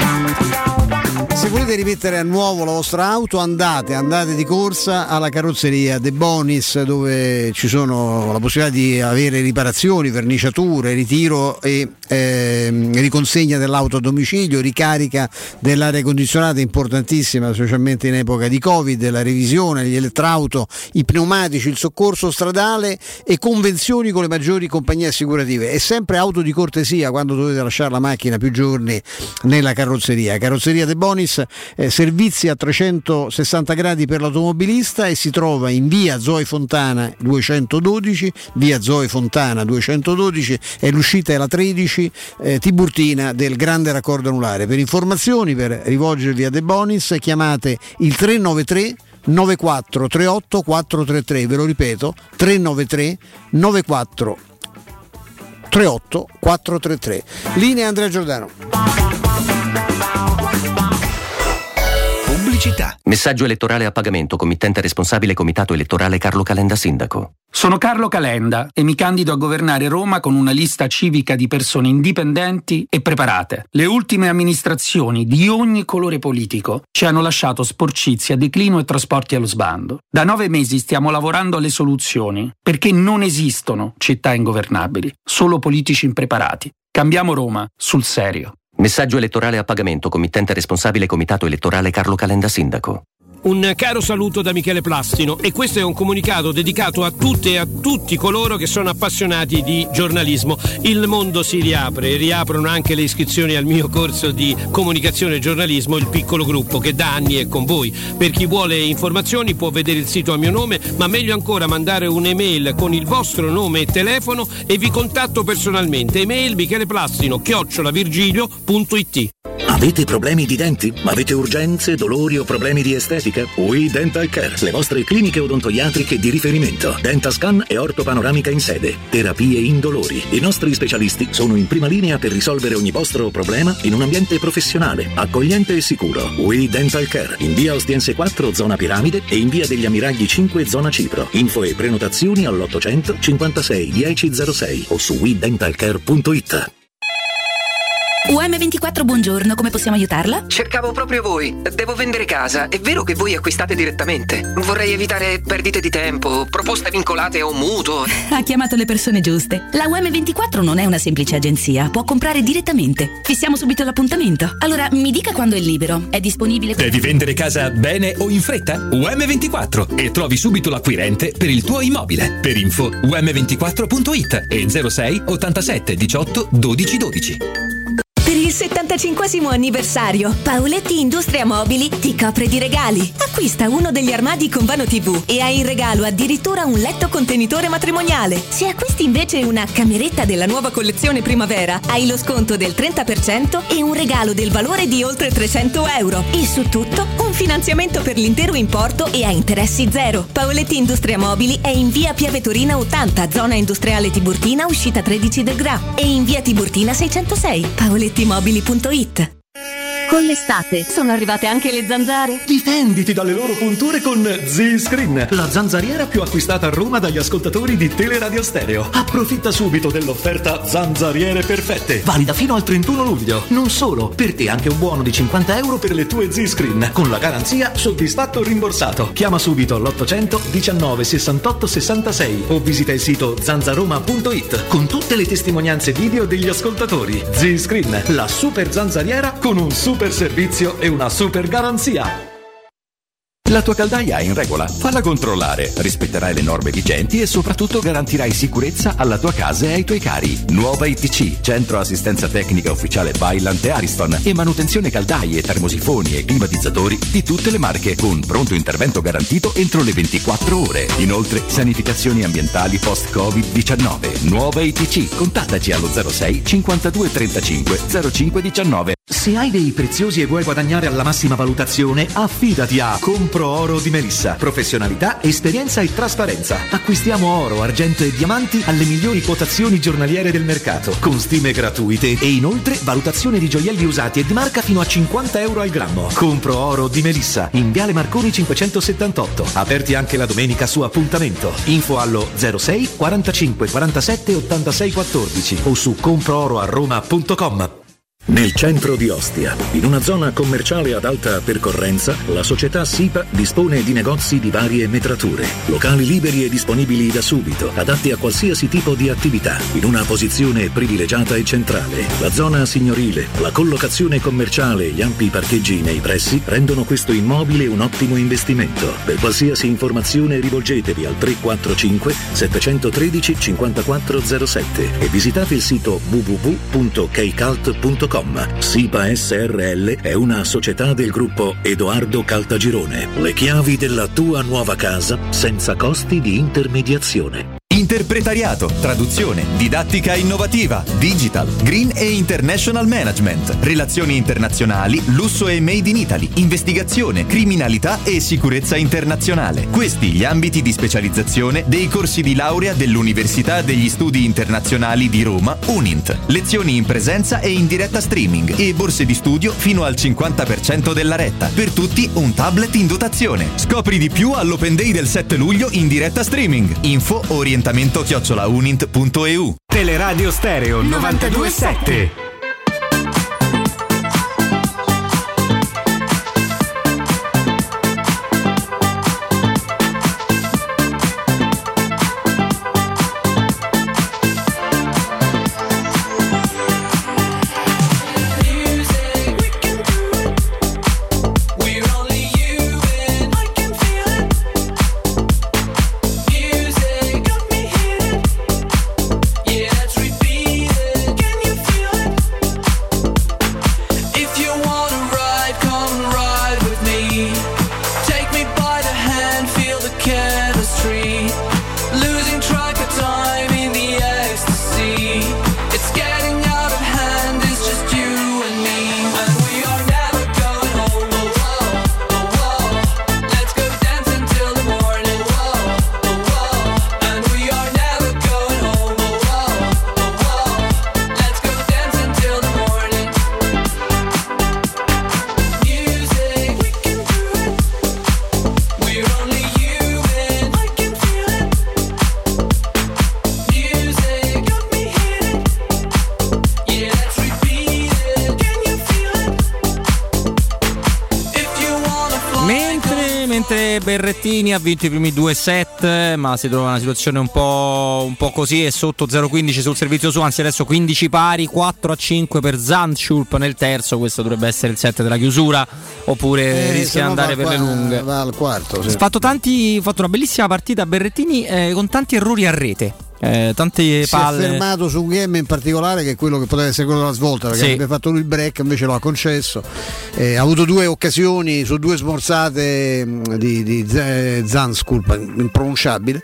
Se volete rimettere a nuovo la vostra auto, andate, andate di corsa alla carrozzeria De Bonis, dove ci sono la possibilità di avere riparazioni, verniciature, ritiro e eh, riconsegna dell'auto a domicilio, ricarica dell'aria condizionata, importantissima specialmente in epoca di Covid, la revisione, gli elettrauto, i pneumatici, il soccorso stradale e convenzioni con le maggiori compagnie assicurative. E sempre auto di cortesia quando dovete lasciare la macchina più giorni nella carrozzeria. Carrozzeria De Bonis, eh, servizi a trecentosessanta gradi per l'automobilista, e si trova in via Zoe Fontana duecentododici, via Zoe Fontana duecentododici, e l'uscita è la tredici, eh, Tiburtina del grande raccordo anulare. Per informazioni, per rivolgervi a De Bonis, chiamate il tre nove tre nove quattro tre otto quattro tre tre, ve lo ripeto, tre nove tre nove quattro tre otto quattro tre tre. Linea Andrea Giordano. Pubblicità. Messaggio elettorale a pagamento. Committente responsabile Comitato Elettorale Carlo Calenda Sindaco. Sono Carlo Calenda e mi candido a governare Roma con una lista civica di persone indipendenti e preparate. Le ultime amministrazioni di ogni colore politico ci hanno lasciato sporcizia, declino e trasporti allo sbando. Da nove mesi stiamo lavorando alle soluzioni, perché non esistono città ingovernabili, solo politici impreparati. Cambiamo Roma sul serio. Messaggio elettorale a pagamento. Committente responsabile Comitato Elettorale Carlo Calenda Sindaco. Un caro saluto da Michele Plastino, e questo è un comunicato dedicato a tutte e a tutti coloro che sono appassionati di giornalismo. Il mondo si riapre, riaprono anche le iscrizioni al mio corso di comunicazione e giornalismo, il piccolo gruppo, che da anni è con voi. Per chi vuole informazioni può vedere il sito a mio nome, ma meglio ancora mandare un'email con il vostro nome e telefono e vi contatto personalmente. Email micheleplastino chiocciola virgilio punto it. Avete problemi di denti? Avete urgenze, dolori o problemi di estetica? We Dental Care, le vostre cliniche odontoiatriche di riferimento. Dentascan e ortopanoramica in sede. Terapie indolori. I nostri specialisti sono in prima linea per risolvere ogni vostro problema in un ambiente professionale, accogliente e sicuro. We Dental Care, in via Ostiense quattro, zona Piramide, e in via degli Ammiragli cinque, zona Cipro. Info e prenotazioni all'ottocento cinquantasei dieci zero sei o su we dental care punto it. U M ventiquattro, buongiorno, come possiamo aiutarla? Cercavo proprio voi. Devo vendere casa. È vero che voi acquistate direttamente? Vorrei evitare perdite di tempo, proposte vincolate a un mutuo. Ha chiamato le persone giuste. La U M ventiquattro non è una semplice agenzia, può comprare direttamente. Fissiamo subito l'appuntamento. Allora, mi dica quando è libero. È disponibile? Devi vendere casa bene o in fretta? U M ventiquattro e trovi subito l'acquirente per il tuo immobile. Per info u m ventiquattro punto it e zero sei ottantasette diciotto dodici dodici. Per il settantacinquesimo anniversario, Paoletti Industria Mobili ti copre di regali. Acquista uno degli armadi con vano tivù e hai in regalo addirittura un letto contenitore matrimoniale. Se acquisti invece una cameretta della nuova collezione primavera, hai lo sconto del trenta per cento e un regalo del valore di oltre trecento euro. E su tutto, un finanziamento per l'intero importo e a interessi zero. Paoletti Industria Mobili è in via Piave Torina ottanta, zona industriale Tiburtina, uscita tredici del Gra, e in via Tiburtina seicentosei. Paoletti Mobili punto it. Con l'estate sono arrivate anche le zanzare. Difenditi dalle loro punture con Z-Screen, la zanzariera più acquistata a Roma dagli ascoltatori di Teleradio Stereo. Approfitta subito dell'offerta Zanzariere Perfette, valida fino al trentuno luglio. Non solo, per te anche un buono di cinquanta euro per le tue Z-Screen, con la garanzia soddisfatto o rimborsato. Chiama subito all'ottocento diciannove sessantotto sessantasei o visita il sito zanzaroma punto it con tutte le testimonianze video degli ascoltatori. Z-Screen, la super zanzariera con un super super servizio e una super garanzia. La tua caldaia è in regola? Falla controllare, rispetterai le norme vigenti e soprattutto garantirai sicurezza alla tua casa e ai tuoi cari. Nuova I T C, centro assistenza tecnica ufficiale Vaillant e Ariston, e manutenzione caldaie, termosifoni e climatizzatori di tutte le marche, con pronto intervento garantito entro le ventiquattro ore. Inoltre, sanificazioni ambientali post covid diciannove. Nuova I T C, contattaci allo zero sei cinquantadue trentacinque zero cinque diciannove. Se hai dei preziosi e vuoi guadagnare alla massima valutazione, affidati a Compro Oro di Melissa. Professionalità, esperienza e trasparenza. Acquistiamo oro, argento e diamanti alle migliori quotazioni giornaliere del mercato, con stime gratuite e inoltre valutazione di gioielli usati e di marca fino a cinquanta euro al grammo. Compro Oro di Melissa, in Viale Marconi cinquecentosettantotto. Aperti anche la domenica su appuntamento. Info allo zero sei quarantacinque quarantasette ottantasei quattordici o su comprooro a roma punto com. Nel centro di Ostia, in una zona commerciale ad alta percorrenza, la società SIPA dispone di negozi di varie metrature, locali liberi e disponibili da subito, adatti a qualsiasi tipo di attività, in una posizione privilegiata e centrale. La zona signorile, la collocazione commerciale e gli ampi parcheggi nei pressi rendono questo immobile un ottimo investimento. Per qualsiasi informazione rivolgetevi al tre quattro cinque sette uno tre cinquantaquattro zero sette e visitate il sito w w w punto keicalt punto com. SIPA S R L è una società del gruppo Edoardo Caltagirone. Le chiavi della tua nuova casa senza costi di intermediazione. Interpretariato, traduzione, didattica innovativa, digital, green e international management, relazioni internazionali, lusso e made in Italy, investigazione, criminalità e sicurezza internazionale. Questi gli ambiti di specializzazione dei corsi di laurea dell'Università degli Studi Internazionali di Roma, UNINT. Lezioni in presenza e in diretta streaming e borse di studio fino al cinquanta per cento della retta. Per tutti un tablet in dotazione. Scopri di più all'Open Day del sette luglio in diretta streaming. Info orientamento chiocciola unint punto e u. Teleradio Stereo novantadue sette. We're only human. I can feel it. Berrettini, ha vinto i primi due set, ma si trova in una situazione un po', un po' così, è sotto zero quindici sul servizio su, anzi adesso quindici pari, quattro a cinque per Zandschulp nel terzo. Questo dovrebbe essere il set della chiusura, oppure eh, rischia di andare per qua, le lunghe. Va al quarto, sì. Ha fatto tanti, fatto una bellissima partita Berrettini, eh, con tanti errori a rete. Eh, tante palle. Si è fermato su un game in particolare che è quello che poteva essere quello della svolta, perché sì. avrebbe fatto lui il break, invece lo ha concesso. Eh, ha avuto due occasioni su due smorzate di, di Zandschulp, impronunciabile,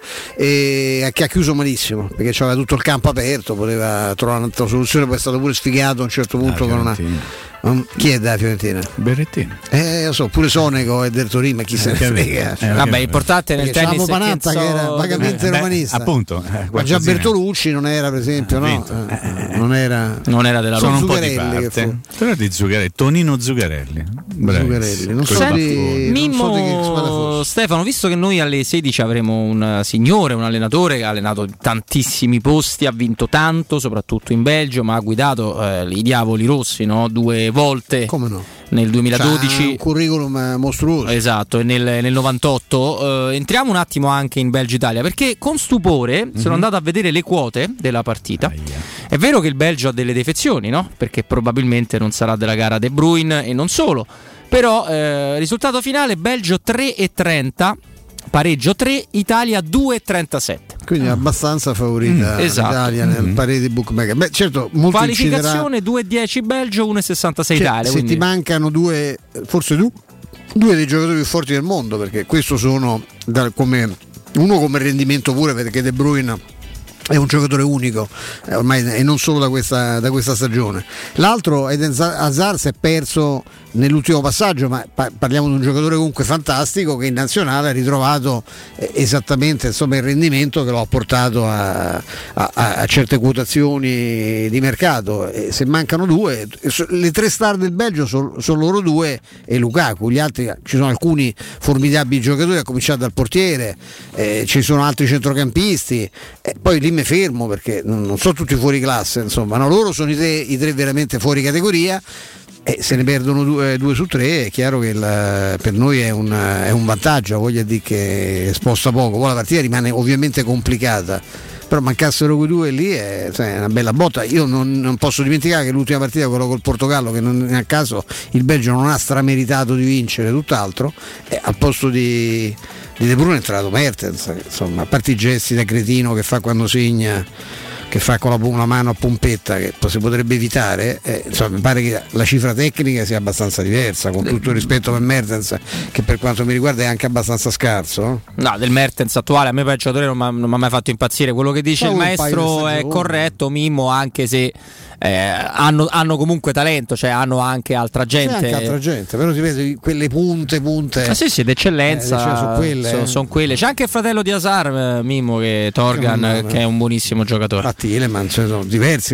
e che ha chiuso malissimo perché c'aveva tutto il campo aperto, poteva trovare un'altra soluzione, poi è stato pure sfigato a un certo punto ah, con una. Um, chi è da Fiorentina? Berrettini. Eh, lo so, pure Sonego e Del Torino, ma chi se ne frega. Eh, vabbè, l'importante nel tennis è Panatta che, so... che era vagamente eh, romanista. Beh, appunto. Eh, ma già Bertolucci non era, per esempio, no? Eh, non era non era della Roma. Sono un po' di parte. Però di Zuccarelli, Tonino Zuccarelli. Zuccarelli. Non so di Mimmo, non so di Stefano, visto che noi alle sedici avremo un signore, un allenatore che ha allenato tantissimi posti, ha vinto tanto, soprattutto in Belgio, ma ha guidato eh, i Diavoli Rossi, no? Due volte. Come no? Nel duemiladodici, c'ha un curriculum mostruoso. Esatto, e nel, nel novantotto. Eh, entriamo un attimo anche in Belgio Italia, perché con stupore mm-hmm. sono andato a vedere le quote della partita. Ah, yeah. È vero che il Belgio ha delle defezioni, no? Perché probabilmente non sarà della gara De Bruyne e non solo. Però eh, risultato finale: Belgio tre e trenta, pareggio tre, Italia due e trentasette. Quindi è abbastanza favorita mm, esatto. l'Italia nel mm-hmm. parere di bookmaker. Beh, certo, molto qualificazione due e dieci Belgio, uno e sessantasei cioè, Italia. Se quindi... ti mancano due, forse tu, due dei giocatori più forti del mondo, perché questo sono da, come uno come rendimento pure, perché De Bruyne è un giocatore unico eh, ormai, e non solo da questa, da questa stagione. L'altro, Eden Hazard, si è perso nell'ultimo passaggio, ma pa- parliamo di un giocatore comunque fantastico che in nazionale ha ritrovato eh, esattamente insomma, il rendimento che lo ha portato a, a, a certe quotazioni di mercato. E se mancano due, le tre star del Belgio sono son loro due e Lukaku, gli altri ci sono alcuni formidabili giocatori, a cominciare dal portiere, eh, ci sono altri centrocampisti, eh, poi lì mi fermo perché non sono tutti fuori classe, insomma, no, loro sono i tre, i tre veramente fuori categoria. E se ne perdono due, due su tre, è chiaro che il, per noi è un, è un vantaggio, voglia dire che sposta poco. Poi la partita rimane ovviamente complicata, però mancassero quei due lì è, cioè, è una bella botta. Io non, non posso dimenticare che l'ultima partita, quello col Portogallo, che non è a caso il Belgio non ha strameritato di vincere, tutt'altro, e al posto di, di De Bruyne è entrato Mertens, insomma, a parte i gesti da cretino che fa quando segna, che fa con la, una mano a pompetta, che si potrebbe evitare, eh, insomma, mi pare che la cifra tecnica sia abbastanza diversa, con tutto il rispetto per Mertens, che per quanto mi riguarda è anche abbastanza scarso. No, del Mertens attuale a me per il giocatore non mi ha mai fatto impazzire. Quello che dice Ma il maestro è corretto, Mimmo, anche se eh, hanno, hanno comunque talento, cioè hanno anche altra gente. C'è anche altra gente, però si vede quelle punte, punte. Ah, sì, sì, d'eccellenza, eh, sono quelle, sono, eh. sono quelle. C'è anche il fratello di Hazard, Mimmo, che Torgan, no, no, no. che è un buonissimo giocatore. A Tielemans, cioè, sono diversi.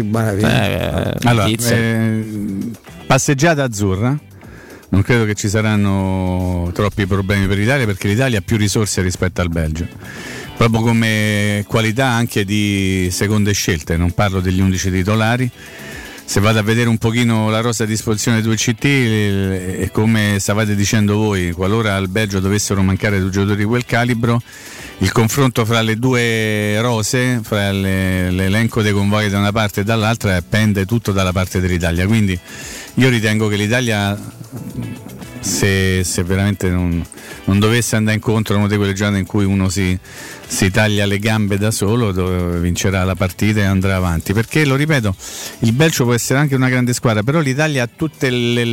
Eh, allora, eh, passeggiata azzurra. Non credo che ci saranno troppi problemi per l'Italia, perché l'Italia ha più risorse rispetto al Belgio, proprio come qualità anche di seconde scelte, non parlo degli undici titolari. Se vado a vedere un pochino la rosa a disposizione due C T, e come stavate dicendo voi, qualora al Belgio dovessero mancare due giocatori di quel calibro, il confronto fra le due rose, fra le, l'elenco dei convogli da una parte e dall'altra, pende tutto dalla parte dell'Italia. Quindi io ritengo che l'Italia, se, se veramente non, non dovesse andare incontro a una di quelle giornate in cui uno si, si taglia le gambe da solo, dove vincerà la partita e andrà avanti, perché, lo ripeto, il Belgio può essere anche una grande squadra, però l'Italia ha tutti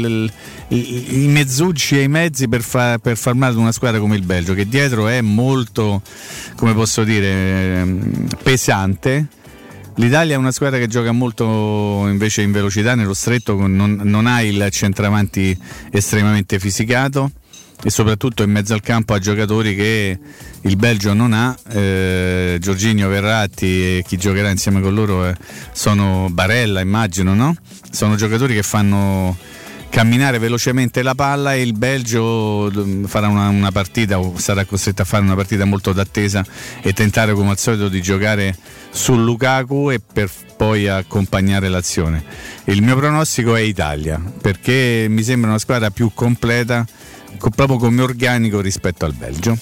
i mezzucci e i mezzi per, fa, per far male ad una squadra come il Belgio, che dietro è molto, come posso dire, pesante. L'Italia è una squadra che gioca molto invece in velocità, nello stretto, non, non ha il centravanti estremamente fisicato, e soprattutto in mezzo al campo ha giocatori che il Belgio non ha. eh, Jorginho, Verratti e chi giocherà insieme con loro eh, sono Barella, immagino, no? Sono giocatori che fanno camminare velocemente la palla, e il Belgio farà una, una partita, o sarà costretto a fare una partita molto d'attesa e tentare come al solito di giocare su Lukaku e per poi accompagnare l'azione. Il mio pronostico è Italia, perché mi sembra una squadra più completa co- proprio come organico rispetto al Belgio.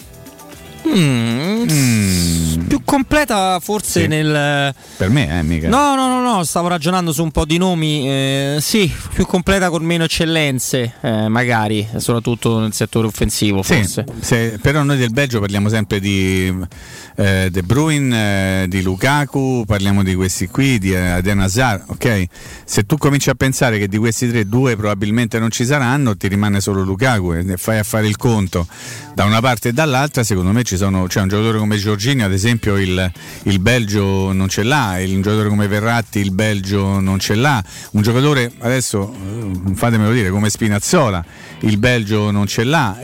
Mm, mm. Più completa forse sì. nel per me eh, mica. No no no no stavo ragionando su un po' di nomi, eh, sì, più completa con meno eccellenze, eh, magari soprattutto nel settore offensivo forse. Sì, se, però noi del Belgio parliamo sempre di eh, De Bruyne, eh, di Lukaku, parliamo di questi qui, di Eden Hazard, ok? Se tu cominci a pensare che di questi tre due probabilmente non ci saranno, ti rimane solo Lukaku e fai a fare il conto da una parte e dall'altra. Secondo me ci sono, c'è un giocatore come Jorginho ad esempio, il, il Belgio non ce l'ha, un giocatore come Verratti il Belgio non ce l'ha, un giocatore adesso fatemelo dire come Spinazzola il Belgio non ce l'ha,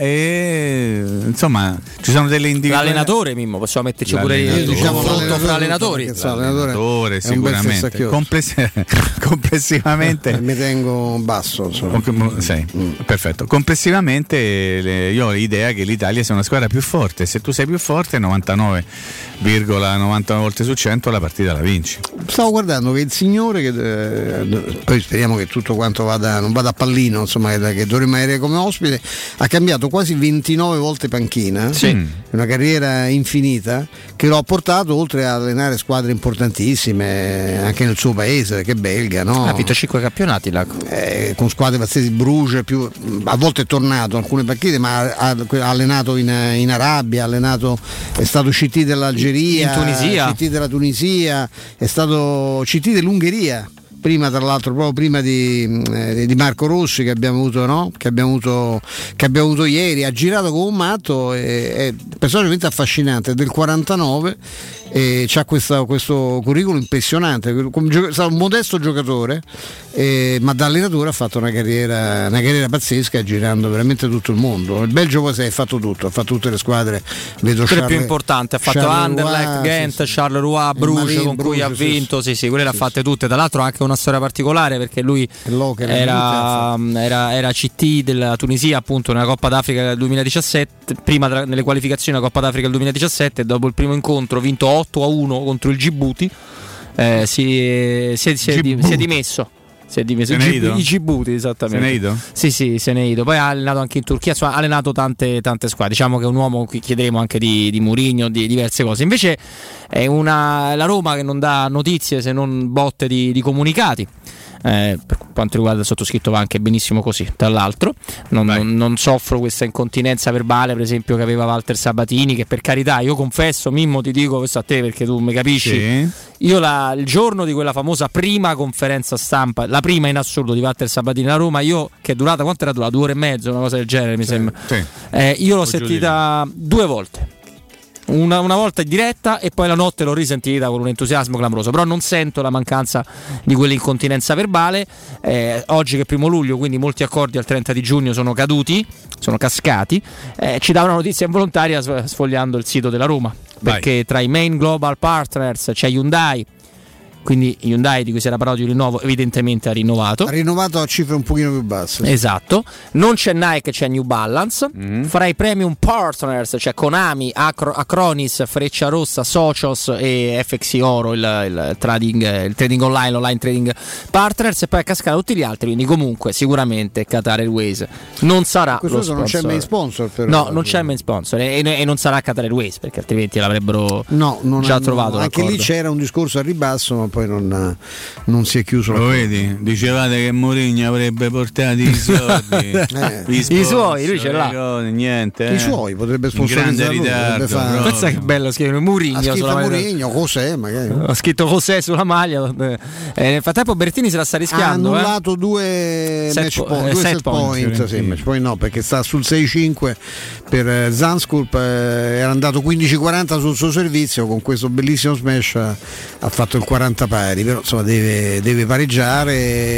e insomma ci sono delle individualità. L'allenatore Mimmo, possiamo metterci pure il diciamo, confronto fra allenatori. L'allenatore sicuramente Complessi- complessivamente mi tengo basso insomma. Sì, mm. perfetto. Complessivamente le, io ho l'idea che l'Italia sia una squadra più forte. Se tu sei più forte, novantanove virgola novantanove volte su cento la partita la vinci. Stavo guardando che il signore che eh, poi speriamo che tutto quanto vada non vada a pallino, insomma, che, che dovremmo avere come ospite, ha cambiato quasi ventinove volte panchina, sì. una carriera infinita che lo ha portato oltre a allenare squadre importantissime anche nel suo paese, che è belga, no? Ha vinto cinque campionati là. Eh, con squadre pazzesche, Bruges, più, a volte è tornato alcune partite, ma ha, ha allenato in, in Arabia, ha allenato, è stato C T dell'Algeria, in Tunisia, C T della Tunisia, è stato C T dell'Ungheria. Prima, tra l'altro, proprio prima di, eh, di Marco Rossi che abbiamo avuto, no? che, abbiamo avuto, che abbiamo avuto ieri, ha girato come un matto, è, è personalmente affascinante, è del quarantanove e c'ha questa, questo curriculum impressionante, è stato un modesto giocatore, eh, ma da allenatore ha fatto una carriera, una carriera pazzesca girando veramente tutto il mondo. Il Belgio poi si è fatto tutto, ha fatto tutte le squadre, vedo quelle più importanti, ha fatto Anderlecht, Ghent, sì, Charleroi, Bruges con cui Bruges, ha vinto, sì sì, quelle le ha fatte tutte. Tra l'altro anche una storia particolare perché lui era, era, era C T della Tunisia appunto nella Coppa d'Africa del duemiladiciassette, prima tra, nelle qualificazioni della Coppa d'Africa del duemiladiciassette, e dopo il primo incontro vinto otto a uno contro il Djibouti, eh, si, si, si, è, di, si è dimesso. Si è dimesso i Djibouti, esattamente. Se ne è ido? Sì, sì, se ne è ido. Poi ha allenato anche in Turchia, insomma, ha allenato tante, tante squadre. Diciamo che è un uomo, qui chiederemo anche di, di Mourinho, di diverse cose. Invece è una, la Roma che non dà notizie se non botte di, di comunicati. Eh, per quanto riguarda il sottoscritto va anche benissimo così, tra l'altro non, non, non soffro questa incontinenza verbale per esempio che aveva Walter Sabatini, che per carità io confesso, Mimmo, ti dico questo a te perché tu mi capisci, sì. Io la, il giorno di quella famosa prima conferenza stampa, la prima in assoluto di Walter Sabatini a Roma, io che è durata, quanto era durata? Due ore e mezzo, una cosa del genere mi sì, sembra sì. Eh, io l'ho sentita due volte. Una, una volta in diretta e poi la notte l'ho risentita con un entusiasmo clamoroso, però non sento la mancanza di quell'incontinenza verbale. Eh, oggi che è primo luglio, quindi molti accordi al trenta di giugno sono caduti, sono cascati. Eh, ci dà una notizia involontaria sfogliando il sito della Roma. Vai. Perché tra i main global partners c'è Hyundai, quindi Hyundai di cui si era parlato di rinnovo evidentemente ha rinnovato ha rinnovato a cifre un pochino più basse, esatto. Non c'è Nike, c'è New Balance. mm. Fra i premium partners c'è Konami, Acro- Acronis, Freccia Rossa, Socios e F X Oro, il, il, trading, il trading online, l'online trading partners, e poi a cascata tutti gli altri, quindi comunque sicuramente Qatar Airways non sarà lo sponsor. Non c'è main sponsor però. No, non c'è main sponsor e, e, e non sarà Qatar Airways perché altrimenti l'avrebbero no, non già hanno, trovato anche l'accordo. Lì c'era un discorso a ribasso ma poi non, non si è chiuso. Lo vedi? Dicevate che Mourinho avrebbe portato i soldi, eh. I, sponsor, I suoi, lui ce l'ha. Niente, eh. I suoi potrebbe sponsorizzare. Ritardo, pensa che bello scrivere Mourinho. Ha scritto Mourinho, José magari. Ha scritto José sulla maglia. Eh, nel frattempo Bertini se la sta rischiando. Ha annullato eh. due set match po- point, eh, due set set point, point, sì, match point no, perché sta sul sei cinque per Zandsculp, eh, era andato quindici quaranta sul suo servizio, con questo bellissimo smash ha, ha fatto il quaranta pari, però insomma deve, deve pareggiare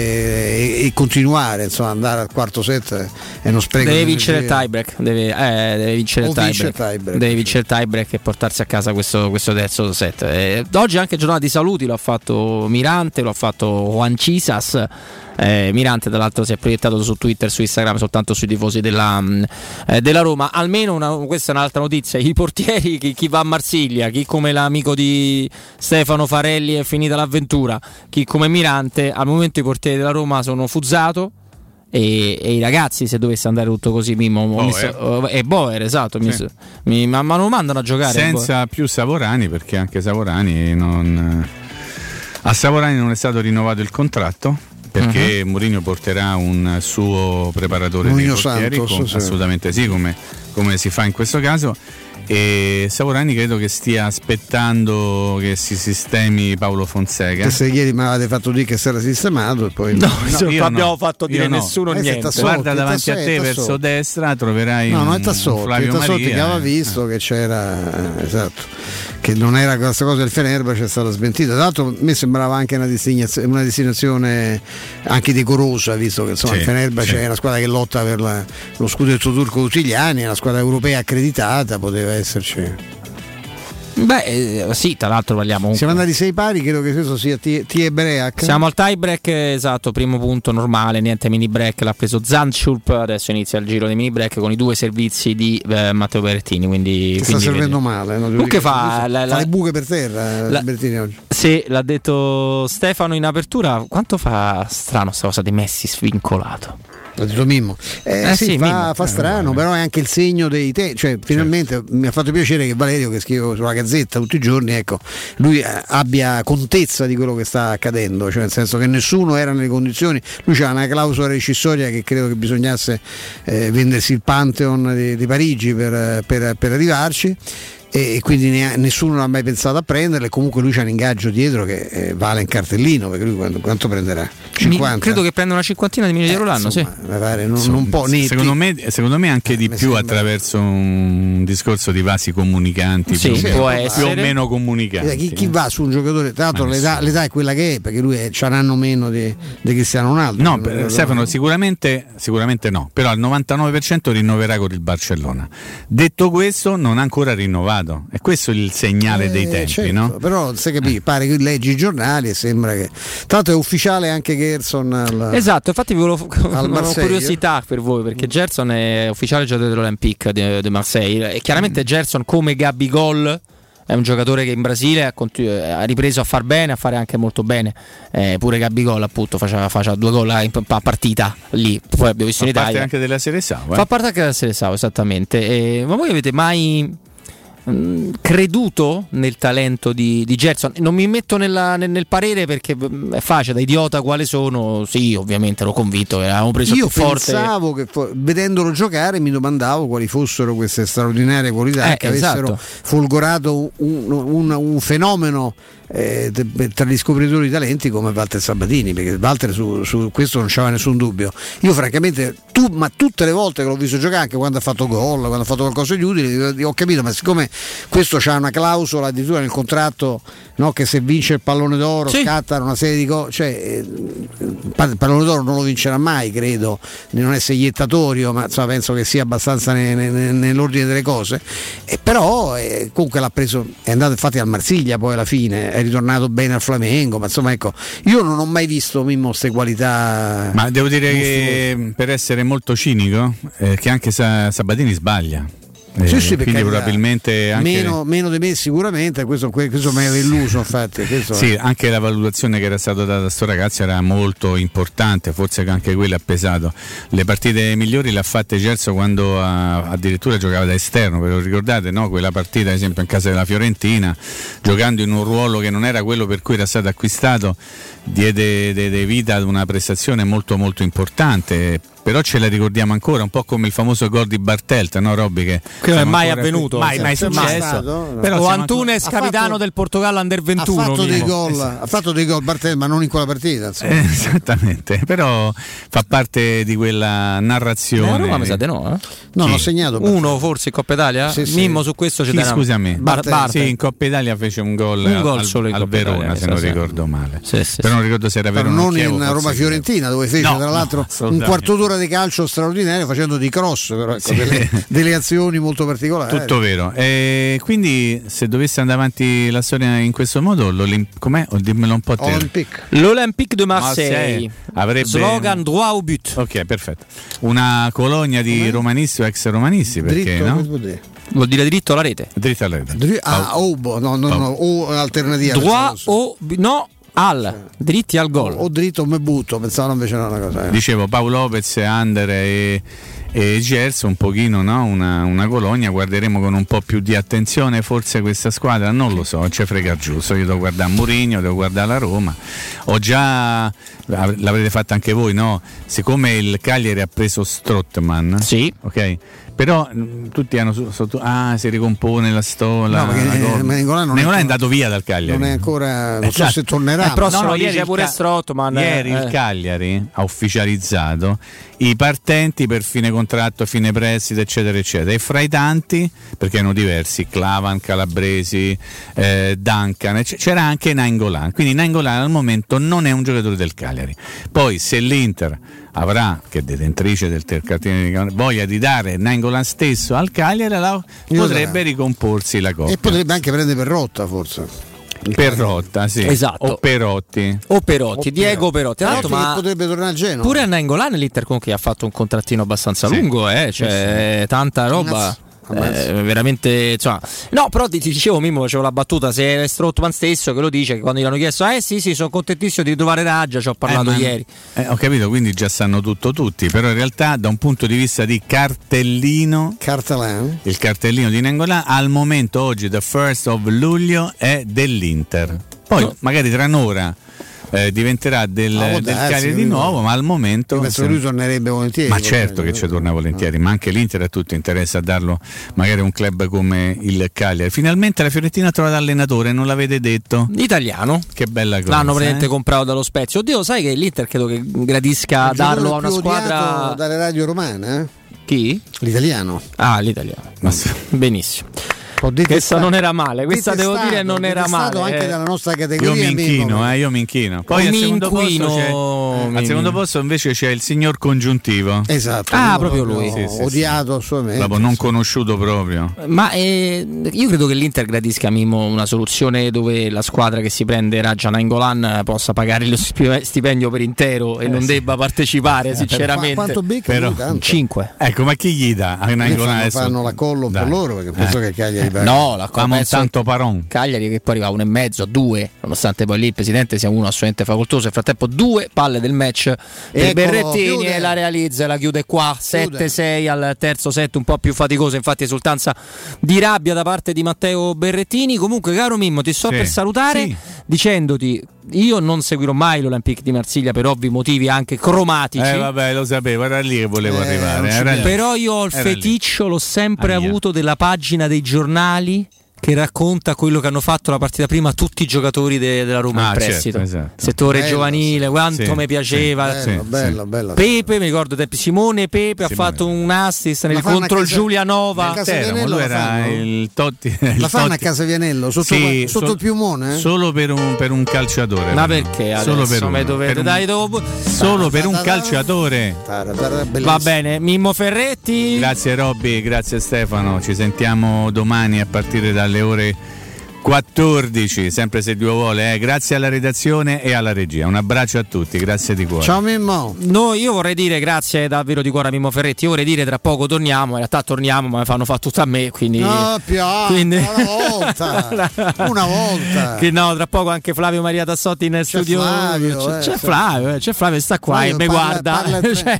e, e continuare, insomma andare al quarto set è uno spreco. Deve vincere il tiebreak, deve, eh, deve vincere il tiebreak, tie-break, deve vincere il tiebreak e portarsi a casa questo, questo terzo set. Eh, oggi anche giornata di saluti, lo ha fatto Mirante, lo ha fatto Juan Cisas. Eh, Mirante tra l'altro si è proiettato su Twitter, su Instagram soltanto sui tifosi della, eh, della Roma. Almeno una, questa è un'altra notizia, i portieri, chi, chi va a Marsiglia, chi come l'amico di Stefano Farelli è finita l'avventura, chi come Mirante, al momento i portieri della Roma sono Fuzzato e, e i ragazzi, se dovesse andare tutto così, Mimmo, Boer. messo, e Boer, esatto, Sì. mi, so- mi, ma, ma non mandano a giocare senza più Savorani, perché anche Savorani non a Savorani non è stato rinnovato il contratto, perché uh-huh. Mourinho porterà un suo preparatore Mourinho dei portieri, Santos, com- sì. assolutamente sì, come, come si fa in questo caso. E Savorani credo che stia aspettando che si sistemi Paolo Fonseca. Che se ieri mi avete fatto dire che si era sistemato e poi No, No, non io abbiamo no. fatto dire Io no. nessuno Eh, niente. Tassotti, Guarda davanti a Tassotti, te Tassotti. verso destra troverai No, un, non è Tassotti, un Flavio Tassotti Maria. che aveva visto che c'era, esatto, che non era questa cosa del Fenerbahce, è stata smentita. Tra l'altro a me sembrava anche una destinazione, una destinazione anche decorosa, visto che insomma Sì, il Fenerbahce sì. è una squadra che lotta per la- lo scudetto turco tutti gli anni, è una squadra europea accreditata, poteva esserci. Beh, eh, sì, tra l'altro parliamo. Siamo andati sei pari, credo che questo sia T e Break. Siamo al tie break, esatto, primo punto normale, niente mini break, l'ha preso Zandschulp, adesso inizia il giro dei mini break con i due servizi di eh, Matteo Berrettini, quindi, Che sta quindi servendo vedi. male, no? Comunque fa, fa, la, la, le buche per terra la- Bertini oggi. sì, l'ha detto Stefano in apertura. Quanto fa strano sta cosa di Messi svincolato. L'ha detto Mimmo. Eh, Eh sì, sì, fa, Mimmo. fa strano, però è anche il segno dei te. Cioè, finalmente mi ha fatto piacere che Valerio, che scrive sulla Gazzetta tutti i giorni, ecco, lui eh, abbia contezza di quello che sta accadendo, cioè nel senso che nessuno era nelle condizioni. Lui c'ha una clausola rescissoria che credo che bisognasse eh, vendersi il Pantheon di, di Parigi per, per, per arrivarci. E quindi ne- nessuno l'ha mai pensato a prenderle. Comunque lui c'ha un ingaggio dietro che eh, vale in cartellino, perché lui quanto, quanto prenderà? cinquanta? Mi- credo che prenda una cinquantina di milioni di euro l'anno, sì. Mi pare, non, Insomma, non può netti. secondo me, secondo me anche di mi più sembra. attraverso un discorso di vasi comunicanti, Sì, più, o meno, può più essere. o meno comunicanti. Eh, Chi, chi va su un giocatore, tra l'altro Ma l'età, nessuno. l'età è quella che è, perché lui è, c'ha un anno meno di, di Cristiano Ronaldo. No, Quello- per- Stefano, sicuramente, sicuramente no, però al novantanove per cento rinnoverà con il Barcellona. Detto questo, non ha ancora rinnovato, e questo è il segnale Eh, dei tempi, certo, no? Però sai capire, pare che leggi i giornali e sembra che. Tra l'altro è ufficiale anche Gerson al, Esatto, infatti vi volevo al una Marseille. curiosità per voi, perché Gerson è ufficiale giocatore dell'Olympique di, di Marseille e chiaramente Gerson, come Gabigol, è un giocatore che in Brasile ha, continu- ha ripreso a far bene, a fare anche molto bene. Eh, pure Gabigol appunto faceva, faceva due gol a, a partita lì, poi abbiamo visto Fa in parte Italia. anche della Serie A, eh? Fa parte anche della Serie A, esattamente. E, ma voi avete mai mh, creduto nel talento di, di Gerson? Non mi metto nella- nel, nel parere perché mh, è facile, da idiota quale sono, sì, ovviamente ero convinto che avevamo preso Io più forte. pensavo che fo- vedendolo giocare mi domandavo quali fossero queste straordinarie qualità Eh, che avessero esatto. folgorato un, un- un fenomeno eh, de- tra gli scopritori di talenti come Walter Sabatini, perché Walter su, su questo non c'aveva nessun dubbio. Io francamente, tu, ma tutte le volte che l'ho visto giocare, anche quando ha fatto gol, quando ha fatto qualcosa di utile, ho capito, ma siccome questo c'ha una clausola addirittura nel contratto, no, che se vince il pallone d'oro Sì. scattano una serie di cose, cioè eh, il pallone d'oro non lo vincerà mai, credo, di non essere iettatorio, ma insomma, penso che sia abbastanza ne- ne- nell'ordine delle cose. E però eh, comunque l'ha preso, è andato infatti al Marsiglia poi alla fine, è ritornato bene al Flamengo, ma insomma ecco, io non ho mai visto Mimmo queste qualità. Ma devo dire che, per essere molto cinico, eh, che anche Sa- Sabatini sbaglia. Eh, Sì, sì, per quindi carità. probabilmente anche, meno, meno di me sicuramente, questo, questo mi aveva illuso infatti. Questo sì, è. anche la valutazione che era stata data a sto ragazzo era molto importante, forse anche quella ha pesato. Le partite migliori le ha fatte Gerso quando ha, addirittura giocava da esterno, ve lo ricordate, no? Quella partita ad esempio in casa della Fiorentina, giocando in un ruolo che non era quello per cui era stato acquistato, diede de, de vita ad una prestazione molto molto importante. Però ce la ricordiamo ancora, un po' come il famoso gol di Bartelt, no Robby? Che, Che non è siamo mai ancora- avvenuto. mai, mai Sì, mai successo. stato. Però o siamo Antunes, ancora- capitano ha fatto- del Portogallo Under ventuno. ha fatto dei Mimmo. gol, ha fatto dei gol Bartel, ma non in quella partita. insomma. Eh, esattamente, però fa parte di quella Eh, narrazione. a Roma mi sa di no, eh? No, Chi? l'ho segnato. Bartel. Uno forse in Coppa Italia? Sì, sì. Mimmo su questo c'è Chi, da scusami, Bar- Bartel. Sì, in Coppa Italia fece un gol, Un al- gol al, solo in al Coppa Verona, Italia, se non sì, sì. ricordo male. Sì, sì, però sì. non ricordo se era Però Verona o non Chievo, in forse Roma sì. Fiorentina, dove fece No, tra l'altro no, un assolutamente. quarto d'ora di calcio straordinario facendo di cross, però ecco, Sì. delle, delle azioni molto particolari. Tutto vero. E quindi se dovesse andare avanti la storia in questo modo, l'Olimp- com'è? O dimmelo un po' te. Olympique. L'Olympique de Marseille. Marseille avrebbe Slogan droit au but. Ok, perfetto. Una colonia di romanisti o ex romanisti, perché Dritto, no? che vuol dire? Vuol dire dritto alla rete. Dritta alla rete. Dri- ah, oh, boh, no, no, no, o alternativa. Droit pensavo. au but. No, al dritti al gol o, o dritto o me butto, pensavo invece no una cosa. Eh. Dicevo Paolo Lopez, Under e e Gers un pochino, no? una, una Colonia, guarderemo con un po' più di attenzione forse questa squadra, non lo so, c'è frega giusto, io devo guardare Mourinho, devo guardare la Roma, ho già, l'avrete fatto anche voi, no? Siccome il Cagliari ha preso Strootman, sì, ok, però mh, tutti hanno sotto, ah si ricompone la stola, no, perché Nengolan non è, è andato via dal Cagliari, non è ancora, non esatto. so se tornerà, il prossimo no, no, dice ieri pure Ca- Strootman, ieri eh. il Cagliari ha ufficializzato i partenti per fine contratto, fine prestito, eccetera eccetera, e fra i tanti, perché erano diversi, Clavan, Calabresi, eh, Duncan, ecc- c'era anche Nengolan, quindi Nengolan al momento non è un giocatore del Cagliari. Poi se l'Inter avrà, che è detentrice del tercatino di voglia di dare Nengolan stesso al Cagliari, la, potrebbe ricomporsi la coppia e potrebbe anche prendere per rotta forse. Perrotta, sì. Esatto. O Perotti. O Perotti, o Diego Perotti. Perotti, ma potrebbe tornare a Genova. Pure a Nengolan l'Inter comunque ha fatto un contrattino abbastanza sì. lungo, eh, cioè sì. tanta roba. Eh, veramente insomma. No, però ti, ti dicevo, Mimmo, facevo la battuta, se è Strootman stesso che lo dice, che quando gli hanno chiesto eh sì sì sono contentissimo di trovare Raggia, ci ho parlato eh, ieri, eh, ho capito, quindi già sanno tutto tutti, però in realtà da un punto di vista di cartellino, Cartellano. il cartellino di Nengolan al momento oggi the first of luglio è dell'Inter, poi no. magari tra un'ora Eh, diventerà del, oh, del Cagliari di nuovo, ma al momento penso lui tornerebbe volentieri. Ma certo che ci torna volentieri, ma anche l'Inter a tutti interessa darlo magari a un club come il Cagliari. Finalmente la Fiorentina ha trovato allenatore, non l'avete detto? Italiano. Che bella cosa. L'hanno praticamente eh? comprato dallo Spezia. Oddio, sai che l'Inter credo che gradisca il darlo a una squadra dalle radio romane, eh? Chi? L'italiano. Ah, l'italiano. Ma benissimo. Questa non era male, questa devo dire non era male. Anche eh. dalla nostra categoria. Io mi inchino, eh, io mi inchino. Poi al secondo, posto c'è, eh, al secondo posto invece c'è il signor Congiuntivo. Esatto. Ah, proprio lui. Sì, sì, odiato assolutamente. Proprio non conosciuto proprio. Ma eh, io credo che l'Inter gradisca Mimo una soluzione dove la squadra che si prende Raggia Nengolan possa pagare lo stipendio per intero e eh, non sì. debba partecipare, eh, sinceramente. Quanto becca? cinque. Ecco, ma chi gli dà a Nengolan? Fanno, fanno la collo per loro, perché penso eh. che Cagliari no, la Famo tanto paron. Cagliari che poi arriva a uno e mezzo, a due, nonostante poi lì il presidente sia uno assolutamente facoltoso. Nel frattempo due palle del match per Berrettini chiude. E la realizza e la chiude qua sette sei al terzo set, un po' più faticoso, infatti esultanza di rabbia da parte di Matteo Berrettini. Comunque caro Mimmo, ti sto sì. per salutare sì. dicendoti io non seguirò mai l'Olympique di Marsiglia per ovvi motivi anche cromatici. Eh vabbè, lo sapevo, era lì che volevo eh, arrivare. Era però io ho il era feticcio, lì. L'ho sempre Aia. avuto della pagina dei giornali che racconta quello che hanno fatto la partita prima tutti i giocatori de- della Roma ah, in prestito, certo, esatto. settore bello, sì. giovanile, quanto sì, mi piaceva sì, bello, bello, bello. Pepe, mi ricordo Simone Pepe Simone. ha fatto un assist nel contro il Giulianova, lui era il Totti, il la fanno Totti. a Casavianello sotto, sì, sotto so, il piumone eh? solo per un, per un calciatore, ma perché adesso solo per me dovete per un, dai dopo solo per un calciatore. Va bene, Mimmo Ferretti, grazie Robby, grazie Stefano, ci sentiamo domani a partire dalle ore quattordici, sempre se Dio vuole, eh. Grazie alla redazione e alla regia, un abbraccio a tutti, grazie di cuore. Ciao Mimmo. No, io vorrei dire grazie davvero di cuore a Mimmo Ferretti, io vorrei dire tra poco torniamo, in realtà torniamo ma mi fanno fare tutto a me, quindi no, piano, quindi... una volta una volta che no, tra poco anche Flavio Maria Tassotti in c'è studio Flavio, c'è, eh, c'è Flavio, c'è Flavio sta qua Flavio e mi guarda parla il, cioè...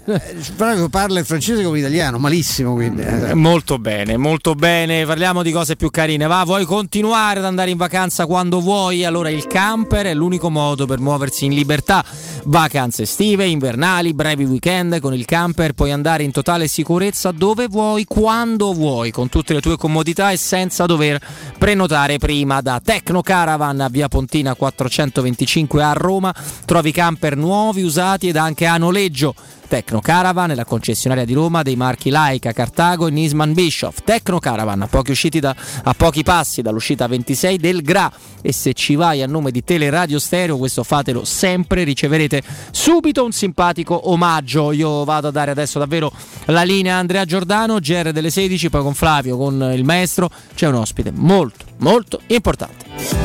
Flavio parla il francese come l'italiano, malissimo quindi. Eh. Molto bene, molto bene, parliamo di cose più carine, va, vuoi continuare ad andare in vacanza quando vuoi? Allora il camper è l'unico modo per muoversi in libertà. Vacanze estive, invernali, brevi weekend, con il camper puoi andare in totale sicurezza dove vuoi, quando vuoi, con tutte le tue comodità e senza dover prenotare prima. Da Tecno Caravan a Via Pontina quattrocentoventicinque a Roma trovi camper nuovi, usati ed anche a noleggio. Tecno Caravan è la concessionaria di Roma dei marchi Laika, Cartago e Nisman Bischoff. Tecno Caravan, a pochi, usciti da, a pochi passi dall'uscita ventisei del Gra. E se ci vai a nome di Teleradio Stereo, questo fatelo sempre, riceverete subito un simpatico omaggio. Io vado a dare adesso davvero la linea a Andrea Giordano, G R delle sedici, poi con Flavio, con il maestro, c'è un ospite molto, molto importante.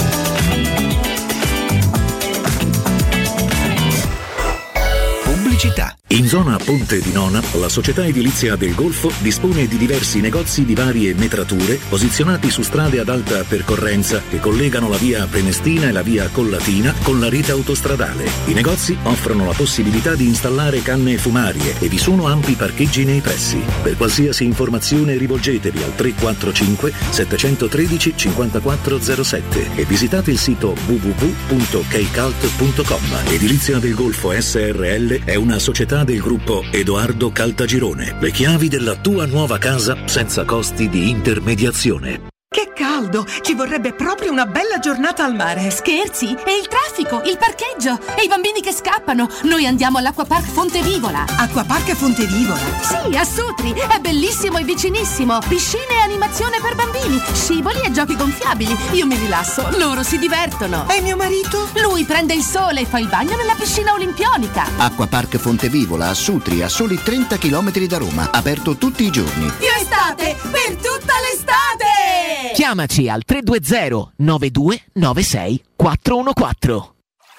pubblicità. In zona Ponte di Nona, la società edilizia del Golfo dispone di diversi negozi di varie metrature posizionati su strade ad alta percorrenza che collegano la via Prenestina e la via Collatina con la rete autostradale. I negozi offrono la possibilità di installare canne fumarie e vi sono ampi parcheggi nei pressi. Per qualsiasi informazione rivolgetevi al tre quattro cinque sette uno tre cinque quattro zero sette e visitate il sito w w w punto keicalt punto com. Edilizia del Golfo S R L è una società del gruppo Edoardo Caltagirone. Le chiavi della tua nuova casa senza costi di intermediazione. Che caldo! Ci vorrebbe proprio una bella giornata al mare. Scherzi? E il traffico, il parcheggio e i bambini che scappano. Noi andiamo all'Acquapark Fontevivola. Acquapark Fontevivola? Sì, a Sutri. È bellissimo e vicinissimo. Piscine e animazione per bambini, scivoli e giochi gonfiabili. Io mi rilasso, loro si divertono. E mio marito? Lui prende il sole e fa il bagno nella piscina olimpionica. Acquapark Fontevivola a Sutri, a soli trenta chilometri da Roma. Aperto tutti i giorni. Più estate per tutta l'estate! Chiamaci al tre due zero nove due nove sei quattro uno quattro.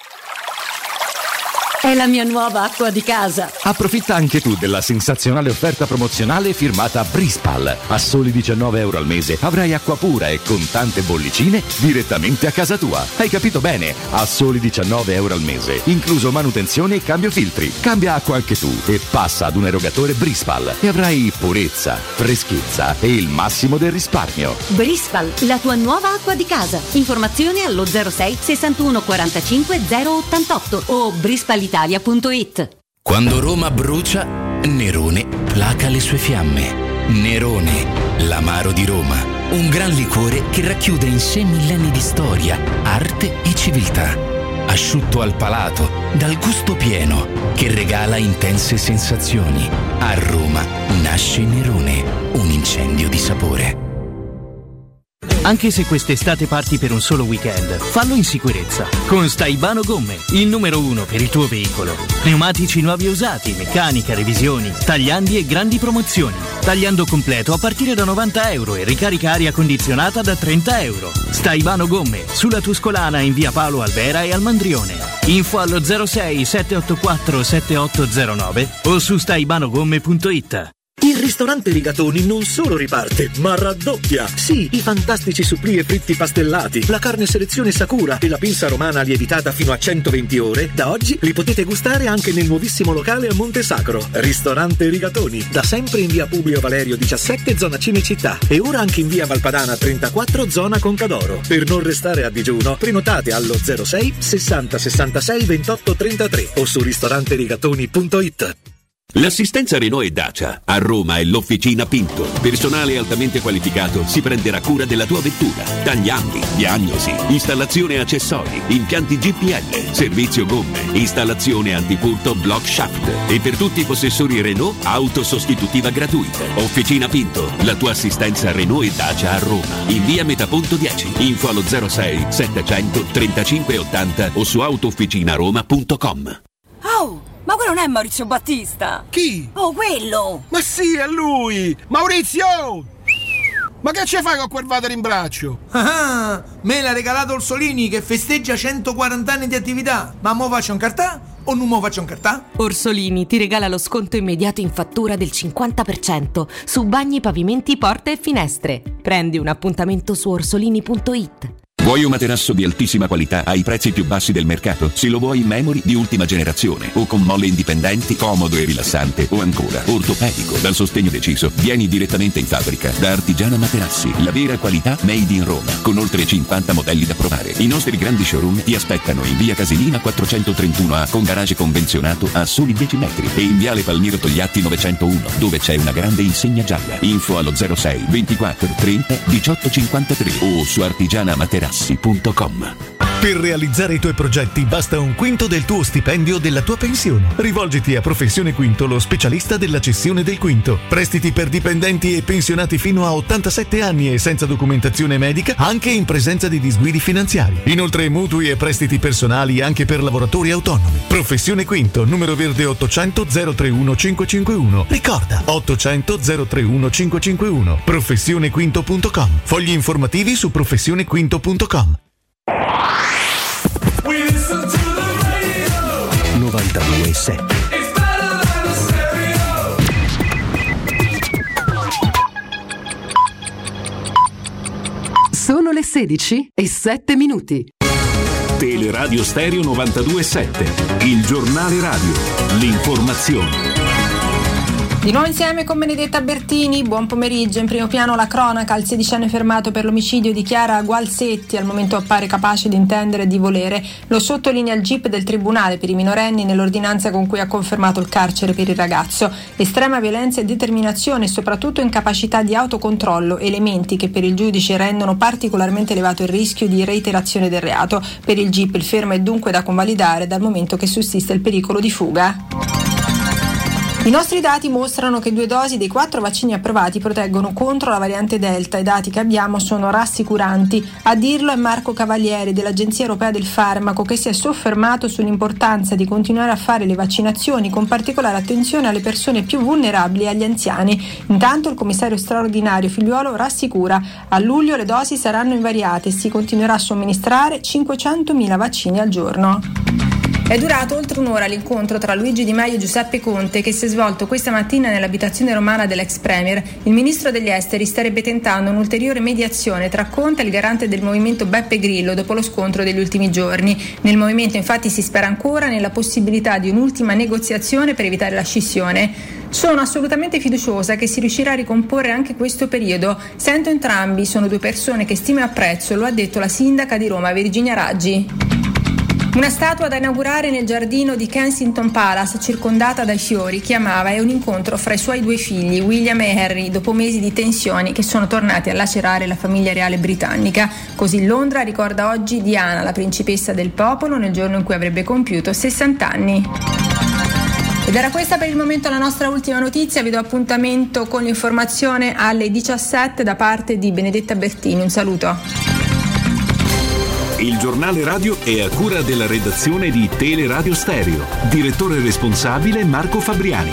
È la mia nuova acqua di casa. Approfitta anche tu della sensazionale offerta promozionale firmata Brispal. A soli diciannove euro al mese avrai acqua pura e con tante bollicine direttamente a casa tua. Hai capito bene? A soli diciannove euro al mese, incluso manutenzione e cambio filtri. Cambia acqua anche tu e passa ad un erogatore Brispal e avrai purezza, freschezza e il massimo del risparmio. Brispal, la tua nuova acqua di casa. Informazioni allo zero sei sessantuno quarantacinque zero ottantotto o brispal italia punto it. Quando Roma brucia, Nerone placa le sue fiamme. Nerone, l'amaro di Roma. Un gran liquore che racchiude in sé millenni di storia, arte e civiltà. Asciutto al palato, dal gusto pieno, che regala intense sensazioni. A Roma nasce Nerone, un incendio di sapore. Anche se quest'estate parti per un solo weekend, fallo in sicurezza. Con Staibano Gomme, il numero uno per il tuo veicolo. Pneumatici nuovi e usati, meccanica, revisioni, tagliandi e grandi promozioni. Tagliando completo a partire da novanta euro e ricarica aria condizionata da trenta euro. Staibano Gomme, sulla Tuscolana in via Paolo Albera e al Mandrione. Info allo zero sei sette otto quattro sette otto zero nove o su staibanogomme punto it. Il ristorante Rigatoni non solo riparte, ma raddoppia! Sì, i fantastici supplì e fritti pastellati, la carne selezione Sakura e la pinza romana lievitata fino a centoventi ore, da oggi li potete gustare anche nel nuovissimo locale a Monte Sacro. Ristorante Rigatoni, da sempre in via Publio Valerio diciassette, zona Cinecittà, e ora anche in via Valpadana trentaquattro, zona Concadoro. Per non restare a digiuno, prenotate allo zero sei sessanta sessantasei ventotto trentatré o su ristoranterigatoni punto it. L'assistenza Renault e Dacia a Roma è l'Officina Pinto. Personale altamente qualificato si prenderà cura della tua vettura. Tagliandi, diagnosi, installazione accessori, impianti G P L, servizio gomme, installazione antifurto block shaft. E per tutti i possessori Renault, auto sostitutiva gratuita. Officina Pinto, la tua assistenza Renault e Dacia a Roma. In via Metaponto dieci. Info allo zero sei settecento trentacinque ottanta o su autofficinaroma punto com. Oh! Ma quello non è Maurizio Battista? Chi? Oh, quello! Ma sì, è lui! Maurizio! Ma che ci fai con quel water in braccio? Ah, me l'ha regalato Orsolini che festeggia centoquaranta anni di attività. Ma mo faccio un cartà o non mo faccio un cartà? Orsolini ti regala lo sconto immediato in fattura del cinquanta per cento su bagni, pavimenti, porte e finestre. Prendi un appuntamento su orsolini punto it. Vuoi un materasso di altissima qualità ai prezzi più bassi del mercato? Se lo vuoi in memory di ultima generazione o con molle indipendenti, comodo e rilassante o ancora ortopedico dal sostegno deciso, vieni direttamente in fabbrica da Artigiana Materassi, la vera qualità made in Roma, con oltre cinquanta modelli da provare. I nostri grandi showroom ti aspettano in via Casilina quattrocentotrentuno A con garage convenzionato a soli dieci metri e in viale Palmiro Togliatti novecentouno dove c'è una grande insegna gialla. Info allo zero sei ventiquattro trenta diciotto cinquantatré o su artigiana materassi punto com. Per realizzare i tuoi progetti basta un quinto del tuo stipendio della tua pensione. Rivolgiti a Professione Quinto, lo specialista della cessione del quinto. Prestiti per dipendenti e pensionati fino a ottantasette anni e senza documentazione medica, anche in presenza di disguidi finanziari. Inoltre mutui e prestiti personali anche per lavoratori autonomi. Professione Quinto, numero verde ottocento zero trentuno cinquecentocinquantuno. Ricorda, ottocento zero trentuno cinquecentocinquantuno. professione quinto punto com. Fogli informativi su professione quinto punto com. novantadue sette Sono le sedici e sette minuti. Teleradio Stereo novantadue sette, il giornale radio, l'informazione. Di nuovo insieme con Benedetta Bertini, buon pomeriggio. In primo piano la cronaca, il sedicenne fermato per l'omicidio di Chiara Gualsetti, al momento appare capace di intendere e di volere. Lo sottolinea il G I P del Tribunale per i minorenni nell'ordinanza con cui ha confermato il carcere per il ragazzo. Estrema violenza e determinazione e soprattutto incapacità di autocontrollo, elementi che per il giudice rendono particolarmente elevato il rischio di reiterazione del reato. Per il G I P il fermo è dunque da convalidare dal momento che sussiste il pericolo di fuga. I nostri dati mostrano che due dosi dei quattro vaccini approvati proteggono contro la variante Delta. I dati che abbiamo sono rassicuranti. A dirlo è Marco Cavalieri dell'Agenzia Europea del Farmaco, che si è soffermato sull'importanza di continuare a fare le vaccinazioni con particolare attenzione alle persone più vulnerabili e agli anziani. Intanto il commissario straordinario Figliuolo rassicura: a luglio le dosi saranno invariate e si continuerà a somministrare cinquecentomila vaccini al giorno. È durato oltre un'ora l'incontro tra Luigi Di Maio e Giuseppe Conte, che si è svolto questa mattina nell'abitazione romana dell'ex premier. Il ministro degli esteri starebbe tentando un'ulteriore mediazione tra Conte e il garante del movimento Beppe Grillo dopo lo scontro degli ultimi giorni. Nel movimento infatti si spera ancora nella possibilità di un'ultima negoziazione per evitare la scissione. Sono assolutamente fiduciosa che si riuscirà a ricomporre anche questo periodo. Sento entrambi, sono due persone che stimo e apprezzo, lo ha detto la sindaca di Roma Virginia Raggi. Una statua da inaugurare nel giardino di Kensington Palace, circondata dai fiori, che amava, è un incontro fra i suoi due figli, William e Harry, dopo mesi di tensioni che sono tornati a lacerare la famiglia reale britannica. Così Londra ricorda oggi Diana, la principessa del popolo, nel giorno in cui avrebbe compiuto sessanta anni. Ed era questa per il momento la nostra ultima notizia. Vi do appuntamento con l'informazione alle diciassette da parte di Benedetta Bertini. Un saluto. Il giornale radio è a cura della redazione di Teleradio Stereo. Direttore responsabile Marco Fabriani.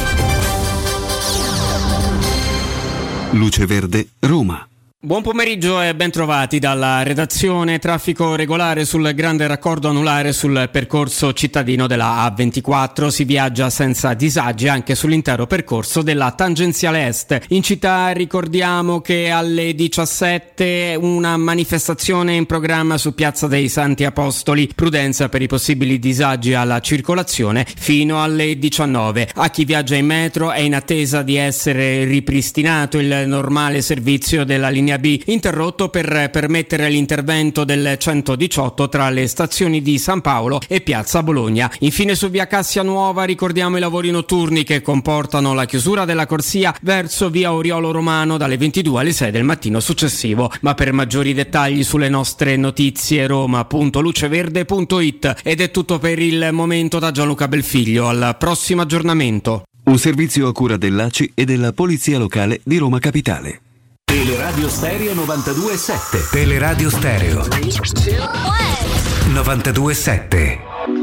Luce Verde, Roma. Buon pomeriggio e ben trovati dalla redazione. Traffico regolare sul grande raccordo anulare sul percorso cittadino della A ventiquattro. Si viaggia senza disagi anche sull'intero percorso della tangenziale est. In città ricordiamo che alle diciassette una manifestazione in programma su Piazza dei Santi Apostoli. Prudenza per i possibili disagi alla circolazione fino alle diciannove. A chi viaggia in metro è in attesa di essere ripristinato il normale servizio della linea B, interrotto per permettere l'intervento del centodiciotto tra le stazioni di San Paolo e Piazza Bologna. Infine su via Cassia Nuova ricordiamo i lavori notturni che comportano la chiusura della corsia verso via Oriolo Romano dalle ventidue alle sei del mattino successivo. Ma per maggiori dettagli sulle nostre notizie roma punto luceverde punto it. Ed è tutto per il momento da Gianluca Belfiglio. Al prossimo aggiornamento. Un servizio a cura dell'A C I e della Polizia Locale di Roma Capitale. Teleradio Stereo novantadue sette. Teleradio Stereo novantadue sette.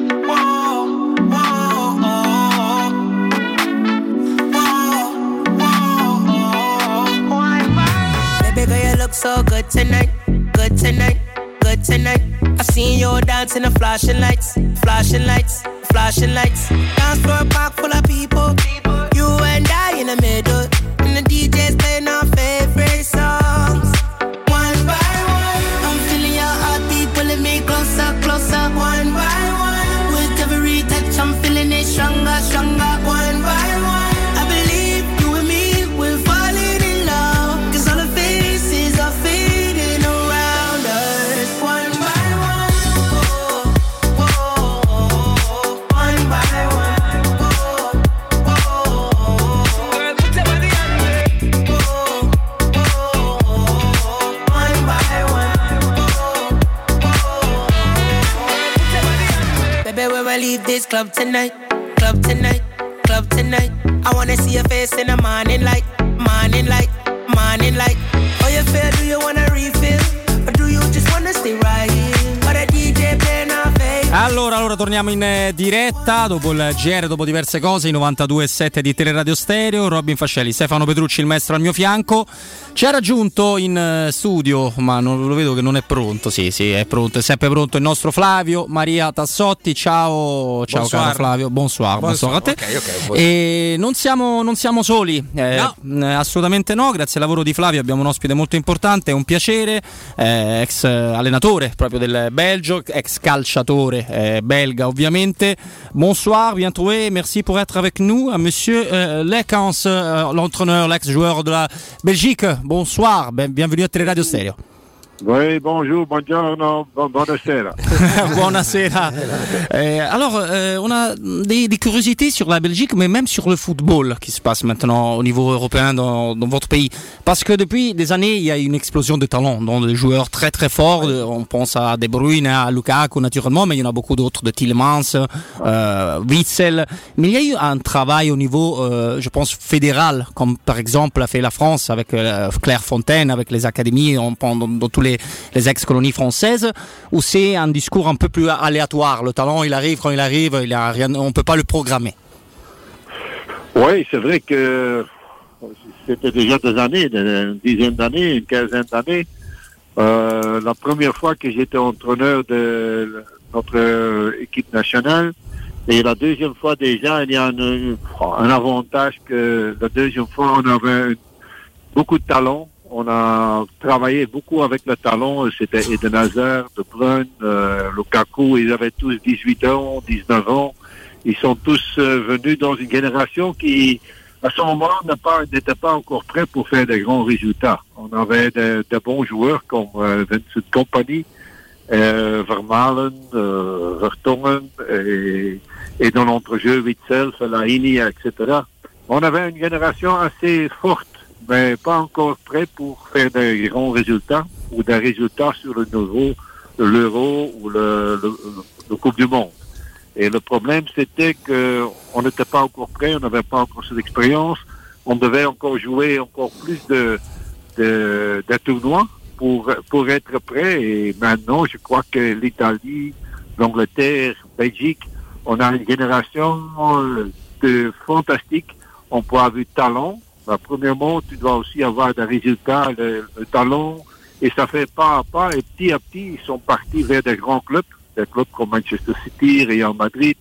Baby girl, you look so good tonight, good tonight, good tonight. I've seen you dance in the flashing lights, flashing lights, flashing lights. Dance floor park full of people, you and I in the middle. And the D J's playing our favorite songs. One by one, I'm feeling your heartbeat pulling me closer, closer. One by one, with every touch I'm feeling it stronger, stronger. One by one, I believe you and me, we're falling in love. Cause all the faces are fading around us. One by one, oh, oh, oh, oh. One by one, oh, oh, oh. Girl, put your body on me. Baby, when I leave this club tonight, club tonight, club tonight, I wanna see your face in the morning light, morning light, morning light. How you feel? Do you wanna refill? Or do you just wanna stay right here? Or the D J playing our favorite? Allora, allora torniamo in eh, diretta dopo il G R, dopo diverse cose, i novantadue virgola sette di Teleradio Stereo. Robin Fascelli, Stefano Petrucci, il maestro al mio fianco. Ci ha raggiunto in eh, studio, ma non, lo vedo che non è pronto. Sì, sì, è pronto, è sempre pronto il nostro Flavio Maria Tassotti. Ciao, ciao Bonsoir. caro Flavio, bonsoir, bonsoir, Bonsoir a te. okay, okay, E non siamo, non siamo soli, eh, no. assolutamente no. Grazie al lavoro di Flavio abbiamo un ospite molto importante, è un piacere, eh, ex allenatore proprio del Belgio, ex calciatore eh, belga ovviamente. Bonsoir, bien trouvé, merci pour être avec nous, monsieur euh, Lekans, euh, l'entraîneur, l'ex-joueur de la Belgique. Bonsoir, ben, bienvenue à Teleradio Stereo. Oui, bonjour, buongiorno, bu- buonasera. Buonasera. Euh, alors, euh, on a des, des curiosités sur la Belgique, mais même sur le football qui se passe maintenant au niveau européen dans, dans votre pays. Parce que depuis des années, il y a une explosion de talents, dans des joueurs très très forts. On pense à De Bruyne, à Lukaku naturellement, mais il y en a beaucoup d'autres, de Tielemans, euh, Witzel. Mais il y a eu un travail au niveau, euh, je pense, fédéral, comme par exemple a fait la France avec euh, Claire Fontaine, avec les académies on, dans, dans tous les, les ex-colonies françaises, où c'est un discours un peu plus aléatoire. Le talent, il arrive quand il arrive, il a rien, on ne peut pas le programmer. Oui, c'est vrai que c'était déjà des années, une dizaine d'années, une quinzaine d'années. Euh, la première fois que j'étais entraîneur de notre équipe nationale, et la deuxième fois déjà, il y a un, un avantage que la deuxième fois, on avait beaucoup de talent. On a travaillé beaucoup avec le talent. C'était Eden Hazard, De Bruyne, euh, Lukaku. Ils avaient tous dix-huit ans, dix-neuf ans. Ils sont tous euh, venus dans une génération qui, à ce moment, n'a pas, n'était pas encore prêt pour faire des grands résultats. On avait de, de bons joueurs comme euh, Vincent Kompany, euh, Vermaelen, euh, Vertonghen et, et dans l'entrejeu Witzel, Fellaini, et cetera. On avait une génération assez forte, mais pas encore prêt pour faire des grands résultats ou des résultats sur le niveau de l'Euro ou le, le, le Coupe du Monde. Et le problème, c'était que on n'était pas encore prêt, on n'avait pas encore cette expérience, on devait encore jouer encore plus de, de, de tournois pour, pour être prêt. Et maintenant, je crois que l'Italie, l'Angleterre, Belgique, on a une génération de fantastique. On peut avoir du talent. Bah, premièrement, tu dois aussi avoir des résultats, le, le talent, et ça fait pas à pas, et petit à petit, ils sont partis vers des grands clubs, des clubs comme Manchester City, Real Madrid,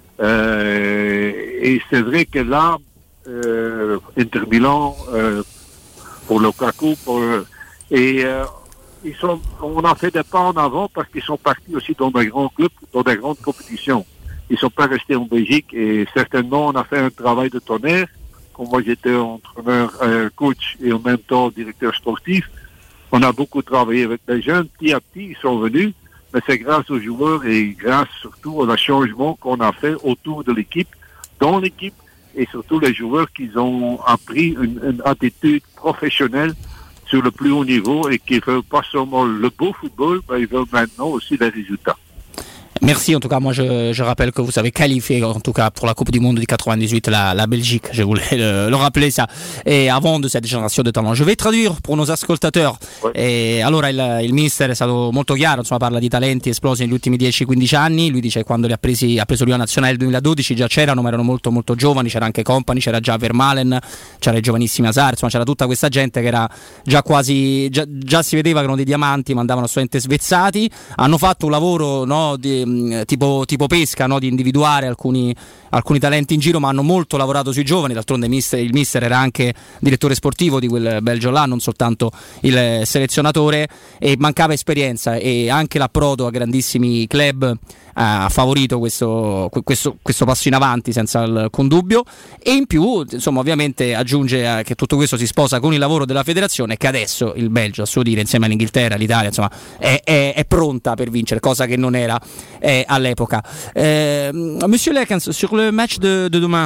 euh, et c'est vrai que là, euh, Inter Milan, euh, pour Lukaku, pour, et euh, ils sont, on a fait des pas en avant parce qu'ils sont partis aussi dans des grands clubs, dans des grandes compétitions. Ils sont pas restés en Belgique, et certainement, on a fait un travail de tonnerre. Comme moi j'étais entraîneur, euh, coach et en même temps directeur sportif, on a beaucoup travaillé avec les jeunes. Petit à petit, ils sont venus, mais c'est grâce aux joueurs et grâce surtout au changement qu'on a fait autour de l'équipe, dans l'équipe, et surtout les joueurs qui ont appris une, une attitude professionnelle sur le plus haut niveau et qui ne veulent pas seulement le beau football, mais ils veulent maintenant aussi les résultats. Merci, en tout cas, moi je, je rappelle que vous avez qualifié, en tout cas pour la Coupe du Monde du quatre-vingt-dix-huit, la, la Belgique, je voulais le, le rappeler ça, e avant de cette génération de talent. Je vais traduire pour nos ascoltatori. E allora il, il mister è stato molto chiaro, insomma parla di talenti esplosi negli ultimi dieci quindici anni, lui dice quando li ha presi, ha preso lui a nazionale nel duemiladodici già c'erano, ma erano molto molto giovani, c'era anche Kompany, c'era già Vermaelen, c'era i giovanissimi Hazard, insomma c'era tutta questa gente che era già quasi, già, già si vedeva che erano dei diamanti, ma andavano assolutamente svezzati, hanno fatto un lavoro, no, di Tipo, tipo pesca, no? Di individuare alcuni, alcuni talenti in giro, ma hanno molto lavorato sui giovani. D'altronde mister, il mister era anche direttore sportivo di quel Belgio là, non soltanto il selezionatore, e mancava esperienza, e anche l'approdo a grandissimi club ha favorito questo, questo, questo passo in avanti senza alcun dubbio. E in più, insomma, ovviamente aggiunge che tutto questo si sposa con il lavoro della federazione, che adesso il Belgio, a suo dire, insieme all'Inghilterra, l'Italia, insomma, è, è, è pronta per vincere, cosa che non era eh, all'epoca. Euh, Monsieur Lekens, sur le match de, de demain,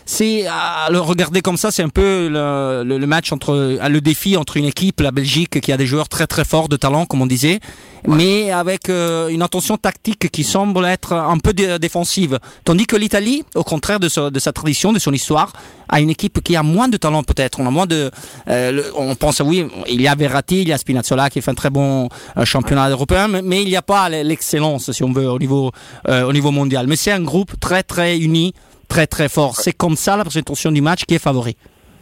c'est à le regarder comme ça, c'est un peu le, le, le match entre le défi entre une équipe, la Belgique, qui a des joueurs très très forts de talent, comme on disait, mais avec euh, une intention tactique qui semble être un peu dé- défensive. Tandis que l'Italie, au contraire de, ce, de sa tradition, de son histoire, a une équipe qui a moins de talent peut-être. On a moins de, euh, le, on pense oui, il y a Verratti, il y a Spinazzola qui fait un très bon euh, championnat européen, mais, mais il n'y a pas l'excellence, si on veut, au niveau euh, au niveau mondial. Mais c'est un groupe très très uni, très très fort. C'est comme ça la présentation du match qui est favori.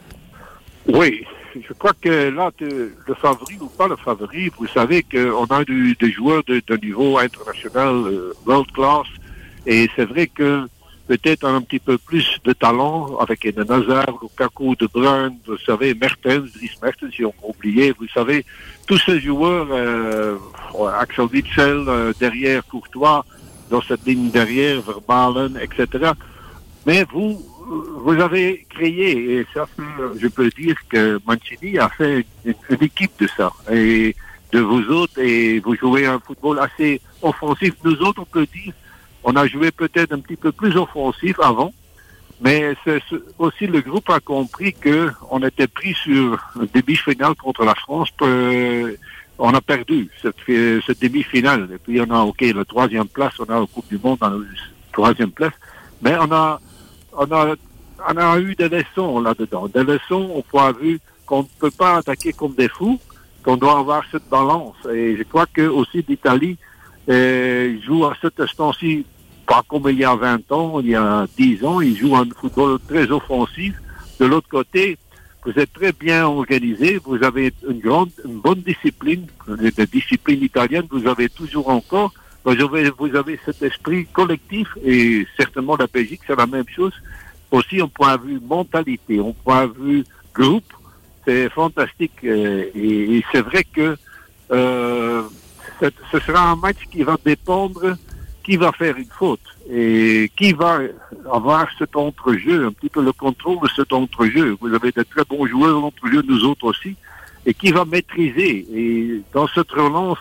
Oui, je crois que là, le favori ou pas le favori, vous savez qu'on a du, des joueurs de, de niveau international, euh, world class, et c'est vrai que peut-être un petit peu plus de talent avec Eden Hazard, Lukaku, De Bruyne, vous savez, Mertens, Dries Mertens, si on peut oublier, vous savez, tous ces joueurs, euh, Axel Witsel, euh, derrière Courtois, dans cette ligne derrière, Vermaelen, et cetera. Mais vous, vous avez créé, et ça, je peux dire que Mancini a fait une, une équipe de ça, et de vous autres, et vous jouez un football assez offensif. Nous autres, on peut dire, on a joué peut-être un petit peu plus offensif avant, mais c'est, c'est aussi le groupe a compris que on était pris sur un demi-finale contre la France. Euh, on a perdu cette, cette demi-finale. Et puis on a, ok, la troisième place, on a la Coupe du Monde, on a la troisième place, mais on a, on a, on a eu des leçons là-dedans. Des leçons, on a vu qu'on ne peut pas attaquer comme des fous, qu'on doit avoir cette balance. Et je crois que aussi l'Italie euh, joue à cet instant-ci, pas comme il y a vingt ans, il y a dix ans, il joue un football très offensif. De l'autre côté, vous êtes très bien organisé, vous avez une grande, une bonne discipline, des disciplines italiennes, vous avez toujours encore, vous avez, vous avez cet esprit collectif, et certainement la Belgique, c'est la même chose. Aussi, au point de vue mentalité, au point de vue groupe, c'est fantastique. Et, et c'est vrai que euh, ce sera un match qui va dépendre qui va faire une faute et qui va avoir cet entrejeu, un petit peu le contrôle de cet entrejeu. Vous avez de très bons joueurs d'entrejeu, nous autres aussi, et qui va maîtriser. Et dans cette relance,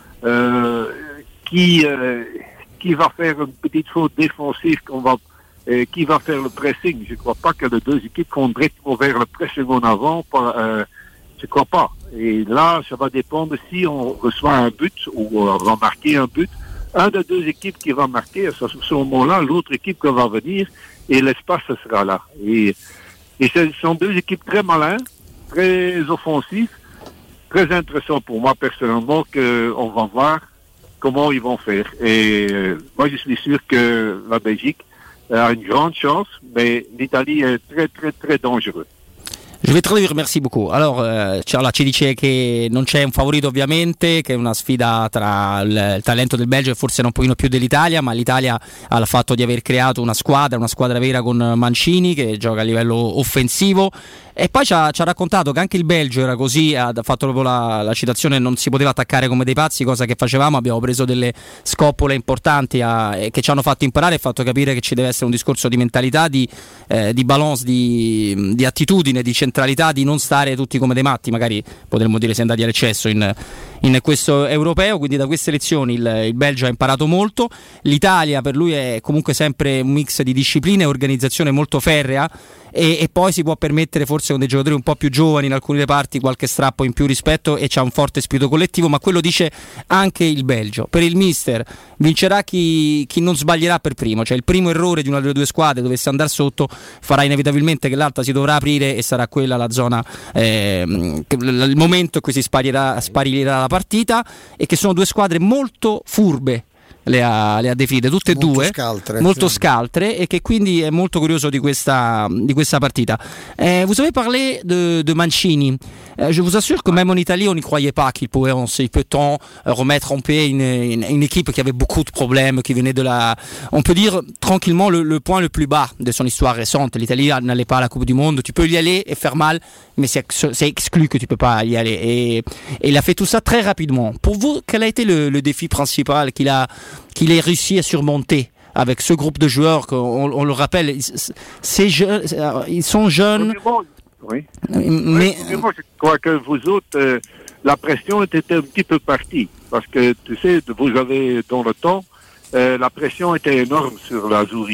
euh, qui euh, qui va faire une petite faute défensive, qu'on va, euh, qui va faire le pressing. Je ne crois pas que les deux équipes vont directement vers le pressing en avant. Par, euh, je ne crois pas. Et là, ça va dépendre si on reçoit un but ou on va marquer un but. Un des deux équipes qui va marquer, à ce moment-là, l'autre équipe qui va venir, et l'espace ce sera là. Et, et ce sont deux équipes très malins, très offensifs, très intéressants pour moi personnellement, qu'on va voir comment ils vont faire. Et euh, moi, je suis sûr que la Belgique a une grande chance, mais l'Italie est très, très, très dangereux. Je vais tradurre, merci beaucoup. Allora, eh, Ciala ci dice che non c'è un favorito ovviamente, che è una sfida tra il, il talento del Belgio e forse un pochino più dell'Italia, ma l'Italia ha il fatto di aver creato una squadra, una squadra vera con Mancini che gioca a livello offensivo, e poi ci ha, ci ha raccontato che anche il Belgio era così, ha fatto proprio la, la citazione, non si poteva attaccare come dei pazzi, cosa che facevamo, abbiamo preso delle scoppole importanti a, eh, che ci hanno fatto imparare e fatto capire che ci deve essere un discorso di mentalità, di, eh, di balance, di, di attitudine, di centralità, di non stare tutti come dei matti, magari potremmo dire si è andati all'eccesso in, in questo europeo, quindi da queste lezioni il, il Belgio ha imparato molto. L'Italia per lui è comunque sempre un mix di discipline e organizzazione molto ferrea, e, e poi si può permettere forse con dei giocatori un po' più giovani in alcune reparti qualche strappo in più rispetto, e c'ha un forte spirito collettivo, ma quello dice anche il Belgio. Per il mister vincerà chi, chi non sbaglierà per primo, cioè il primo errore di una delle due squadre dovesse andare sotto farà inevitabilmente che l'altra si dovrà aprire, e sarà quella la zona, eh, il momento in cui si sparirà, sparirà la partita, e che sono due squadre molto furbe. Le ha, le ha definite tutte e molto due scaltre, molto sì. scaltre, e che quindi è molto curioso di questa, di questa partita. Eh, vous avez parlé de, de Mancini. Euh, je vous assure que même en Italie, on n'y croyait pas qu'il pouvait en si peu de temps remettre en paix une, une, une équipe qui avait beaucoup de problèmes, qui venait de la, on peut dire tranquillement le, le point le plus bas de son histoire récente. L'Italie n'allait pas à la Coupe du Monde. Tu peux y aller et faire mal, mais c'est, c'est exclu que tu peux pas y aller. Et, et il a fait tout ça très rapidement. Pour vous, quel a été le, le défi principal qu'il a qu'il ait réussi à surmonter avec ce groupe de joueurs, qu'on on le rappelle, ces jeunes, ils sont jeunes. Oui. Mais oui, moi, je crois que vous autres, euh, la pression était un petit peu partie, parce que tu sais, vous avez dans le temps, euh, la pression était énorme sur l'Azzurri.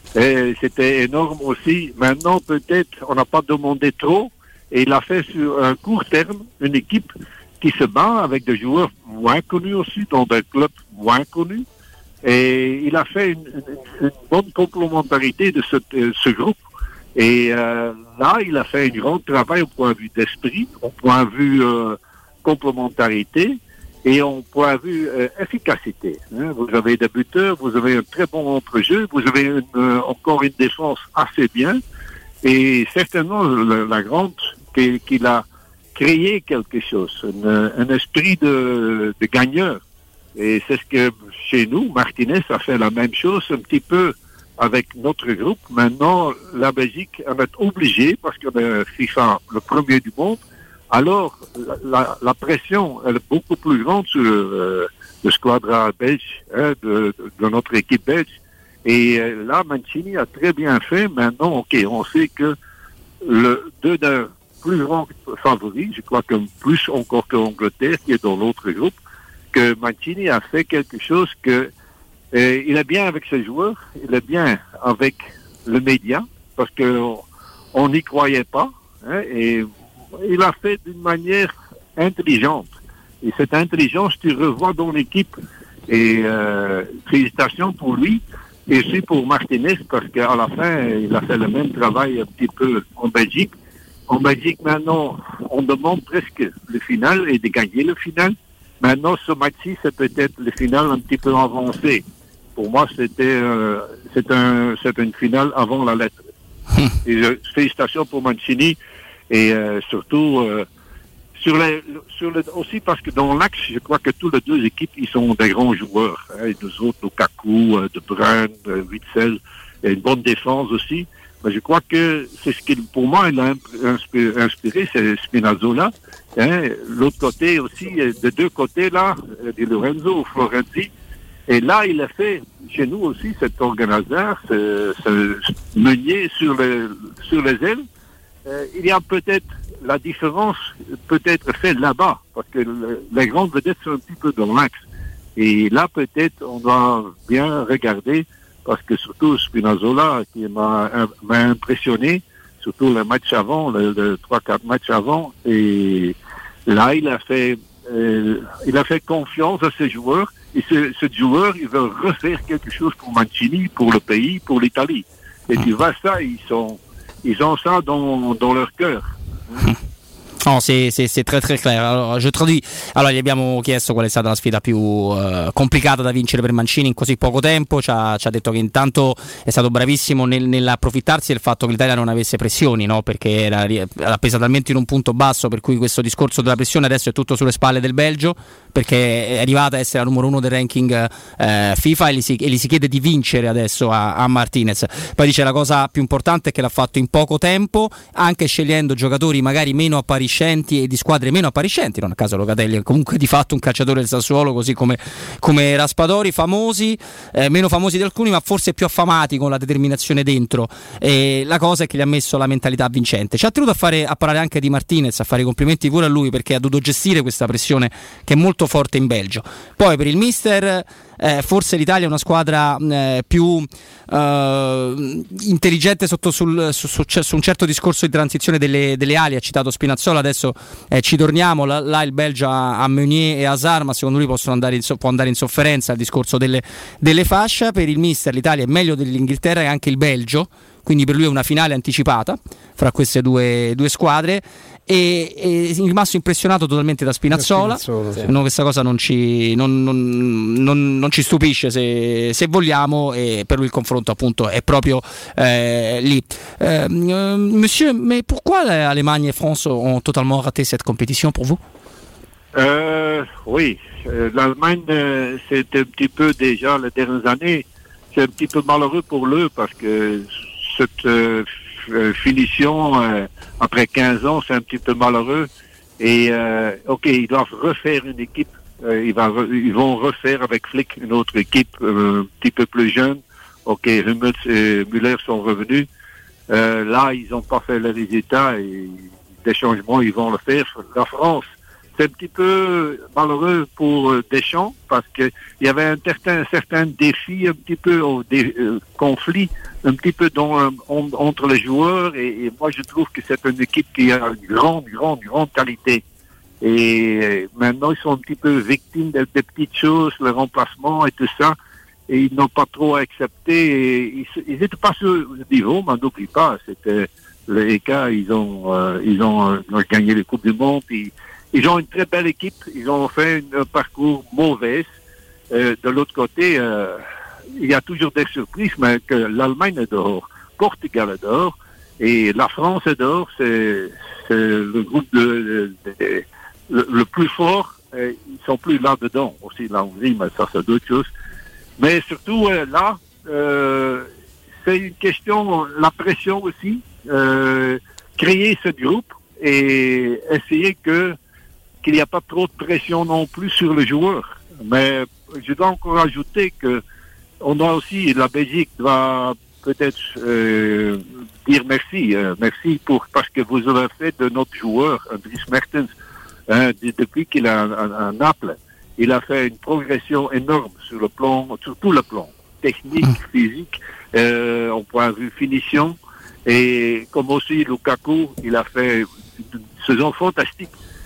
Et c'était énorme aussi. Maintenant, peut-être, on n'a pas demandé trop. Et il a fait sur un court terme une équipe qui se bat avec des joueurs moins connus aussi, dans des clubs moins connus. Et il a fait une, une, une bonne complémentarité de ce, de ce groupe. Et euh, là, il a fait un grand travail au point de vue d'esprit, au point de vue euh, complémentarité et au point de vue euh, efficacité. Hein. Vous avez des buteurs, vous avez un très bon entre-jeu, vous avez une, euh, encore une défense assez bien. Et certainement, la, la grande, qu'il, qu'il a créé quelque chose, un, un esprit de, de gagneur. Et c'est ce que chez nous, Martinez a fait la même chose un petit peu avec notre groupe. Maintenant, la Belgique en est obligée, parce qu'on est FIFA le premier du monde, alors la, la, la pression elle est beaucoup plus grande sur euh, le squadra belge, hein, de, de notre équipe belge. Et euh, là, Mancini a très bien fait. Maintenant, ok, on sait que le deux des plus grands favoris, je crois que plus encore que l'Angleterre, qui est dans l'autre groupe, que Mancini a fait quelque chose que euh, il est bien avec ses joueurs, il est bien avec le média, parce que on n'y croyait pas, hein, et il a fait d'une manière intelligente. Et cette intelligence, tu revois dans l'équipe. Et euh, félicitations pour lui, et aussi pour Martinez, parce qu'à la fin, il a fait le même travail un petit peu en Belgique. En Belgique, maintenant, on demande presque le final et de gagner le final. Maintenant, ce match-ci, c'est peut-être le final un petit peu avancé. Pour moi, c'était euh, c'est un, c'est une finale avant la lettre. Et euh, félicitations pour Mancini et euh, surtout euh, sur les, sur le, aussi parce que dans l'axe, je crois que tous les deux équipes, ils sont des grands joueurs. Hein, et nous autres, Lukaku, euh, De Bruyne, euh, Witsel, et une bonne défense aussi. Mais je crois que c'est ce qui, pour moi, il a inspiré, inspiré c'est Spinazzola. Hein, l'autre côté aussi, de deux côtés là, de Lorenzo, Florenzi. Et là, il a fait, chez nous aussi, cet organisateur, ce, ce meunier sur les, sur les ailes. Euh, il y a peut-être la différence, peut-être fait là-bas, parce que le, les grandes vedettes sont un petit peu dans l'axe. Et là, peut-être, on doit bien regarder, parce que surtout Spinazzola, qui m'a, m'a impressionné, surtout le match avant, le, le trois quatre matchs avant, et là, il a fait, euh, il a fait confiance à ses joueurs. Et ce, ce joueur, il veut refaire quelque chose pour Mancini, pour le pays, pour l'Italie. Et tu vois ça, ils sont, ils ont ça dans, dans leur cœur. No, sì, sì, sì, tre, tre clair. Allora, io traduì. Allora, gli abbiamo chiesto qual è stata la sfida più uh, complicata da vincere per Mancini in così poco tempo. Ci ha, ci ha detto che intanto è stato bravissimo nel, nell'approfittarsi del fatto che l'Italia non avesse pressioni, no? Perché era, era appesa talmente in un punto basso, per cui questo discorso della pressione adesso è tutto sulle spalle del Belgio, perché è arrivata a essere la numero uno del ranking eh, FIFA e gli, si, e gli si chiede di vincere adesso a, a Martinez. Poi dice la cosa più importante è che l'ha fatto in poco tempo, anche scegliendo giocatori magari meno appariscenti e di squadre meno appariscenti. Non a caso Locatelli è comunque di fatto un calciatore del Sassuolo, così come, come Raspadori, famosi, eh, meno famosi di alcuni, ma forse più affamati, con la determinazione dentro. E la cosa è che gli ha messo la mentalità vincente. Ci ha tenuto a, fare, a parlare anche di Martinez, a fare i complimenti pure a lui, perché ha dovuto gestire questa pressione che è molto forte in Belgio. Poi per il mister eh, forse l'Italia è una squadra eh, più eh, intelligente sotto sul, su, su, su un certo discorso di transizione delle, delle ali. Ha citato Spinazzola, adesso eh, ci torniamo, là, là il Belgio ha, ha Meunier e Hazard, ma secondo lui possono andare in, può andare in sofferenza il discorso delle, delle fasce. Per il mister l'Italia è meglio dell'Inghilterra e anche il Belgio, quindi per lui è una finale anticipata fra queste due, due squadre. E, e è rimasto impressionato totalmente da Spinazzola, Spinazzola sì. No, questa cosa non ci, non, non, non, non ci stupisce se, se vogliamo, e per lui il confronto appunto è proprio eh, lì. Euh, monsieur, mais pourquoi l'Allemagne et France ont totalement raté cette compétition pour vous? Euh, oui, l'Allemagne, c'est un petit peu déjà les dernières années, c'est un petit peu malheureux pour eux, parce que cette euh, finition euh, après quinze ans, c'est un petit peu malheureux. Et euh, ok, ils doivent refaire une équipe. Euh, ils, va, ils vont refaire avec Flick une autre équipe euh, un petit peu plus jeune. Ok, Hummels et Müller sont revenus. Euh, là, ils n'ont pas fait le résultat, et des changements, ils vont le faire. La France, c'est un petit peu malheureux pour Deschamps parce qu'il y avait un certain, un certain défi, un petit peu au dé, euh, conflit, un petit peu dans, euh, on, entre les joueurs. Et, et moi, je trouve que c'est une équipe qui a une grande, grande, grande qualité. Et maintenant, ils sont un petit peu victimes des, des petites choses, le remplacement et tout ça. Et ils n'ont pas trop accepté. Et ils n'étaient pas sur le niveau, mais n'oublie pas, c'était les cas, ils ont, euh, ils ont euh, gagné les Coupes du Monde. Ils, ils ont une très belle équipe. Ils ont fait un parcours mauvais. Euh, de l'autre côté, euh, il y a toujours des surprises, mais que l'Allemagne est dehors, Portugal est dehors, et la France est dehors. C'est, c'est le groupe de, de, de, le, le plus fort. Et ils sont plus là-dedans. Aussi la Hongrie, mais ça c'est d'autres choses. Mais surtout euh, là, euh, c'est une question, la pression aussi, euh, créer ce groupe et essayer que qu'il n'y a pas trop de pression non plus sur les joueurs. Mais je dois encore ajouter que on doit aussi, la Belgique doit peut-être euh, dire merci, euh, merci pour parce que vous avez fait de notre joueur, Dries Mertens, hein, depuis qu'il est à Naples. Il a fait une progression énorme sur le plan, sur tout le plan, technique, physique, euh, au point de vue finition. Et comme aussi Lukaku, il a fait une saison fantastique.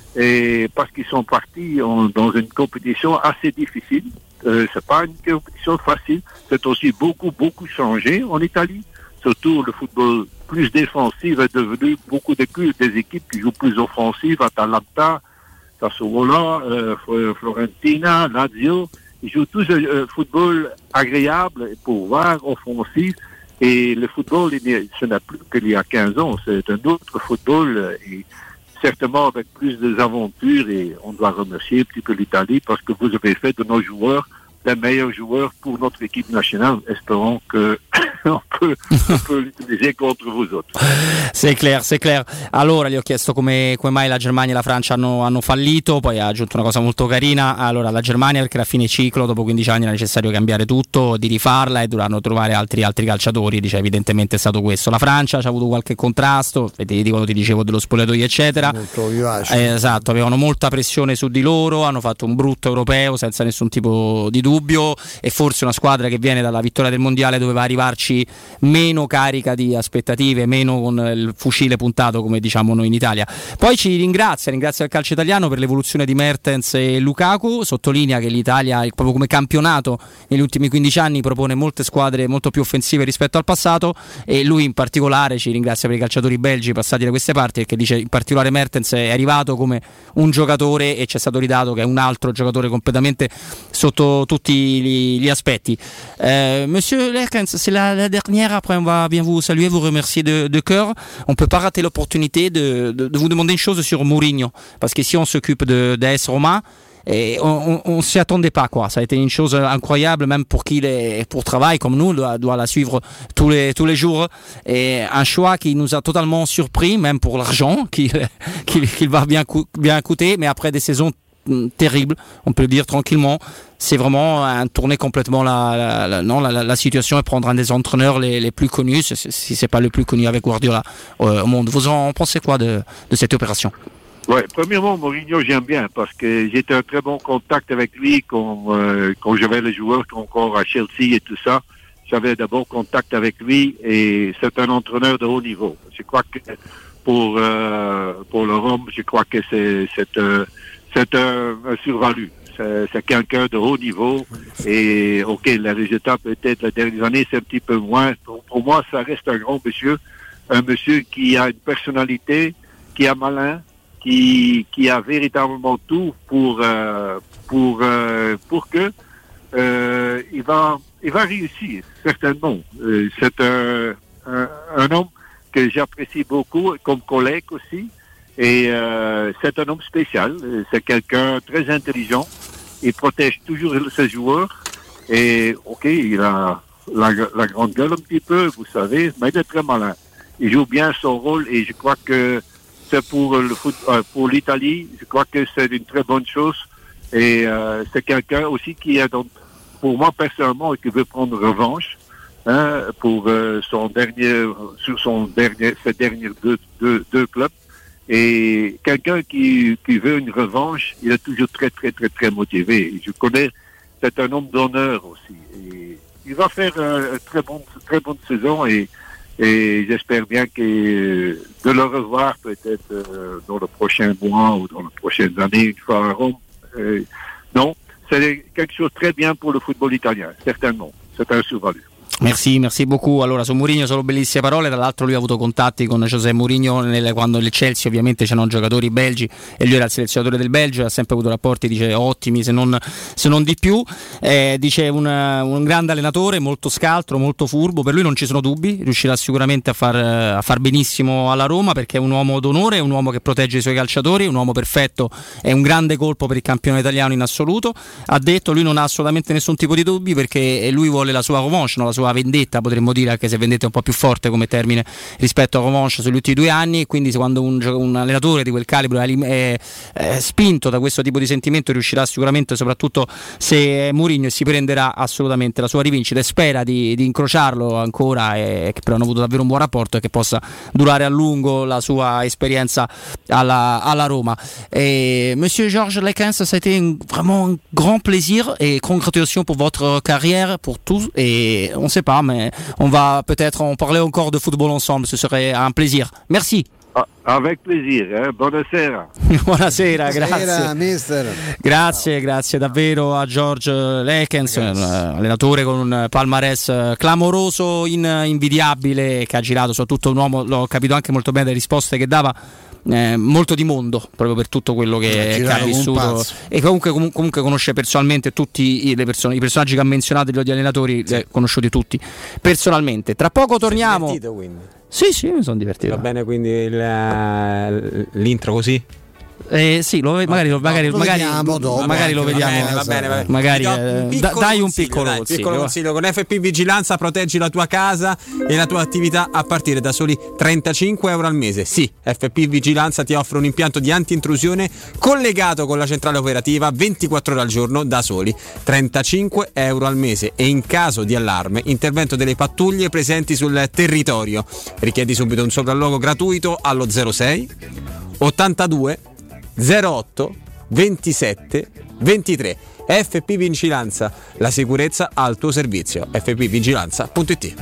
Et parce qu'ils sont partis en, dans une compétition assez difficile. Euh, c'est pas une compétition facile. C'est aussi beaucoup, beaucoup changé en Italie. Surtout le football plus défensif est devenu beaucoup de des équipes qui jouent plus offensives, Atalanta, Sassuolo, euh, Florentina, Lazio, ils jouent tous un euh, football agréable pour voir, offensif, et le football, il ce n'est plus qu'il y a quinze ans, c'est un autre football, euh, et certainement avec plus d'aventures, et on doit remercier un petit peu l'Italie parce que vous avez fait de nos joueurs les meilleurs joueurs pour notre équipe nationale. Espérons que on peut, on peut l'utiliser contro voi autres. C'est clair, c'est clair. Allora gli ho chiesto come, come mai la Germania e la Francia hanno, hanno fallito, poi ha aggiunto una cosa molto carina. Allora la Germania perché era a fine ciclo, dopo quindici anni era necessario cambiare tutto, di rifarla e dovranno trovare altri, altri calciatori, dice, evidentemente è stato questo. La Francia c'ha avuto qualche contrasto, vedi quando ti dicevo dello spogliatoio eccetera, molto vivace. Eh, esatto, avevano molta pressione su di loro, hanno fatto un brutto europeo senza nessun tipo di dubbio, e forse una squadra che viene dalla vittoria del mondiale doveva arrivarci meno carica di aspettative, meno con il fucile puntato come diciamo noi in Italia. Poi ci ringrazia, ringrazia il calcio italiano per l'evoluzione di Mertens e Lukaku, sottolinea che l'Italia proprio come campionato negli ultimi quindici anni propone molte squadre molto più offensive rispetto al passato, e lui in particolare ci ringrazia per i calciatori belgi passati da queste parti, perché dice in particolare Mertens è arrivato come un giocatore e ci è stato ridato che è un altro giocatore completamente sotto tutti gli, gli aspetti. Euh, Monsieur Lerkens, c'est la, la dernière, après on va bien vous saluer, vous remercier de, de cœur. On peut pas rater l'opportunité de, de, de vous demander une chose sur Mourinho, parce qu'ici on s'occupe de, de A S Roma et on, on, on s'y attendait pas, quoi. Ça a été une chose incroyable, même pour qui est pour travail comme nous, doit, doit la suivre tous les tous les jours, et un choix qui nous a totalement surpris, même pour l'argent qu'il qu'il, qu'il va bien bien coûter, mais après des saisons terrible, on peut le dire tranquillement. C'est vraiment un tourner complètement la, la, la, non, la, la situation et prendre un des entraîneurs les, les plus connus, si c'est pas le plus connu avec Guardiola euh, au monde. Vous en pensez quoi de, de cette opération? Ouais, premièrement, Mourinho, j'aime bien parce que j'étais en très bon contact avec lui quand, euh, quand j'avais les joueurs encore à Chelsea et tout ça. J'avais d'abord contact avec lui et c'est un entraîneur de haut niveau. Je crois que pour, euh, pour le Rome, je crois que c'est, c'est euh, c'est un, un survalu. C'est, c'est quelqu'un de haut niveau. Et, ok, les résultats, peut-être, les dernières années, c'est un petit peu moins. Pour, pour moi, ça reste un grand monsieur. Un monsieur qui a une personnalité, qui est malin, qui, qui a véritablement tout pour, euh, pour, euh, pour que, euh, il va, il va réussir, certainement. Euh, c'est un, un, un homme que j'apprécie beaucoup, comme collègue aussi. Et euh, c'est un homme spécial, c'est quelqu'un très intelligent, il protège toujours ses joueurs, et ok, il a la, la grande gueule un petit peu, vous savez, mais il est très malin. Il joue bien son rôle, et je crois que c'est pour le foot, euh, pour l'Italie, je crois que c'est une très bonne chose, et euh, c'est quelqu'un aussi qui est, donc, pour moi personnellement, qui veut prendre revanche, hein, pour euh, son dernier, sur son dernier, ses derniers deux, deux, deux clubs. Et quelqu'un qui, qui veut une revanche, il est toujours très, très, très, très motivé. Je connais, c'est un homme d'honneur aussi. Et il va faire une très bonne, très bonne saison et, et j'espère bien que de le revoir peut-être euh, dans le prochain mois ou dans les prochaines années, une fois à Rome. Euh, non, c'est quelque chose de très bien pour le football italien, certainement. C'est un sous-value. Merci, merci beaucoup. Allora su Mourinho solo bellissime parole. Tra l'altro lui ha avuto contatti con José Mourinho nel, quando nel Chelsea ovviamente c'erano giocatori belgi e lui era il selezionatore del Belgio, ha sempre avuto rapporti, dice, ottimi se non, se non di più. Eh, dice un, un grande allenatore, molto scaltro, molto furbo, per lui non ci sono dubbi, riuscirà sicuramente a far, a far benissimo alla Roma perché è un uomo d'onore, è un uomo che protegge i suoi calciatori, un uomo perfetto, è un grande colpo per il campione italiano in assoluto. Ha detto, lui non ha assolutamente nessun tipo di dubbi perché lui vuole la sua revanche, no? La sua vendetta, potremmo dire, anche se vendetta è un po' più forte come termine rispetto a revanche sugli ultimi due anni, e quindi quando un, un allenatore di quel calibro è, è, è spinto da questo tipo di sentimento riuscirà sicuramente, soprattutto se Mourinho, si prenderà assolutamente la sua rivincita e spera di, di incrociarlo ancora, e che però hanno avuto davvero un buon rapporto e che possa durare a lungo la sua esperienza alla, alla Roma. Et Monsieur Georges Lekens, ça a été un, vraiment un grand plaisir et congratulations pour votre carrière, pour tout, et on sait pas, mais on va peut-être en parler encore de football ensemble, ce serait un plaisir. Merci. Ah, avec plaisir, eh? Buonasera. Buonasera, grazie. Buonasera, mister. Grazie, grazie davvero a George Lekens, allenatore con un palmarès clamoroso, in, invidiabile, che ha girato soprattutto un uomo, l'ho capito anche molto bene dalle risposte che dava, Eh, molto di mondo proprio per tutto quello che, che ha vissuto, e comunque, com- comunque conosce personalmente tutti i, le persone, i personaggi che ha menzionato, gli allenatori, sì. eh, conosciuti tutti personalmente. Tra poco torniamo. Sei divertito, quindi? Sì, sì, mi sono divertito. Va bene quindi il, l'intro così? Eh, sì, lo, magari, lo, magari, lo magari, vediamo dopo, magari lo vediamo. Va bene, va bene, va bene. Magari un eh, da, dai un piccolo dai, consiglio. piccolo consiglio. Con F P Vigilanza proteggi la tua casa e la tua attività a partire da soli trentacinque euro al mese. Sì, F P Vigilanza ti offre un impianto di anti-intrusione collegato con la centrale operativa ventiquattro ore al giorno da soli trentacinque euro al mese, e in caso di allarme intervento delle pattuglie presenti sul territorio. Richiedi subito un sopralluogo gratuito allo zero sei ottantadue zero otto ventisette ventitré. F P Vigilanza, la sicurezza al tuo servizio. f p vigilanza punto it.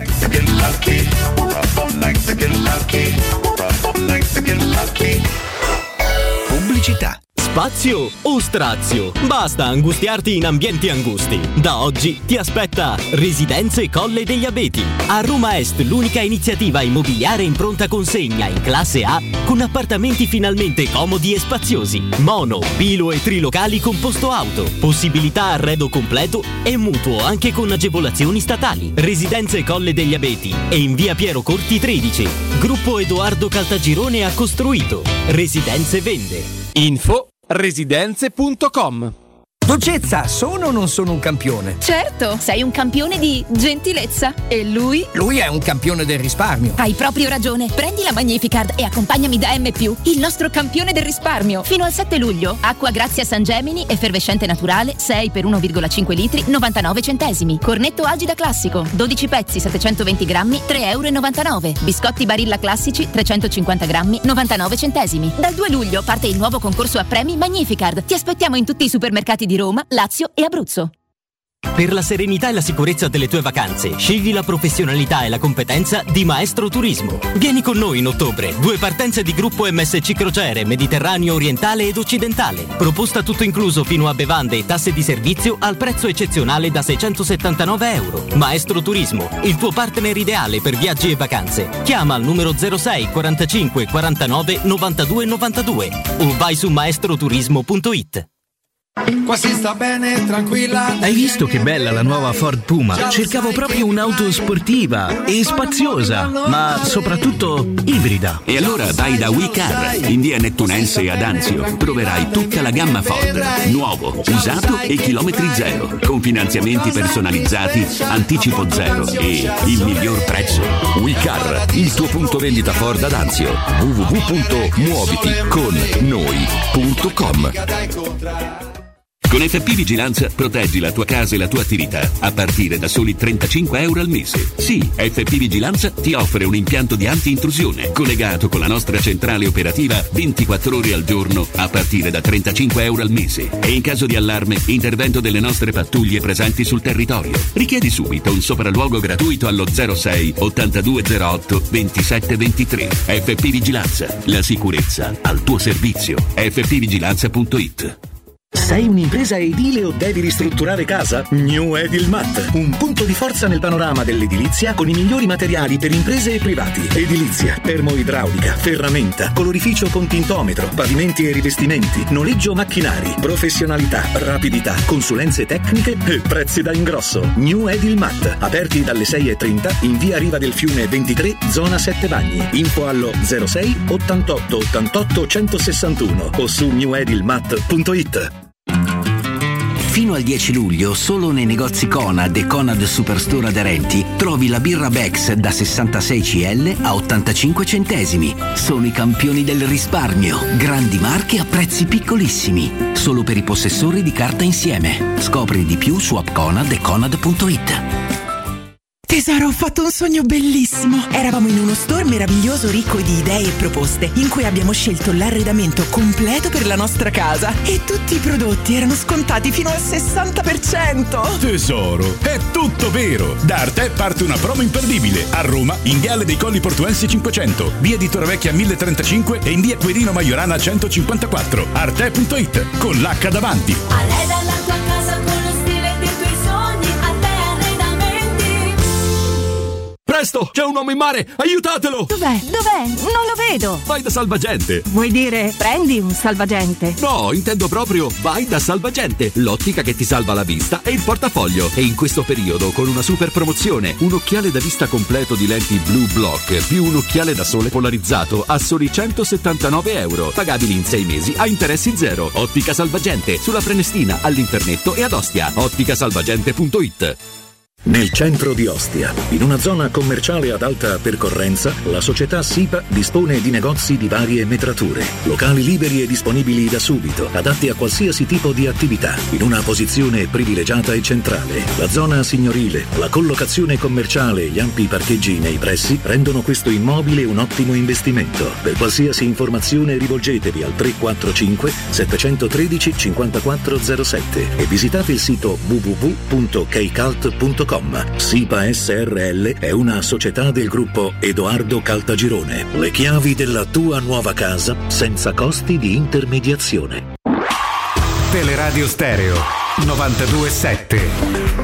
Pubblicità. Spazio o strazio? Basta angustiarti in ambienti angusti. Da oggi ti aspetta Residenze Colle degli Abeti. A Roma Est, l'unica iniziativa immobiliare in pronta consegna in classe A, con appartamenti finalmente comodi e spaziosi, mono, bilo e trilocali con posto auto, possibilità arredo completo e mutuo anche con agevolazioni statali. Residenze Colle degli Abeti e in via Piero Corti tredici. Gruppo Edoardo Caltagirone ha costruito. Residenze vende. Info residenze punto com. Dolcezza, sono o non sono un campione? Certo, sei un campione di gentilezza. E lui? Lui è un campione del risparmio. Hai proprio ragione. Prendi la Magnificard e accompagnami da M più, il nostro campione del risparmio. Fino al sette luglio, acqua Grazia San Gemini, effervescente naturale, sei per uno virgola cinque litri, novantanove centesimi. Cornetto Agida classico, dodici pezzi, settecentoventi grammi, tre euro e novantanove. Biscotti Barilla classici, trecentocinquanta grammi, novantanove centesimi. Dal due luglio parte il nuovo concorso a premi Magnificard. Ti aspettiamo in tutti i supermercati di Roma, Lazio e Abruzzo. Per la serenità e la sicurezza delle tue vacanze, scegli la professionalità e la competenza di Maestro Turismo. Vieni con noi in ottobre. Due partenze di gruppo M S C Crociere, Mediterraneo orientale ed occidentale. Proposta tutto incluso fino a bevande e tasse di servizio al prezzo eccezionale da seicentosettantanove euro. Maestro Turismo, il tuo partner ideale per viaggi e vacanze. Chiama al numero zero sei quarantacinque quarantanove novantadue novantadue o vai su maestroturismo punto it. Qua si sta bene, tranquilla. Hai visto che bella la nuova Ford Puma? Cercavo proprio un'auto sportiva e spaziosa, ma soprattutto ibrida. E allora vai da WeCar, in via Nettunense ad Anzio. Troverai tutta la gamma Ford, nuovo, usato e chilometri zero, con finanziamenti personalizzati, anticipo zero e il miglior prezzo. WeCar, il tuo punto vendita Ford ad Anzio. w w w punto muoviti con noi punto com. Con F P Vigilanza proteggi la tua casa e la tua attività a partire da soli trentacinque euro al mese. Sì, F P Vigilanza ti offre un impianto di anti-intrusione collegato con la nostra centrale operativa ventiquattro ore al giorno a partire da trentacinque euro al mese. E in caso di allarme, intervento delle nostre pattuglie presenti sul territorio. Richiedi subito un sopralluogo gratuito allo zero sei ottantadue zero otto ventisette ventitré. F P Vigilanza, la sicurezza al tuo servizio. F P vigilanza punto it. Sei un'impresa edile o devi ristrutturare casa? New Edilmat, un punto di forza nel panorama dell'edilizia con i migliori materiali per imprese e privati. Edilizia, termoidraulica, ferramenta, colorificio con tintometro, pavimenti e rivestimenti, noleggio macchinari, professionalità, rapidità, consulenze tecniche e prezzi da ingrosso. New Edilmat, aperti dalle sei e trenta in via Riva del Fiume ventitré, zona Sette Bagni. Info allo zero sei ottantotto ottantotto centosessantuno o su new edilmat punto it. Fino al dieci luglio, solo nei negozi Conad e Conad Superstore aderenti, trovi la birra Bex da sessantasei centilitri a ottantacinque centesimi. Sono i campioni del risparmio. Grandi marche a prezzi piccolissimi. Solo per i possessori di carta insieme. Scopri di più su app Conad e conad punto it. Tesoro, ho fatto un sogno bellissimo. Eravamo in uno store meraviglioso ricco di idee e proposte, in cui abbiamo scelto l'arredamento completo per la nostra casa e tutti i prodotti erano scontati fino al sessanta per cento. Tesoro, è tutto vero. Da Arte parte una promo imperdibile. A Roma, in Viale dei Colli Portuensi cinquecento, via di Torrevecchia mille trentacinque e in via Quirino Maiorana centocinquantaquattro. Arte punto it, con l'H davanti. Arreda la tua casa con lo stile dei tuoi sogni. Presto, c'è un uomo in mare, aiutatelo! Dov'è? Dov'è? Non lo vedo! Vai da Salvagente! Vuoi dire prendi un salvagente? No, intendo proprio vai da Salvagente, l'ottica che ti salva la vista e il portafoglio. E in questo periodo con una super promozione, un occhiale da vista completo di lenti Blue Block più un occhiale da sole polarizzato a soli centosettantanove euro, pagabili in sei mesi a interessi zero. Ottica Salvagente, sulla Prenestina, all'Internetto e ad Ostia. ottica salvagente punto it. Nel centro di Ostia, in una zona commerciale ad alta percorrenza, la società SIPA dispone di negozi di varie metrature, locali liberi e disponibili da subito, adatti a qualsiasi tipo di attività, in una posizione privilegiata e centrale. La zona signorile, la collocazione commerciale e gli ampi parcheggi nei pressi rendono questo immobile un ottimo investimento. Per qualsiasi informazione rivolgetevi al tre quattro cinque sette uno tre cinque zero sette e visitate il sito w w w punto keycult punto com. SIPA S R L è una società del gruppo Edoardo Caltagirone. Le chiavi della tua nuova casa senza costi di intermediazione. Teleradio Stereo novantadue sette.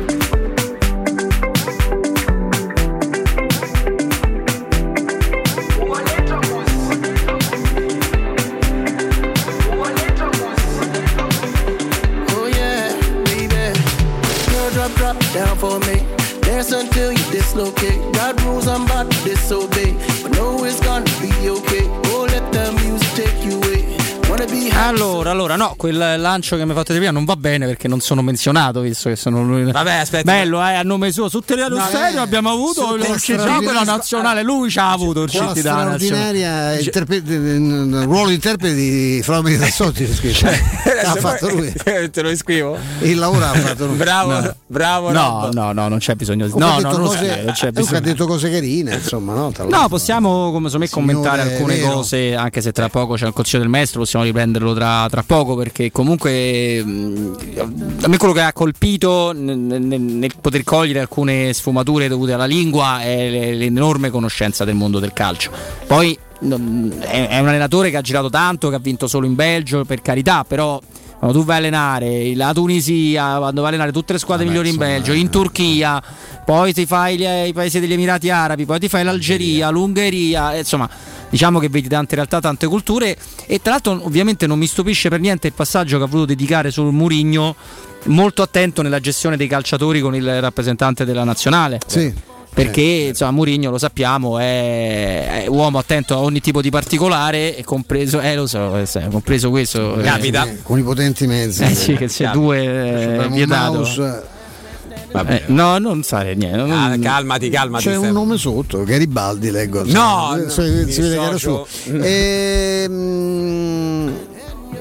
Down for me, dance until you dislocate. God rules, I'm about to disobey, but know it's gonna be okay. Oh, let the music take you away. Allora, allora, no, quel lancio che mi fate prima non va bene perché non sono menzionato, visto che sono lui. Vabbè, aspetta. Bello, eh, a nome suo, su Teleradio no, Stereo eh, abbiamo avuto l'uscita della nazionale, lui ci ha avuto l'uscita della nazionale. Il ruolo di interprete di Flavio Tassotti l'ha fatto lui. Te lo scrivo. Il lavoro ha fatto lui. Bravo, no. bravo. No, no, no, non c'è bisogno di No, no, non cose, non c'è bisogno. Ha detto cose carine, insomma, no? No, possiamo come me commentare alcune vero. cose, anche se tra poco c'è il Consiglio del Maestro, possiamo riprenderlo tra, tra poco, perché comunque mh, a me quello che ha colpito nel, nel, nel poter cogliere alcune sfumature dovute alla lingua è l'enorme conoscenza del mondo del calcio. Poi è, è un allenatore che ha girato tanto, che ha vinto solo in Belgio, per carità, però quando tu vai a allenare la Tunisia, quando vai a allenare tutte le squadre Vabbè, migliori in Belgio, in Turchia, poi ti fai gli, i paesi degli Emirati Arabi, poi ti fai l'Algeria, l'Ungheria, insomma diciamo che vedi tante realtà, tante culture. E tra l'altro ovviamente non mi stupisce per niente il passaggio che ha voluto dedicare sul Mourinho, molto attento nella gestione dei calciatori con il rappresentante della nazionale. Sì. Perché insomma Mourinho, lo sappiamo, è, è uomo attento a ogni tipo di particolare, e compreso, eh lo so, eh, compreso questo. Capita. Eh, con i potenti mezzi. Eh sì, che c'è due eh, vietato. Eh, no, non fare niente. Non... Ah, calmati, calmati. C'è un nome sotto, Garibaldi, leggo. No, si, si vede che era su. E,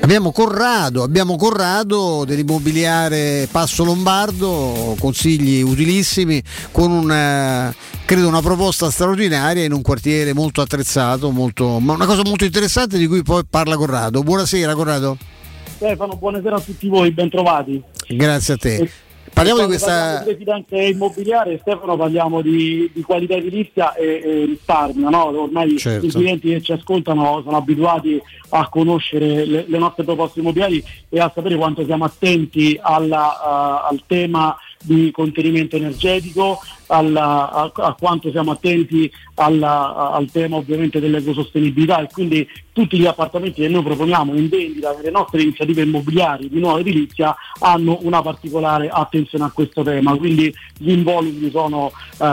Abbiamo Corrado, abbiamo Corrado dell'immobiliare Passo Lombardo, consigli utilissimi con un, credo una proposta straordinaria in un quartiere molto attrezzato, molto, ma una cosa molto interessante di cui poi parla Corrado. Buonasera Corrado. Stefano, buonasera a tutti voi, bentrovati. Grazie a te. Parliamo di questa parliamo di residenza immobiliare, Stefano, parliamo di, di qualità edilizia e, e risparmio, no? Ormai certo. I clienti che ci ascoltano sono abituati a conoscere le, le nostre proposte immobiliari e a sapere quanto siamo attenti alla, uh, al tema di contenimento energetico, alla, a, a quanto siamo attenti alla, al tema ovviamente dell'ecosostenibilità, e quindi tutti gli appartamenti che noi proponiamo in vendita nelle nostre iniziative immobiliari di nuova edilizia hanno una particolare attenzione a questo tema, quindi gli involucri sono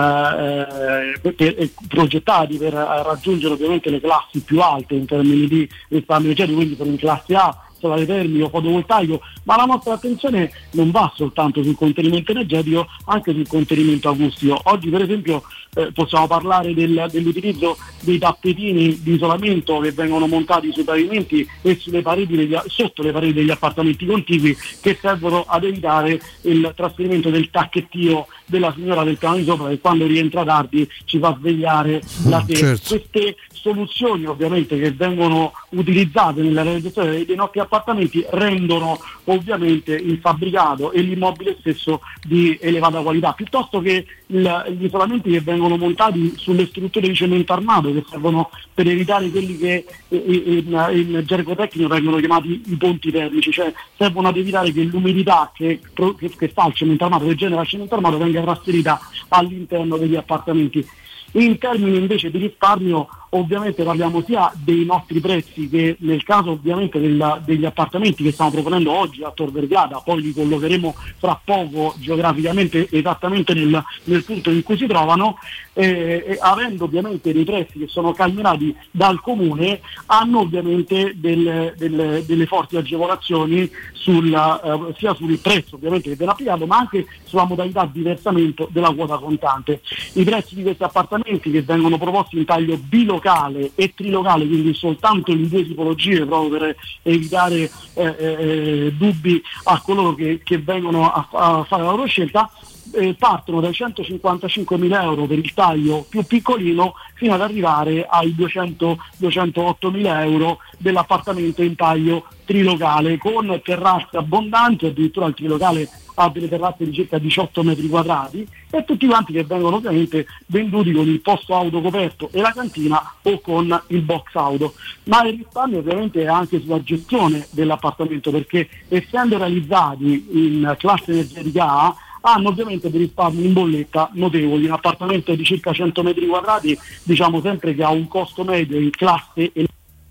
eh, per, progettati per raggiungere ovviamente le classi più alte in termini di risparmio energetico, quindi sono in classe A, solare termico, fotovoltaico, ma la nostra attenzione non va soltanto sul contenimento energetico, anche sul contenimento acustico. Oggi per esempio eh, possiamo parlare del, dell'utilizzo dei tappetini di isolamento che vengono montati sui pavimenti e sulle pareti degli, sotto le pareti degli appartamenti contigui, che servono ad evitare il trasferimento del tacchettio della signora del piano di sopra, che quando rientra tardi ci fa svegliare la sera. Certo. Queste soluzioni ovviamente che vengono utilizzate nella realizzazione dei nostri appartamenti rendono ovviamente il fabbricato e l'immobile stesso di elevata qualità, piuttosto che il, gli isolamenti che vengono montati sulle strutture di cemento armato, che servono per evitare quelli che in, in gergo tecnico vengono chiamati i ponti termici, cioè servono ad evitare che l'umidità che, che, che fa il cemento armato, che genera il cemento armato, venga trasferita all'interno degli appartamenti. In termini invece di risparmio ovviamente parliamo sia dei nostri prezzi, che nel caso ovviamente del, degli appartamenti che stiamo proponendo oggi a Tor Vergata, poi li collocheremo fra poco geograficamente esattamente nel, nel punto in cui si trovano, eh, eh, avendo ovviamente dei prezzi che sono calmierati dal comune, hanno ovviamente delle, delle, delle forti agevolazioni sul, eh, sia sul prezzo ovviamente che viene applicato, ma anche sulla modalità di versamento della quota contante. I prezzi di questi appartamenti, che vengono proposti in taglio bilocale e trilocale, quindi soltanto in due tipologie, proprio per evitare eh, eh, dubbi a coloro che, che vengono a, a fare la loro scelta, eh, partono dai centocinquantacinquemila euro per il taglio più piccolino fino ad arrivare ai duecento duecentoottomila euro dell'appartamento in taglio trilocale, con terrazze abbondanti, addirittura il trilocale ha delle terrazze di circa diciotto metri quadrati, e tutti quanti che vengono ovviamente venduti con il posto auto coperto e la cantina o con il box auto. Ma il risparmio ovviamente è anche sulla gestione dell'appartamento, perché essendo realizzati in classe energetica A hanno ovviamente dei risparmi in bolletta notevoli. Un appartamento di circa cento metri quadrati, diciamo sempre che ha un costo medio in classe e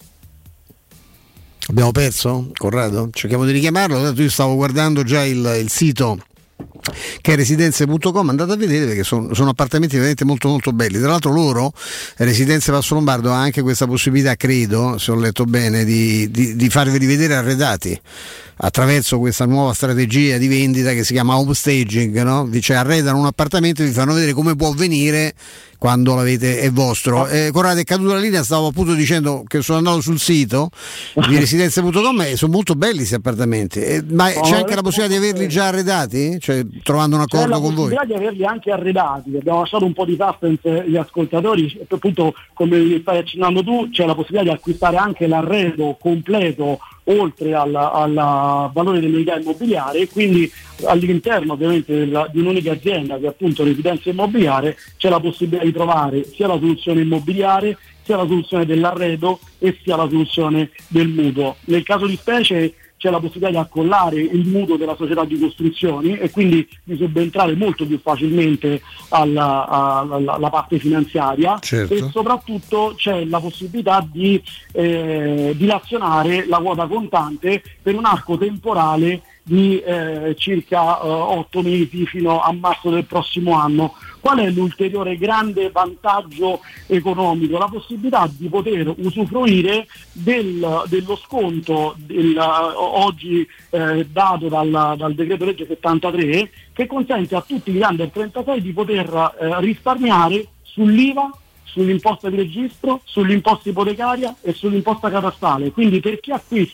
Abbiamo perso Corrado? Cerchiamo di richiamarlo. Tanto io stavo guardando già il, il sito che è residenze punto com, andate a vedere perché sono, sono appartamenti veramente molto molto belli. Tra l'altro loro, Residenze Passo Lombardo, ha anche questa possibilità, credo, se ho letto bene, di, di, di farveli vedere arredati attraverso questa nuova strategia di vendita che si chiama home staging, no? Cioè arredano un appartamento e vi fanno vedere come può venire quando l'avete, è vostro. Eh, Corrado, è caduta la linea, stavo appunto dicendo che sono andato sul sito di residenze punto com e sono molto belli questi appartamenti, eh, ma c'è anche la possibilità di averli già arredati? Cioè trovando un accordo con voi? C'è la possibilità di averli anche arredati, abbiamo lasciato un po' di suspense agli ascoltatori, appunto come stai accennando tu, c'è la possibilità di acquistare anche l'arredo completo oltre al valore dell'unità immobiliare, e quindi all'interno ovviamente della, di un'unica azienda che è appunto Residenza Immobiliare c'è la possibilità di trovare sia la soluzione immobiliare, sia la soluzione dell'arredo e sia la soluzione del mutuo. Nel caso di specie c'è la possibilità di accollare il mutuo della società di costruzioni e quindi di subentrare molto più facilmente alla, alla, alla parte finanziaria. Certo. E soprattutto c'è la possibilità di eh, dilazionare la quota contante per un arco temporale di eh, circa eh, otto mesi fino a marzo del prossimo anno. Qual è l'ulteriore grande vantaggio economico? La possibilità di poter usufruire del, dello sconto del, oggi eh, dato dal, dal decreto legge settantatré, che consente a tutti gli under trentasei di poter eh, risparmiare sull'I V A, sull'imposta di registro, sull'imposta ipotecaria e sull'imposta catastale. Quindi per chi acquista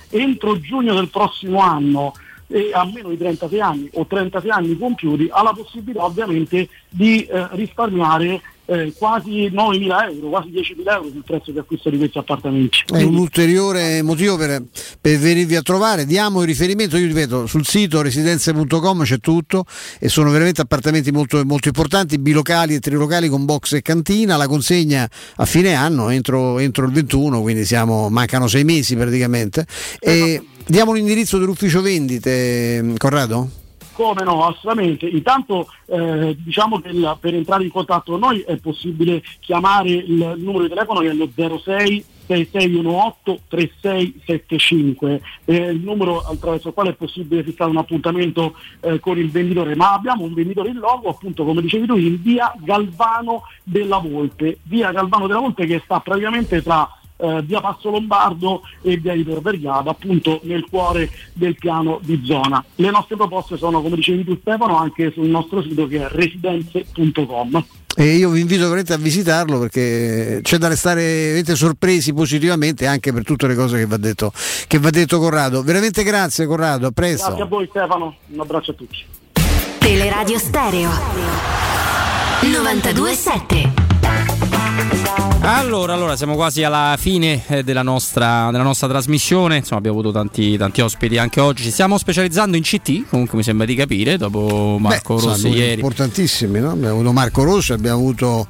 entro giugno del prossimo anno e a meno di trentasei anni o trentasei anni compiuti ha la possibilità ovviamente di eh, risparmiare eh, quasi novemila euro, quasi diecimila euro sul prezzo di acquisto di questi appartamenti. È un ulteriore motivo per, per venirvi a trovare. Diamo il riferimento, io ripeto, sul sito residenze punto com c'è tutto e sono veramente appartamenti molto, molto importanti, bilocali e trilocali con box e cantina. La consegna a fine anno, entro, entro il ventuno, quindi siamo, mancano sei mesi praticamente. E diamo l'indirizzo dell'ufficio vendite, Corrado? Come no, assolutamente. Intanto eh, diciamo che il, per entrare in contatto con noi è possibile chiamare il numero di telefono che è lo zero sei sei sei uno otto tre sei sette cinque, eh, il numero attraverso il quale è possibile fissare un appuntamento eh, con il venditore, ma abbiamo un venditore in loco, appunto come dicevi tu, in via Galvano della Volpe, via Galvano della Volpe che sta praticamente tra Uh, via Passo Lombardo e via di Tor Vergata, appunto nel cuore del piano di zona. Le nostre proposte sono, come dicevi tu Stefano, anche sul nostro sito che è residenze punto com. E io vi invito veramente a visitarlo perché c'è da restare veramente sorpresi positivamente anche per tutte le cose che va detto, che va detto Corrado. Veramente grazie Corrado, a presto. Grazie a voi Stefano, un abbraccio a tutti. Teleradio Stereo novantadue sette. Allora, allora, siamo quasi alla fine eh, della, nostra, della nostra trasmissione. Insomma, abbiamo avuto tanti, tanti ospiti anche oggi. Ci stiamo specializzando in C T, comunque mi sembra di capire, dopo Marco Beh, Rossi ieri. Importantissimi, no? Abbiamo avuto Marco Rossi, abbiamo avuto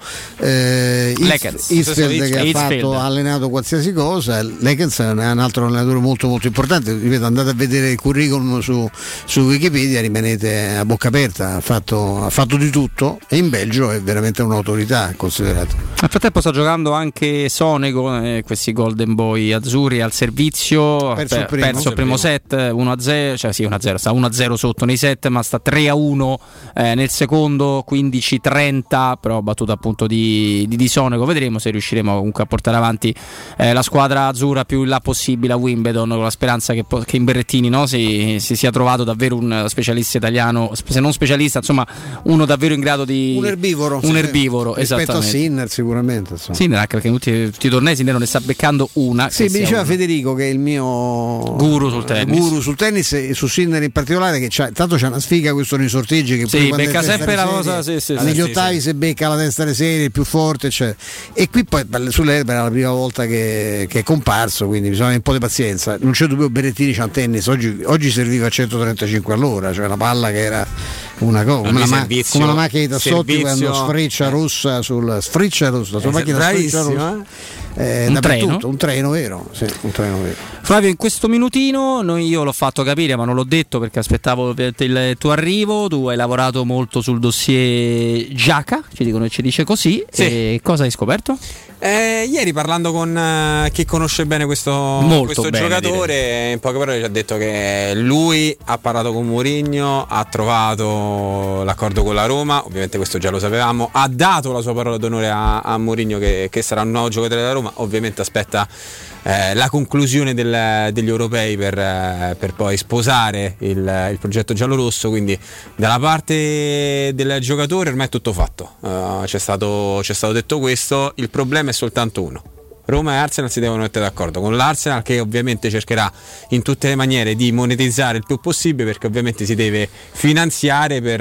eh, Isfeld che ha fatto, ha allenato qualsiasi cosa. Lekens è un altro allenatore molto molto importante. Ripeto, andate a vedere il curriculum su, su Wikipedia, rimanete a bocca aperta. Ha fatto, ha fatto di tutto e in Belgio è veramente un'autorità considerata. Nel frattempo sta giocando anche Sonego, eh, questi Golden Boy azzurri al servizio, ha perso, per, primo, perso il primo set uno a zero, cioè sì uno a zero, sta uno a zero sotto nei set, ma sta tre a uno eh, nel secondo, quindici trenta, però battuta appunto di, di, di Sonego. Vedremo se riusciremo comunque a portare avanti eh, la squadra azzurra più in là possibile a Wimbledon, con la speranza che, che in Berrettini, no, si, si sia trovato davvero un specialista italiano, se non specialista insomma uno davvero in grado di un erbivoro, un erbivoro rispetto esattamente. a Sinner sicuramente insomma. Sinner anche perché in tutti, tutti i tornei Sinner ne sta beccando una. Sì, mi diceva una. Federico che è il mio guru sul tennis, guru sul tennis e su Sinner in particolare, che c'ha, tanto c'è una sfiga questo nei sorteggi che sì, becca sempre la cosa sì, sì, negli sì, ottavi sì. Se becca la testa delle serie il più forte eccetera. E qui poi sull'erba era la prima volta che, che è comparso, quindi bisogna un po' di pazienza. Non c'è dubbio, Berrettini c'ha un tennis oggi, oggi serviva a centotrentacinque all'ora, cioè una palla che era una cosa come, ma- come la macchina di Tassotti quando sfreccia rossa sul sfreccia rossa la sua eh, macchina sfreccia rossa eh, un treno un treno vero sì, un treno vero. Flavio, in questo minutino noi, io l'ho fatto capire ma non l'ho detto perché aspettavo il tuo arrivo. Tu hai lavorato molto sul dossier Giaca, ci dicono e ci dice così, sì. E cosa hai scoperto? Eh, ieri parlando con uh, chi conosce bene questo, questo bene, giocatore direi. In poche parole ci ha detto che lui ha parlato con Mourinho, ha trovato l'accordo con la Roma, ovviamente questo già lo sapevamo, ha dato la sua parola d'onore a, a Mourinho che, che sarà un nuovo giocatore della Roma, ovviamente aspetta eh, la conclusione del, degli europei per, eh, per poi sposare il, il progetto giallorosso, quindi dalla parte del giocatore ormai è tutto fatto, uh, c'è stato, c'è stato detto questo, il problema è soltanto uno: Roma e Arsenal si devono mettere d'accordo, con l'Arsenal che ovviamente cercherà in tutte le maniere di monetizzare il più possibile, perché ovviamente si deve finanziare per,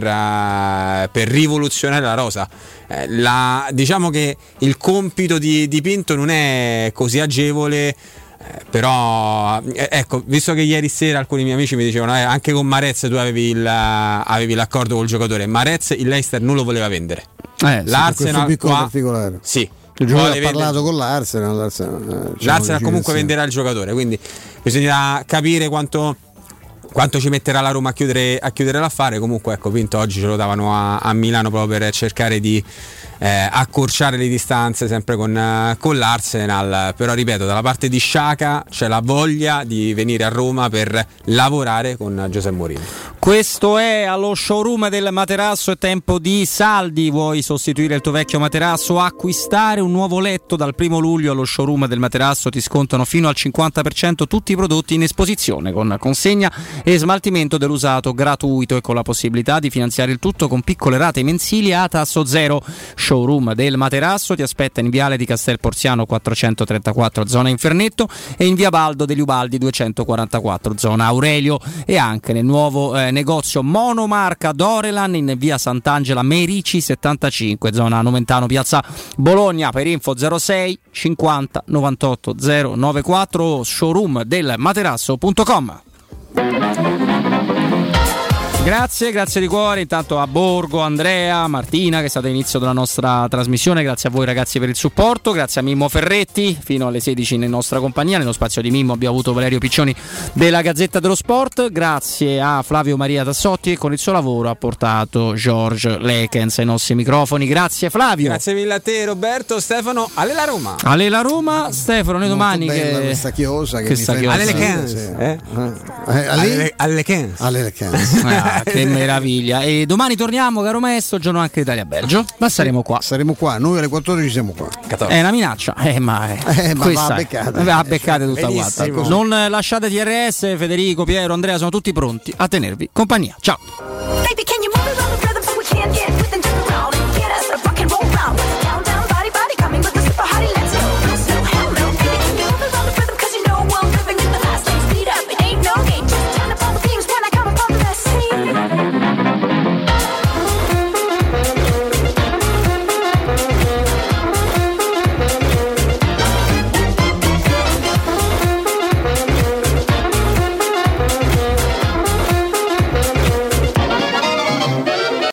uh, per rivoluzionare la rosa. Eh, la, diciamo che il compito di, di Pinto non è così agevole, eh, però eh, ecco, visto che ieri sera alcuni miei amici mi dicevano eh, anche con Marez tu avevi, il, avevi l'accordo col giocatore, Marez il Leicester non lo voleva vendere, eh, l'Arsenal sì, qua, particolare. Sì, il giocatore ha parlato con l'Arsenal, l'Arsenal, eh, diciamo l'Arsenal comunque venderà il giocatore, quindi bisognerà capire quanto, quanto ci metterà la Roma a chiudere, a chiudere l'affare. Comunque ecco, Pinto oggi ce lo davano a, a Milano proprio per cercare di eh, accorciare le distanze sempre con, uh, con l'Arsenal, però ripeto, dalla parte di Sciacca c'è la voglia di venire a Roma per lavorare con Giuseppe Mourinho. Questo è allo showroom del materasso, è tempo di saldi. Vuoi sostituire il tuo vecchio materasso o acquistare un nuovo letto? Dal primo luglio allo showroom del materasso ti scontano fino al cinquanta per cento tutti i prodotti in esposizione, con consegna e smaltimento dell'usato gratuito e con la possibilità di finanziare il tutto con piccole rate mensili a tasso zero. showroom del Materasso ti aspetta in viale di Castel Porziano quattrocentotrentaquattro zona Infernetto e in via Baldo degli Ubaldi duecentoquarantaquattro zona Aurelio, e anche nel nuovo eh, negozio monomarca Dorelan in via Sant'Angela Merici settantacinque zona Nomentano piazza Bologna. Per info zero sei cinquanta novantotto zero novantaquattro showroom del materasso punto com. Grazie, grazie di cuore intanto a Borgo, Andrea, Martina che è stata all'inizio della nostra trasmissione, grazie a voi ragazzi per il supporto, grazie a Mimmo Ferretti fino alle sedici in nostra compagnia. Nello spazio di Mimmo abbiamo avuto Valerio Piccioni della Gazzetta dello Sport, grazie a Flavio Maria Tassotti che con il suo lavoro ha portato George Lekens ai nostri microfoni. Grazie Flavio. Grazie mille a te Roberto. Stefano, Allela Roma. Allela Roma, Stefano, noi domani bella che questa chiosa che questa mi chiosa. Alle Lekens. Eh? Eh, alle, alle Lekens. Alle Lekens. Ah, che meraviglia. E domani torniamo, caro maestro, giorno anche Italia-Belgio, ma saremo qua. Saremo qua, noi alle quattordici siamo qua. È una minaccia, eh, ma, è, eh, ma va a beccate. Va a beccate tutta Benissimo. quanta. Non lasciate T R S, Federico, Piero, Andrea, sono tutti pronti a tenervi compagnia. Ciao. Baby, can you move it on the rhythm so we can't get with and turn around?